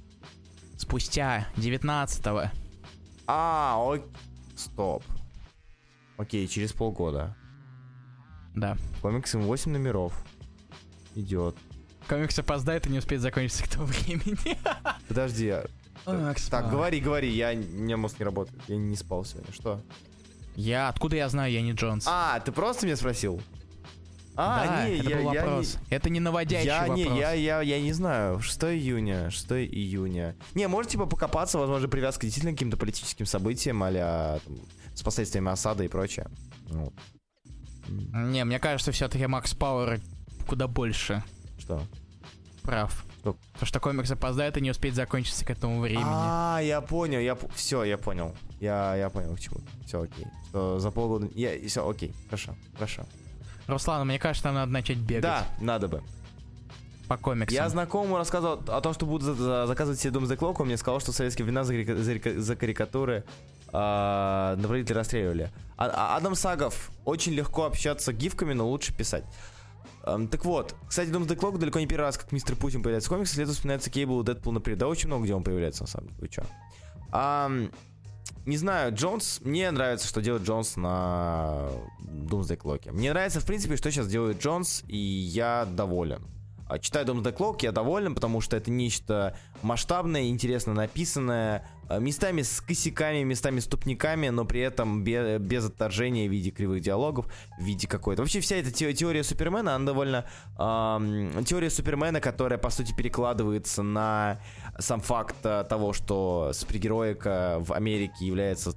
Спустя девятнадцатого. А, ок... Стоп. Окей, через полгода. Да. Комикс восемь номеров. Идет. Комикс опоздает и не успеет закончиться к тому времени. Подожди, я... Ох, Так, говори, говори, я... у меня мозг не работает, я не спал сегодня, что? Я... Откуда я знаю, я не Джонс? А, ты просто меня спросил? А, да, не, это я, был я вопрос. не... Это не наводящий я, вопрос. Не, я, я, я не знаю, шестого июня, шестого июня. Не, может, типа, покопаться, возможно, привязка действительно к каким-то политическим событиям, а-ля там, с последствиями осады и прочее. Вот. Не, мне кажется, все-таки Макс Пауэр куда больше Что? прав. Что? Потому что комикс опоздает и не успеет закончиться к этому времени. А, я понял, я все, я понял. Я, я понял, к чему. Все окей. Что за полгода. Я, все, окей, хорошо, хорошо. Руслан, мне кажется, нам надо начать бегать. Да, надо бы. По комиксам. Я знакомому рассказывал о том, что буду за- за- заказывать себе Doomsday Clock, он мне сказал, что советские времена за, карика- за, рика- за карикатуры а, на правителя расстреливали. А, а Адам Сагов. Очень легко общаться гифками, но лучше писать. Um, так вот, кстати, Doomsday Clock далеко не первый раз, как мистер Путин появляется в комиксах, следует вспоминается Кейбл и Дэдпул, например. Да, очень много где он появляется, на самом деле. Вы чё? Um, не знаю, Джонс... Мне нравится, что делает Джонс на Doomsday Clock. Мне нравится, в принципе, что сейчас делает Джонс, и я доволен. Читаю Doomsday Clock, я доволен, потому что это нечто масштабное, интересно написанное, местами с косяками, местами с тупниками, но при этом без, без отторжения в виде кривых диалогов, в виде какой-то... Вообще вся эта те, теория Супермена, она довольно... Эм, теория Супермена, которая, по сути, перекладывается на сам факт того, что супергероика в Америке является там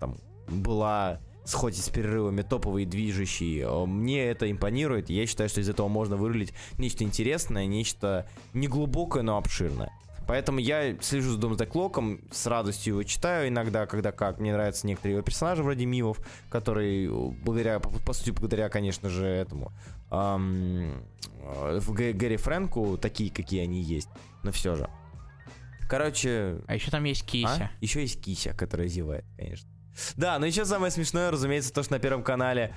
была, хоть и с перерывами, топовой и движущей. Мне это импонирует. Я считаю, что из этого можно вырулить нечто интересное, нечто неглубокое, но обширное. Поэтому я слежу за Doomsday Clock'ом, с радостью его читаю иногда, когда как. Мне нравятся некоторые его персонажи, вроде Мивов, которые, благодаря, по, по сути, благодаря, конечно же, этому эм, в Г- Гэри Фрэнку, такие, какие они есть, но все же. Короче... А еще там есть Кися. А? Еще есть Кися, которая зевает, конечно. Да, но еще самое смешное, разумеется, то, что на Первом канале...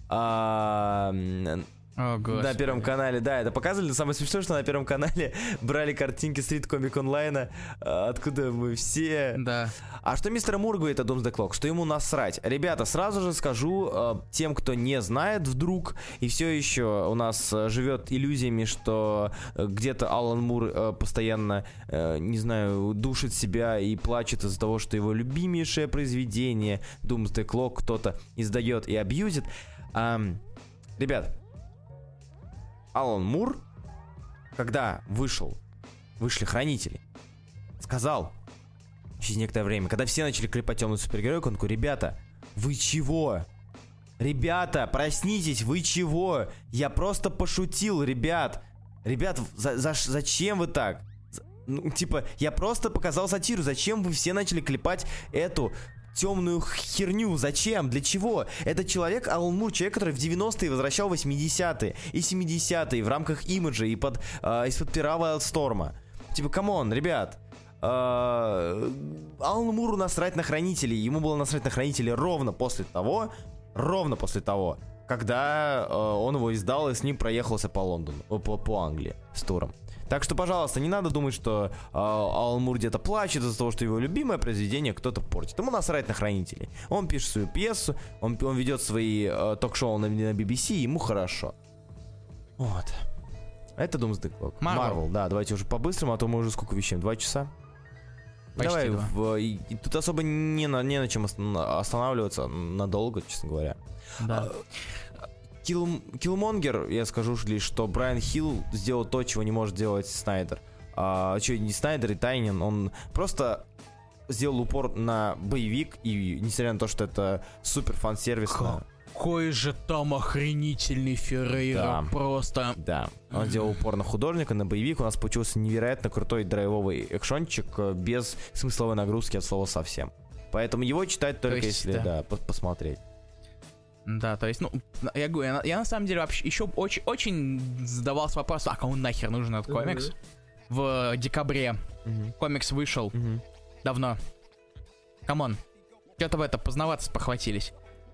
А, О, на Первом канале, да, это показывали, но самое смешное, что на Первом канале брали картинки Street Comic Online, откуда мы все... Да. А что мистер Мур говорит о Doomsday Clock? Что ему насрать? Ребята, сразу же скажу э, тем, кто не знает вдруг, и все еще у нас э, живет иллюзиями, что э, где-то Алан Мур э, постоянно, э, не знаю, душит себя и плачет из-за того, что его любимейшее произведение Doomsday Clock кто-то издает и абьюзит. Эм, ребят, Алан Мур, когда вышел, вышли Хранители, сказал через некоторое время, когда все начали клепать темную супергеройку, он такой: ребята, вы чего? Ребята, проснитесь, вы чего? Я просто пошутил, ребят. Ребят, за, за, зачем вы так? Ну, типа, я просто показал сатиру, зачем вы все начали клепать эту темную херню? Зачем? Для чего? Это человек, Алан Мур, человек, который в девяностые возвращал восьмидесятые и семидесятые в рамках имиджа и под, э, из-под пера Вайлдсторма. Типа, камон, ребят. Э, Алану Муру насрать на Хранителей. Ему было насрать на Хранителей ровно после того, ровно после того, когда э, он его издал и с ним проехался по Лондону, по, по Англии с туром. Так что, пожалуйста, не надо думать, что э, Алан Мур где-то плачет из-за того, что его любимое произведение кто-то портит. Ему насрать на Хранителей. Он пишет свою пьесу, он, он ведет свои э, ток-шоу на, на би би си, ему хорошо. Вот. Это Doomsday Clock. Marvel, да, давайте уже по-быстрому, а то мы уже сколько вещаем? Два часа? Почти Давай, два. в, и, и тут особо не на, не на чем останавливаться надолго, честно говоря. Да. Килл, Киллмонгер, я скажу лишь, что Брайан Хилл сделал то, чего не может делать Снайдер. А, что, не Снайдер и Тайнин, он просто сделал упор на боевик, и несмотря на то, что это супер фан-сервисно... Какой же там охренительный Феррейра, Да. просто... Да, он сделал упор на художника, на боевик, у нас получился невероятно крутой драйвовый экшончик без смысловой нагрузки от слова совсем. Поэтому его читать только То есть, если, да. да, по- посмотреть. Да, то есть, ну, я говорю, я, я на самом деле вообще еще очень, очень задавался вопросом, а кому нахер нужен этот комикс? В декабре Мгм. комикс вышел Мгм. давно. Камон, что-то в это поздновато похватились.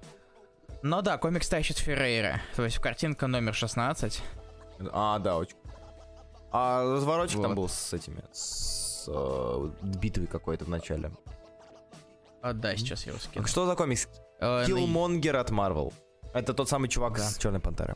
Но да, комикс тащит Феррейра, то есть картинка номер шестнадцать. А, да, очень. А разворотчик Вот. там был с этими, с э, битвой какой-то в начале. А, да, сейчас я его скину. Что за комикс? Э, Киллмонгер от Marvel. Это тот самый чувак Да. с Черной Пантеры.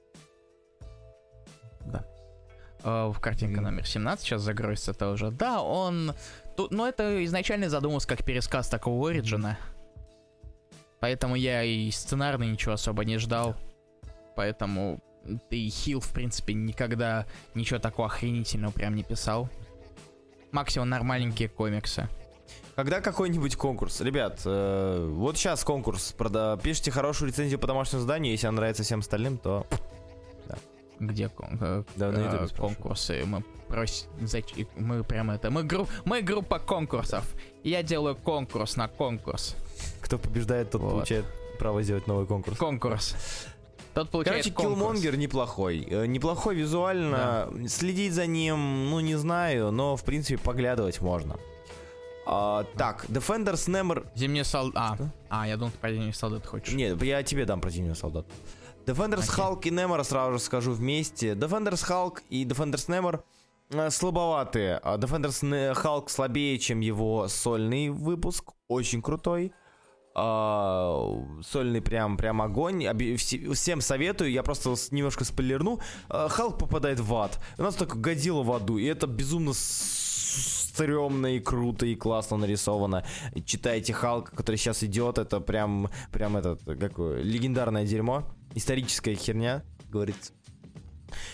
э, картинка Мгм. номер семнадцать сейчас загрузится тоже. Да, он... Тут, ну, это изначально задумывался как пересказ такого Ориджина. Поэтому я и сценарный ничего особо не ждал. Поэтому и Хилл, в принципе, никогда ничего такого охренительного прям не писал. Максимум нормальненькие комиксы. Когда какой-нибудь конкурс? Ребят, э, вот сейчас конкурс. Прода... Пишите хорошую рецензию по домашнему заданию. Если она нравится всем остальным, то... Где кон- э, Да, на э, Ютубе спрашиваю. конкурсы? Мы просим... зач- Мы прям это... Мы, гру... мы группа конкурсов. Я делаю конкурс на конкурс. Кто побеждает, тот Вот. получает право сделать новый конкурс. Конкурс. Тот получает Короче, конкурс. Киллмонгер неплохой. Э, Неплохой визуально. Следить за ним, ну, не знаю, но, в принципе, поглядывать можно. А, так, Defenders Nemer... Зимний солдат. А, Что? а, я думал, ты про зимний солдат хочешь. Нет, я тебе дам про Зимнего солдата. Defenders Окей. Hulk и Немор сразу же скажу вместе. Defenders Hulk и Defenders Немор э, слабоватые. А Defenders Не- Hulk слабее, чем его сольный выпуск. Очень крутой. А, сольный прям, прям огонь. Оби- все- Всем советую. Я просто с- немножко спойлерну. А, Халк попадает в ад. У нас только Годзилла в аду. И это безумно с- стрёмно и круто и классно нарисовано. Читайте Халка, который сейчас идет. Это прям, прям этот, какое, легендарное дерьмо. Историческая херня, как говорится.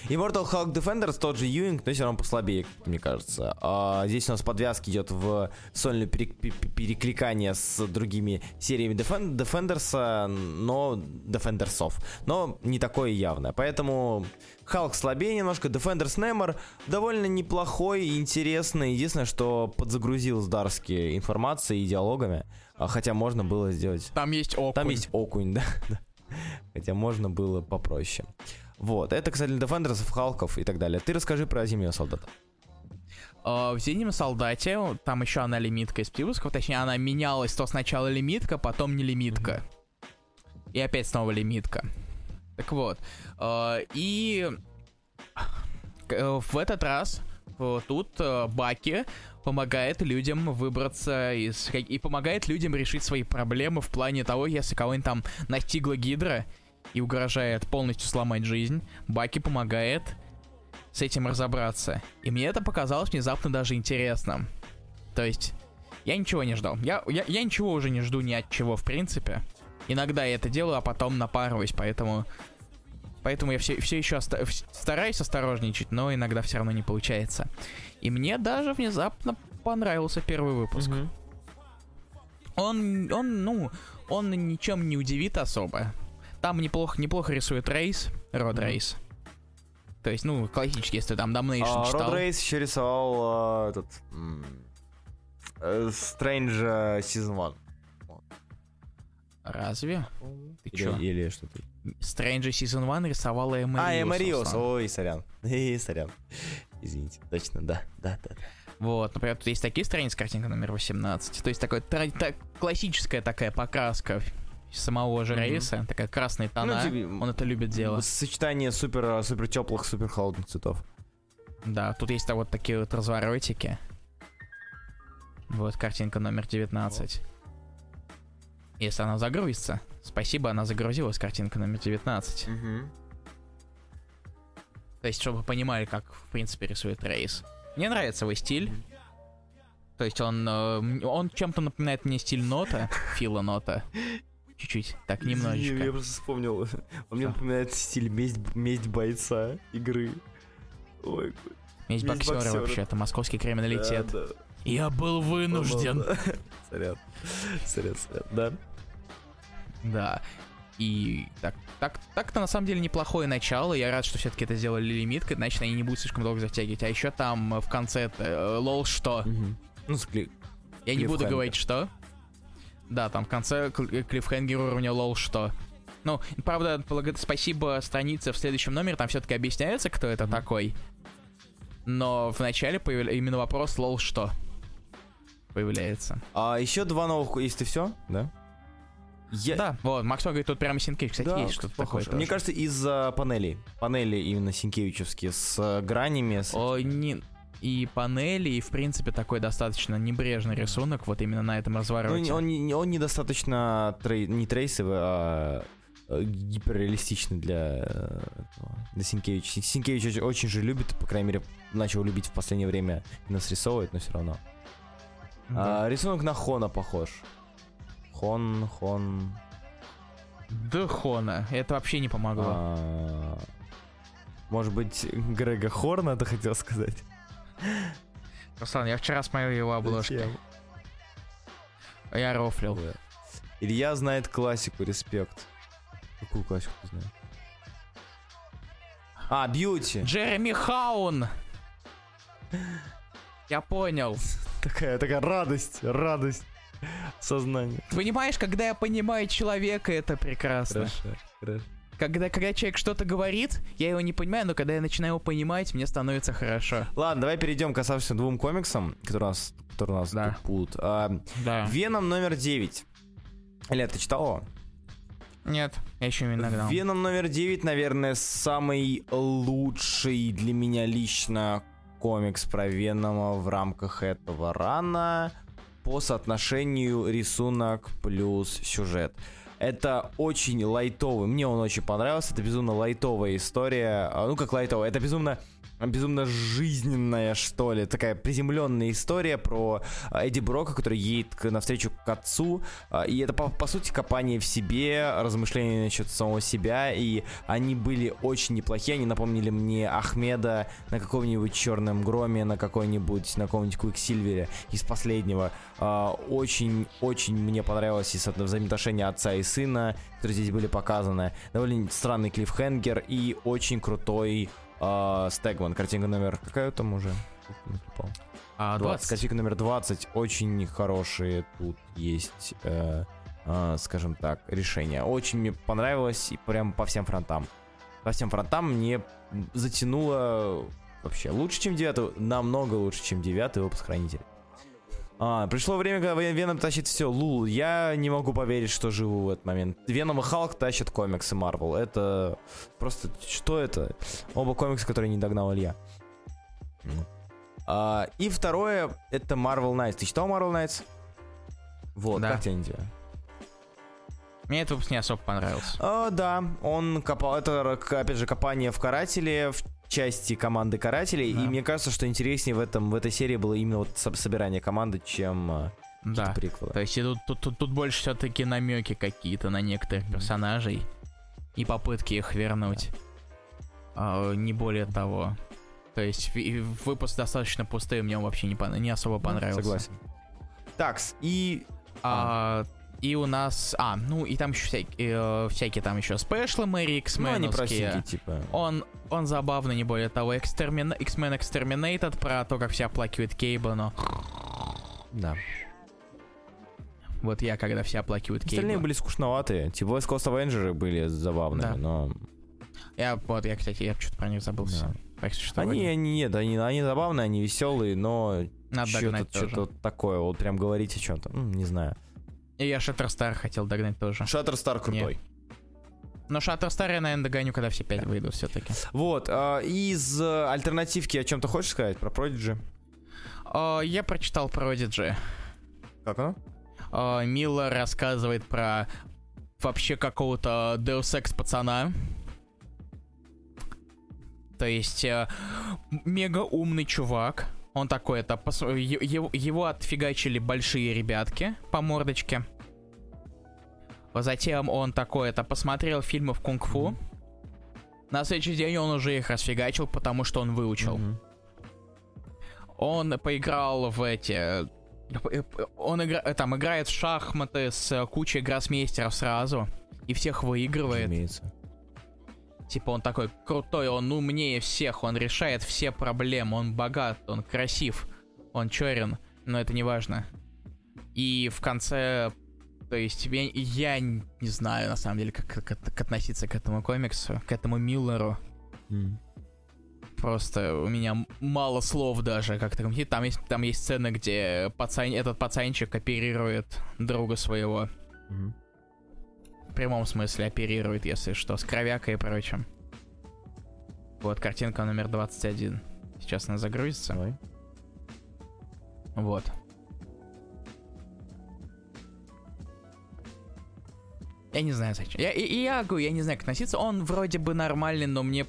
Immortal Hulk Defenders, тот же Юинг, но все равно послабее, мне кажется. А здесь у нас подвязки идет в сольное перек- перекликание с другими сериями Defend- Defenders, но Defendersов, но не такое явное. Поэтому Халк слабее немножко. Defenders Namor довольно неплохой и интересный. Единственное, что подзагрузил Здарски информацией и диалогами, хотя можно было сделать... Там есть окунь. Там есть окунь, да. Хотя можно было попроще. Вот, это, кстати, Defenders, Халков и так далее. Ты расскажи про Зимнего солдата. Uh, в Зимнем солдате там еще она лимитка из выпусков, точнее, она менялась, то сначала лимитка, потом не лимитка. Mm-hmm. И опять снова лимитка. Так вот. Uh, и uh, в этот раз uh, тут uh, Баки помогает людям выбраться из... и помогает людям решить свои проблемы в плане того, если кого-нибудь там настигла Гидра и угрожает полностью сломать жизнь, Баки помогает с этим разобраться. И мне это показалось внезапно даже интересным. То есть, я ничего не ждал. Я, я, я ничего уже не жду ни от чего, в принципе. Иногда я это делаю, а потом напарываюсь, поэтому... Поэтому я все, все еще оста- стараюсь осторожничать, но иногда все равно не получается. И мне даже внезапно понравился первый выпуск. Mm-hmm. Он, он, ну, он ничем не удивит особо. Там неплохо, неплохо рисует Рейс, Род Рейс. Mm-hmm. То есть, ну, классический, если там Damnation а, читал. Род Рейс еще рисовал uh, этот... Uh, Strange Season один. Разве? Ты или, чё? Или что-то. Strange Season один рисовала Эмариус. А, Эмариус, ой, сорян. Эй, сорян. Извините, точно, да, да, да. Вот, например, тут есть такие страницы, картинка номер восемнадцать. То есть такой, та, та, классическая такая покраска самого же mm-hmm. Рейса, такая красная тона, ну, типа, он это любит делать. Сочетание супер, супер теплых, супер холодных цветов. Да, тут есть вот такие вот разворотики. Вот картинка номер девятнадцать. Если она загрузится. Спасибо, она загрузилась, картинка номер девятнадцать. Mm-hmm. То есть, чтобы вы понимали, как, в принципе, рисует Рейс. Мне нравится его стиль. То есть он, э, он чем-то напоминает мне стиль Нота, Фила Нота. Чуть-чуть, так, немножечко. Я просто вспомнил. Он Что? Мне напоминает стиль месть, месть бойца игры. Ой, месть, месть боксера, боксера вообще, это московский криминалитет. Да, да. Я был вынужден. Сорян. Сорян, сорян, да. Да. И так, так, так-то на самом деле неплохое начало. Я рад, что все-таки это сделали лимиткой, значит они не будут слишком долго затягивать. А еще там в конце э, лол что? Угу. Ну, скли... Я не буду говорить что. Да, там в конце клиффхенгер уровня лол что. Ну, правда, спасибо странице в следующем номере, там все-таки объясняется, кто это mm-hmm. такой. Но в начале появля... именно вопрос лол что появляется. А еще два новых, если все, да? Я... Да, вот, Макс говорит, тут прямо Синкевич, кстати, да, есть что-то такое. Мне кажется, из-за панелей. Панели именно синкевичевские, с гранями. С... О, не... И панели, и, в принципе, такой достаточно небрежный рисунок, вот именно на этом развороте. Ну, он, он, он недостаточно трей... не трейсовый, а гиперреалистичный для, для Синкевича. Синкевич очень, очень же любит, по крайней мере, начал любить в последнее время нас рисовывать, но все равно. Да. А, рисунок на Хона похож. Хон, Хон... Да Хона, это вообще не помогло. А, может быть, Грега Хорна, ты хотел сказать? Руслан, я вчера смотрел его обложки. Зачем? Я рофлил. Да. Илья знает классику, респект. Какую классику ты знаешь? А, Бьюти. Джереми Хаун. Я понял. Такая, такая радость, радость сознания. Понимаешь, когда я понимаю человека, это прекрасно. Хорошо, хорошо. Когда, когда человек что-то говорит, я его не понимаю, но когда я начинаю его понимать, мне становится хорошо. Ладно, давай перейдем к оставшимся двум комиксам, которые у нас, которые у нас да. тут будут. А, да. Веном номер девять. Илья, ты читал его? Нет, я еще не нагнал. Веном номер девять, наверное, самый лучший для меня лично комикс про Венома в рамках этого рана по соотношению рисунок плюс сюжет. Это очень лайтовый, мне он очень понравился, это безумно лайтовая история, ну как лайтовая, это безумно безумно жизненная, что ли, такая приземленная история про Эдди Брока, который едет к, навстречу к отцу, и это, по, по сути, копание в себе, размышления насчет самого себя, и они были очень неплохие, они напомнили мне Ахмеда на каком-нибудь Черном Громе, на какой-нибудь, на каком-нибудь Квиксильвере из последнего. Очень-очень мне понравилось и взаимоотношения отца и сына, которые здесь были показаны, довольно странный клиффхенгер и очень крутой Uh, Стэгман, картинка номер... Какая там уже? А, двадцать. Картинка номер двадцать. Очень хорошие тут есть, э, э, скажем так, решения. Очень мне понравилось и прям по всем фронтам. По всем фронтам мне затянуло вообще лучше, чем девятый. Намного лучше, чем девятый выпуск Хранителей. А, пришло время, когда Веном тащит все. Лул, я не могу поверить, что живу в этот момент. Веном и Халк тащат комиксы Марвел. Это просто... Что это? Оба комикса, которые не догнал Илья. А, и второе, это Marvel Knights. Ты читал Marvel Knights? Вот, да. Как тебе идея? Мне этот выпуск не особо понравился. А, да, он копал... Это, опять же, копание в Карателе, в части команды Карателей, да. И мне кажется, что интереснее в этом в этой серии было именно вот собирание команды, чем да. приквелы. То есть тут, тут, тут, тут больше все-таки намеки какие-то на некоторых mm-hmm. персонажей и попытки их вернуть. А, не более того. То есть выпуск достаточно пустой, мне он вообще не, пон... не особо понравился. Согласен. Такс, и... А, и у нас... А, ну и там еще всякие, э, всякие там еще спешлы Мэри X-меновские. Ну, они простенькие, типа. Он, он забавный, не более того. Extermin... X-Men Exterminated, про то, как все оплакивают Кейба, но... Да. Вот я, когда все оплакивают Кейба. Остальные были скучноватые. Типа West Coast Avengers были забавными, да. но... Я, вот, я, кстати, я что-то про них забыл. Да. Они, они, нет, они, они забавные, они веселые, но... Надо догнать тоже. Что-то такое, вот прям говорить о чем-то, не знаю. И я Шаттерстар хотел догнать тоже. Шаттерстар крутой. Нет. Но Шаттерстар я, наверное, догоню, когда все пять выйдут все-таки. Вот, э, из э, альтернативки о чем-то хочешь сказать? Про Prodigy? Э, я прочитал Prodigy. Как оно? Э, Миллер рассказывает про вообще какого-то Deus Ex пацана. То есть э, мега умный чувак. Он такой, это пос... его, его отфигачили большие ребятки по мордочке. Затем он такой, это посмотрел фильмов кунг-фу. На следующий день он уже их расфигачил, потому что он выучил. Mm-hmm. Он поиграл в эти... Он игра... там играет в шахматы с кучей гроссмейстеров сразу. И всех выигрывает. Разумеется. Типа он такой крутой, он умнее всех, он решает все проблемы, он богат, он красив, он черен, но это не важно. И в конце, то есть я, я не знаю на самом деле, как, как, как относиться к этому комиксу, к этому Миллеру. Mm. Просто у меня мало слов даже, как там есть, там есть сцены, где пацан, этот пацанчик оперирует друга своего. Mm-hmm. В прямом смысле оперирует, если что, с кровякой и прочим. Вот, картинка номер двадцать один. Сейчас она загрузится. Ой. Вот. Я не знаю, зачем. Я, я, я говорю, я не знаю, как относиться. Он вроде бы нормальный, но мне...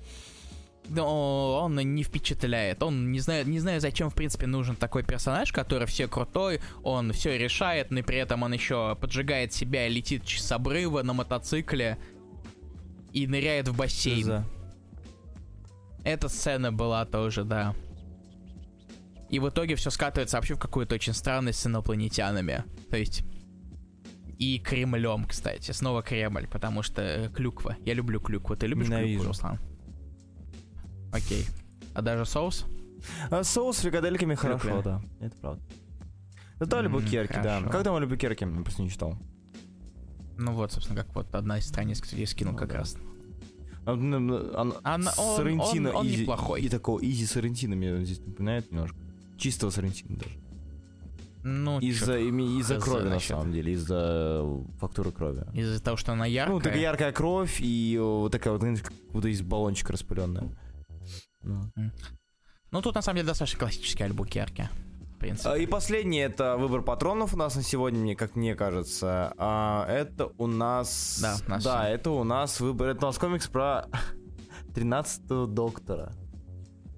Но он не впечатляет. Он не знаю, не знаю, зачем, в принципе, нужен такой персонаж, который все крутой, он все решает, но при этом он еще поджигает себя, летит с обрыва на мотоцикле и ныряет в бассейн. За. Эта сцена была тоже, да. И в итоге все скатывается вообще в какую-то очень странность с инопланетянами. То есть... И Кремлем, кстати. Снова Кремль, потому что клюква. Я люблю клюкву. Ты любишь Ненавижу. клюкву, Руслан? Окей. А даже соус? А соус с фрикадельками хорошо, да. Это правда. Зато mm, Альбукерки, да. Как там Альбукерки? Я просто не читал. Ну вот, собственно, как вот одна из страниц, кстати, я скинул ну, как да. раз. Он, Она, Соррентино, он, он, он изи, неплохой. И такого изи Соррентино мне здесь напоминает немножко. Чистого Соррентино даже. Ну, из-за, из-за крови, на самом деле, из-за фактуры крови. Из-за того, что она яркая? Ну, такая яркая кровь и вот такая вот, как будто из баллончика распыленная. Ну. ну, тут, на самом деле, достаточно классические Альбукерки. И последний, это выбор патронов у нас на сегодня, мне как мне кажется. А, это у нас... Да, наш. Да, это у нас выбор... Это у нас комикс про тринадцатого доктора.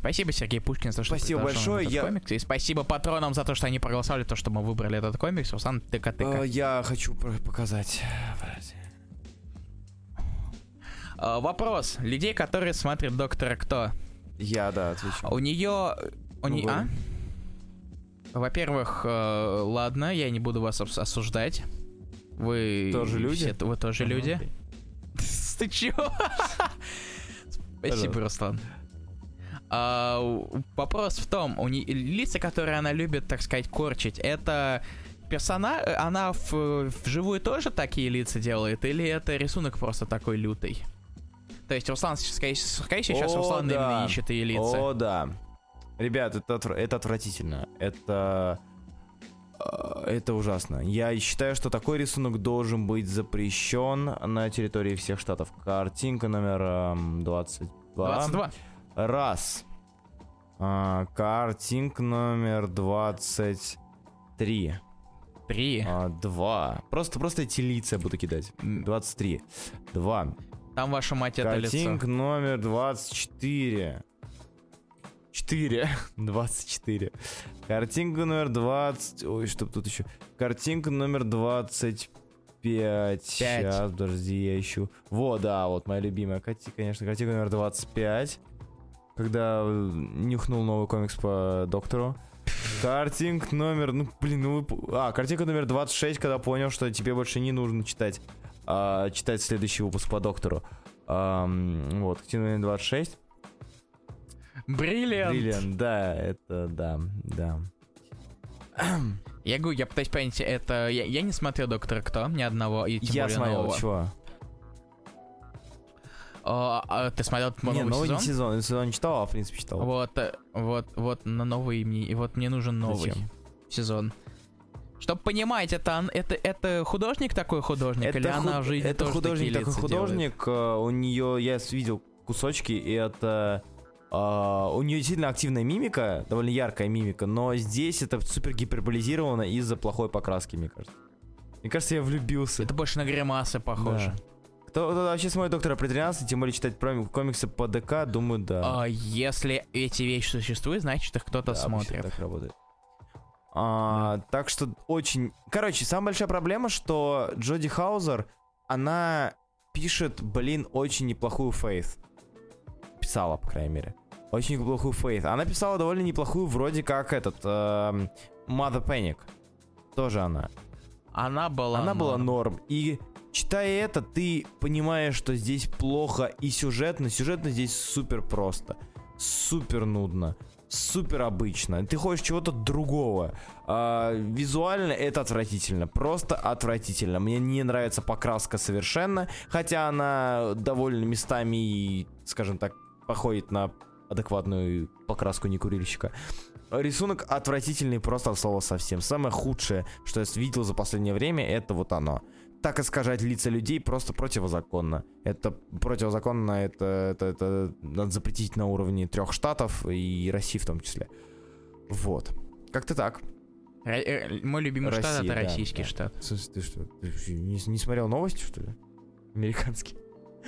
Спасибо, Сергей Пушкин, за то, что Спасибо большое. Этот Я... комикс. И спасибо патронам за то, что они проголосовали, то, что мы выбрали этот комикс. Руслан, тыка-тыка. Uh, я хочу показать. Uh, вопрос. Людей, которые смотрят Доктора Кто. Я, да, отвечу. У нее... У нее... А? Во-первых, э, ладно, я не буду вас осуждать. Вы... Тоже люди? Все, вы тоже uh-huh. люди. Ты чё? Спасибо, Руслан. А, вопрос в том, у не... лица, которые она любит, так сказать, корчить, это персона... Она в... вживую тоже такие лица делает, или это рисунок просто такой лютый? То есть Руслан, скорее, скорее сейчас О, Руслан да. именно ищет ее лица. О, да. Ребят, это, отв... это отвратительно. Это... Это ужасно. Я считаю, что такой рисунок должен быть запрещен на территории всех штатов. Картинка номер эм, двадцать два. двадцать два. Раз. А, картинка номер двадцать три. Три. А, два. Просто, просто эти лица я буду кидать. двадцать три. Два. Там ваша мать это лицо. Картинка номер двадцать четыре. четыре. двадцать четыре. Картинка номер двадцать... Ой, что тут еще? Картинка номер двадцать пять. пять. Сейчас, подожди, я ищу. Вот, да, вот моя любимая картинка, конечно. Картинка номер двадцать пять. Когда нюхнул новый комикс по Доктору. Картинка номер... Ну, блин, ну вы... А, картинка номер двадцать шесть, когда понял, что тебе больше не нужно читать. А, читать следующий выпуск по Доктору. А, вот, картинка номер двадцать шесть. Бриллиант. Бриллиант, да, это, да, да. Я говорю, я пытаюсь понять, это... Я, я не смотрел Доктора Кто, ни одного, и тем Я более смотрел, нового. чего? А, а ты смотрел новый не, новый сезон? Не сезон, сезон не читал, а в принципе читал. Вот, вот, вот на новый мне, и вот мне нужен новый Зачем? сезон. Чтобы понимать, это, это, это художник такой художник, Это или худ... она в жизни это тоже художник такие такой лица художник, делает? у нее, я видел кусочки, и это... Uh, у нее действительно активная мимика, довольно яркая мимика, но здесь это супер гиперболизировано из-за плохой покраски, мне кажется. Мне кажется, я влюбился. Это больше на гримасы похоже. Да. Кто, кто вообще смотрит Доктора при тринадцати, тем более читать комиксы по ДК, думаю, да. А, если эти вещи существуют, значит их кто-то да, смотрит. Так работает. А, да. Так что очень... Короче, самая большая проблема, что Джоди Хаузер, она пишет, блин, очень неплохую Фейт. Писала, по крайней мере. Очень неплохую Фейт. Она писала довольно неплохую, вроде как этот... Э, Mother Panic. Тоже она. Она была Она норм. была норм. И читая это, ты понимаешь, что здесь плохо и сюжетно. Сюжетно здесь супер просто. Супер нудно. Супер обычно. Ты хочешь чего-то другого. А, визуально это отвратительно. Просто отвратительно. Мне не нравится покраска совершенно. Хотя она довольно местами, скажем так, походит на адекватную покраску некурильщика. Рисунок отвратительный просто от слова совсем. Самое худшее, что я видел за последнее время, это вот оно. Так искажать лица людей просто противозаконно. Это противозаконно, это, это, это надо запретить на уровне трех штатов и России в том числе. Вот. Как-то так. Р- мой любимый Россия, штат — это да, российский да. штат. Слушай, ты что, ты не, не смотрел новости, что ли? Американские.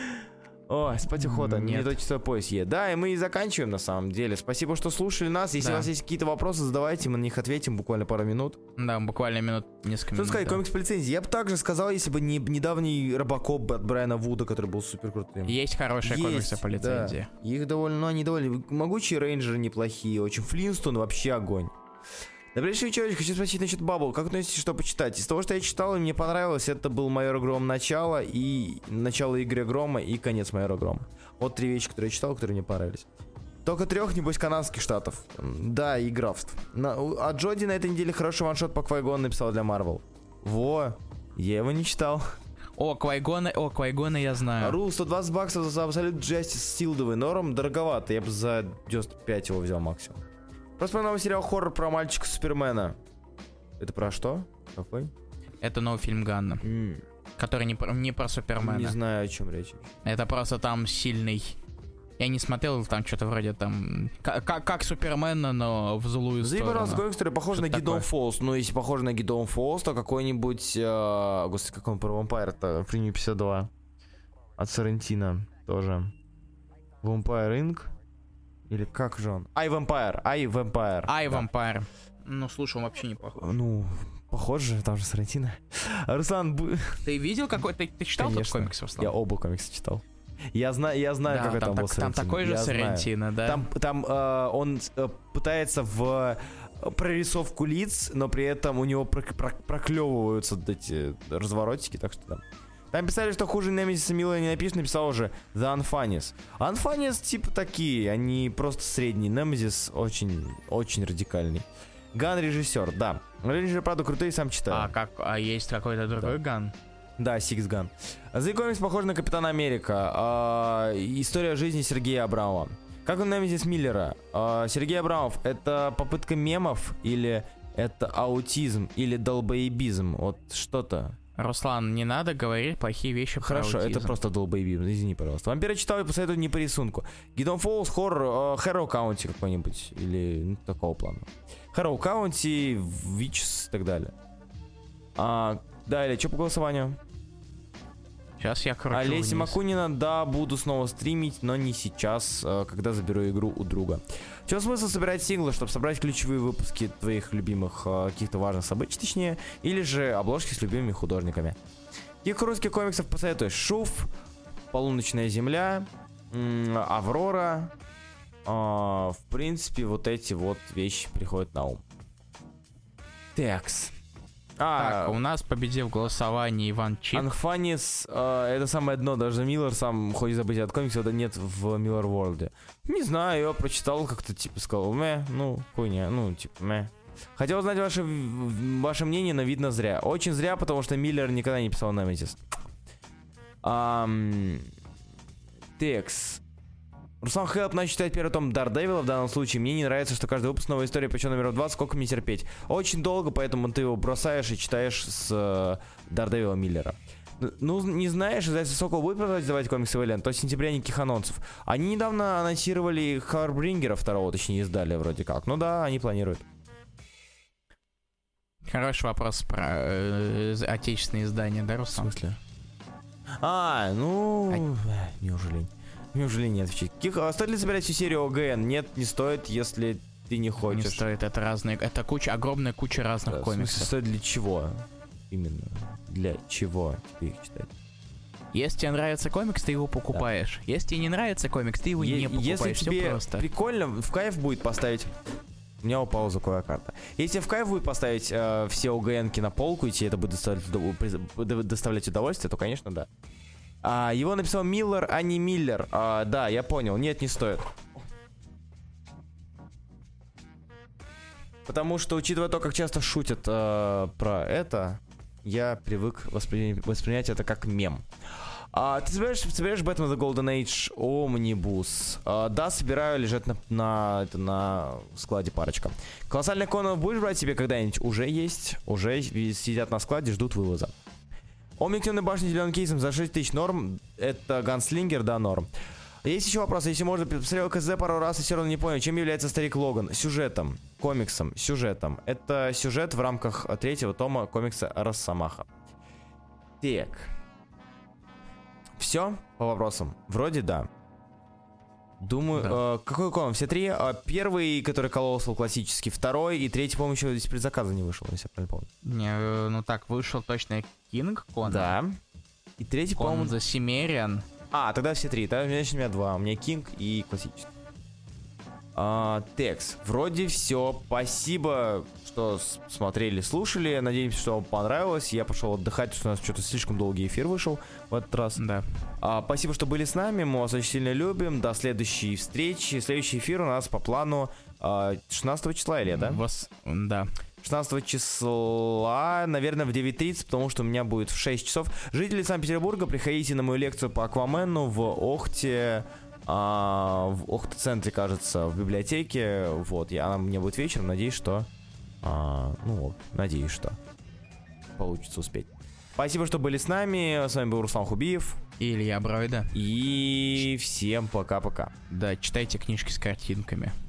Ой, спать охота, не до часовой пояс е. Да, и мы и заканчиваем на самом деле. Спасибо, что слушали нас. Если да. у вас есть какие-то вопросы, задавайте, мы на них ответим буквально пару минут. Да, буквально минут, несколько что минут. Что сказать, да. комикс по лицензии. Я бы также сказал, если бы не недавний Робокоп от Брайана Вуда, который был супер крутым. Есть хорошие есть, комиксы по лицензии. Да. Их довольно, ну, они довольно... Могучие рейнджеры неплохие, очень. Флинстон вообще огонь. Добрейший вечерочек, хочу спросить насчет Баббл. Как относитесь, что почитать? Из того, что я читал и мне понравилось, это был Майор Гром начало, и начало Игры Грома, и конец Майора Грома. Вот три вещи, которые я читал, которые мне понравились. Только трех, небось, канадских штатов. Да, и графств. На, а Джоди на этой неделе хороший ваншот по Квайгону написал для Марвел. Во, я его не читал. О, Квайгона, о, Квайгона я знаю. Рул сто двадцать баксов за Абсолют Джастис Стилдовый. Норм дороговато, я бы за девяносто пять его взял максимум. Просто новый сериал хоррор про мальчика Супермена. Это про что? Какой? Это новый фильм Ганна, Mm. который не про, не про Супермена. Не знаю, о чем речь. Это просто там сильный... Я не смотрел, там что-то вроде там... Как, как Супермена, но в злую Заебал сторону. раз комикс, который похож на Гидон Фолс. Ну, если похож на Гидон Фолс, то какой-нибудь... Э, господи, как он про вампира-то? Фриню пятьдесят два. От Соррентино тоже. Vampire Incorporated. Или как же он? I Vampire, I Vampire. I Да. Vampire. Ну, слушай, он вообще не похож. Ну, похоже, там же Сарантино. Руслан, бу- Ты видел какой? Ты, ты читал тот Конечно. комикс, Руслан? я оба комикса читал. Я знаю, я знаю, Да, какой там, там, был так- там Сарантино. такой же Я знаю. Сарантино, да? Там, там э, он э, пытается в э, прорисовку лиц, но при этом у него прок- прок- проклевываются вот эти разворотики, так что да. Там писали, что хуже Немезиса Милла не напишет, написал уже The Unfunnies. Unfunnies типа такие, они просто средние. Немезис очень, очень радикальный. Ган режиссер, да. Режиссер, правда, крутые, сам читаю. А, как, а есть какой-то другой ган? Да, Six Gun. The Comics похож на Капитана Америка. А, история жизни Сергея Абрамова. Как у Немезис Миллера. А, Сергей Абрамов — это попытка мемов, или это аутизм, или долбоебизм? Вот что-то. Руслан, не надо говорить плохие вещи про Хорошо, аутизм. это просто долбоебизм, извини, пожалуйста. Вампира читал и посоветую не по рисунку. Гидон Фоллс, хоррор, Хэроу Каунти какой-нибудь, или ну, такого плана. Хэроу Каунти, Вичс и так далее. А, далее, что по голосованию? Сейчас я кручу Олеся вниз. Макунина, да, буду снова стримить, но не сейчас, э, когда заберу игру у друга. В чем смысл собирать синглы, чтобы собрать ключевые выпуски твоих любимых э, каких-то важных событий, точнее, или же обложки с любимыми художниками? Каких русских комиксов посоветуешь? Шуф, Полуночная земля, м, Аврора. Э, в принципе, вот эти вот вещи приходят на ум. Текс. А, Так, у нас победил в голосовании Иван Чип. Unfunnies, э, это самое дно, даже Миллер сам, хоть забыть от комикса, это нет в Миллер Ворлде. Не знаю, я прочитал как-то, типа, сказал, мэ, ну, хуйня, ну, типа, мэ. Хотел узнать ваше, ваше мнение, но видно зря. Очень зря, потому что Миллер никогда не писал Немезис. Ам... Текс. Руслан Хелп начал читать первый том Daredevil в данном случае. Мне не нравится, что каждый выпуск новая история, причем номер двадцать, сколько мне терпеть. Очень долго, поэтому ты его бросаешь и читаешь с э, Daredevil Миллера. Ну, не знаешь, издательство Сокол будет продолжать издавать комиксы Вэлен, то в сентябре никаких анонсов. Они недавно анонсировали Харбрингера второго, точнее, издали вроде как. Ну да, они планируют. Хороший вопрос про э, отечественные издания, да, В Руслан? смысле? А, ну... э, Неужели? Неужели не отвечать? Каких... а стоит ли собирать всю серию ОГН? Нет, не стоит, если ты не хочешь. Не стоит, это разные, это куча, огромная куча разных Да, в смысле, комиксов. стоит для чего? Именно. Для чего тебе их читать? Если тебе нравится комикс, ты его покупаешь. Если тебе не нравится комикс, ты его Е- не покупаешь. Если Всё тебе просто. прикольно, в кайф будет поставить... У меня упала звуковая карта. Если в кайф будет поставить э, все ОГНки на полку, и тебе это будет доставлять, удов- доставлять удовольствие, то, конечно, да. А, его написал Миллер, а не Миллер. А, да, я понял. Нет, не стоит. Потому что, учитывая то, как часто шутят э, про это, я привык воспри- воспринять это как мем. А, ты собираешь, собираешь Batman The Golden Age Omnibus? А, да, собираю, лежит на, на, это, на складе парочка. Колоссальный Конов будешь брать себе когда-нибудь? Уже есть, уже сидят на складе, ждут вывоза. Омник Темной Башни зеленым кейсом за шесть тысяч норм. Это Ганслингер, да, норм. Есть еще вопрос, если можно, посмотрел КЗ пару раз и все равно не понял, чем является Старик Логан? Сюжетом, комиксом, сюжетом. Это сюжет в рамках третьего тома комикса Росомаха. Так. Все по вопросам? Вроде да. Думаю, Да. э, какой комик? Все три? А, первый, который Колоссал классический, второй и третий, по-моему, еще из предзаказа не вышел, если я правильно помню. Не, э, ну так, вышел точно Кинг Кон. Да. И третий, Кон по-моему... за Семериан. А, тогда все три. Тогда, значит, у меня два. У меня Кинг и классический. А, Текс. Вроде все. Спасибо, что с- смотрели, слушали. Надеемся, что вам понравилось. Я пошел отдыхать, потому что у нас что-то слишком долгий эфир вышел в этот раз. Да. А, спасибо, что были с нами. Мы вас очень сильно любим. До следующей встречи. Следующий эфир у нас по плану а, шестнадцатого числа, или да? Вас... Да. шестнадцатого числа, наверное, в девять тридцать, потому что у меня будет в шесть часов. Жители Санкт-Петербурга, приходите на мою лекцию по Аквамену в Охте, а, в Охте-центре, кажется, в библиотеке. Вот, я, она у меня будет вечером, надеюсь, что... а, ну вот, надеюсь, что получится успеть. Спасибо, что были с нами. С вами был Руслан Хубиев. И Илья Бройда. И всем пока-пока. Да, читайте книжки с картинками.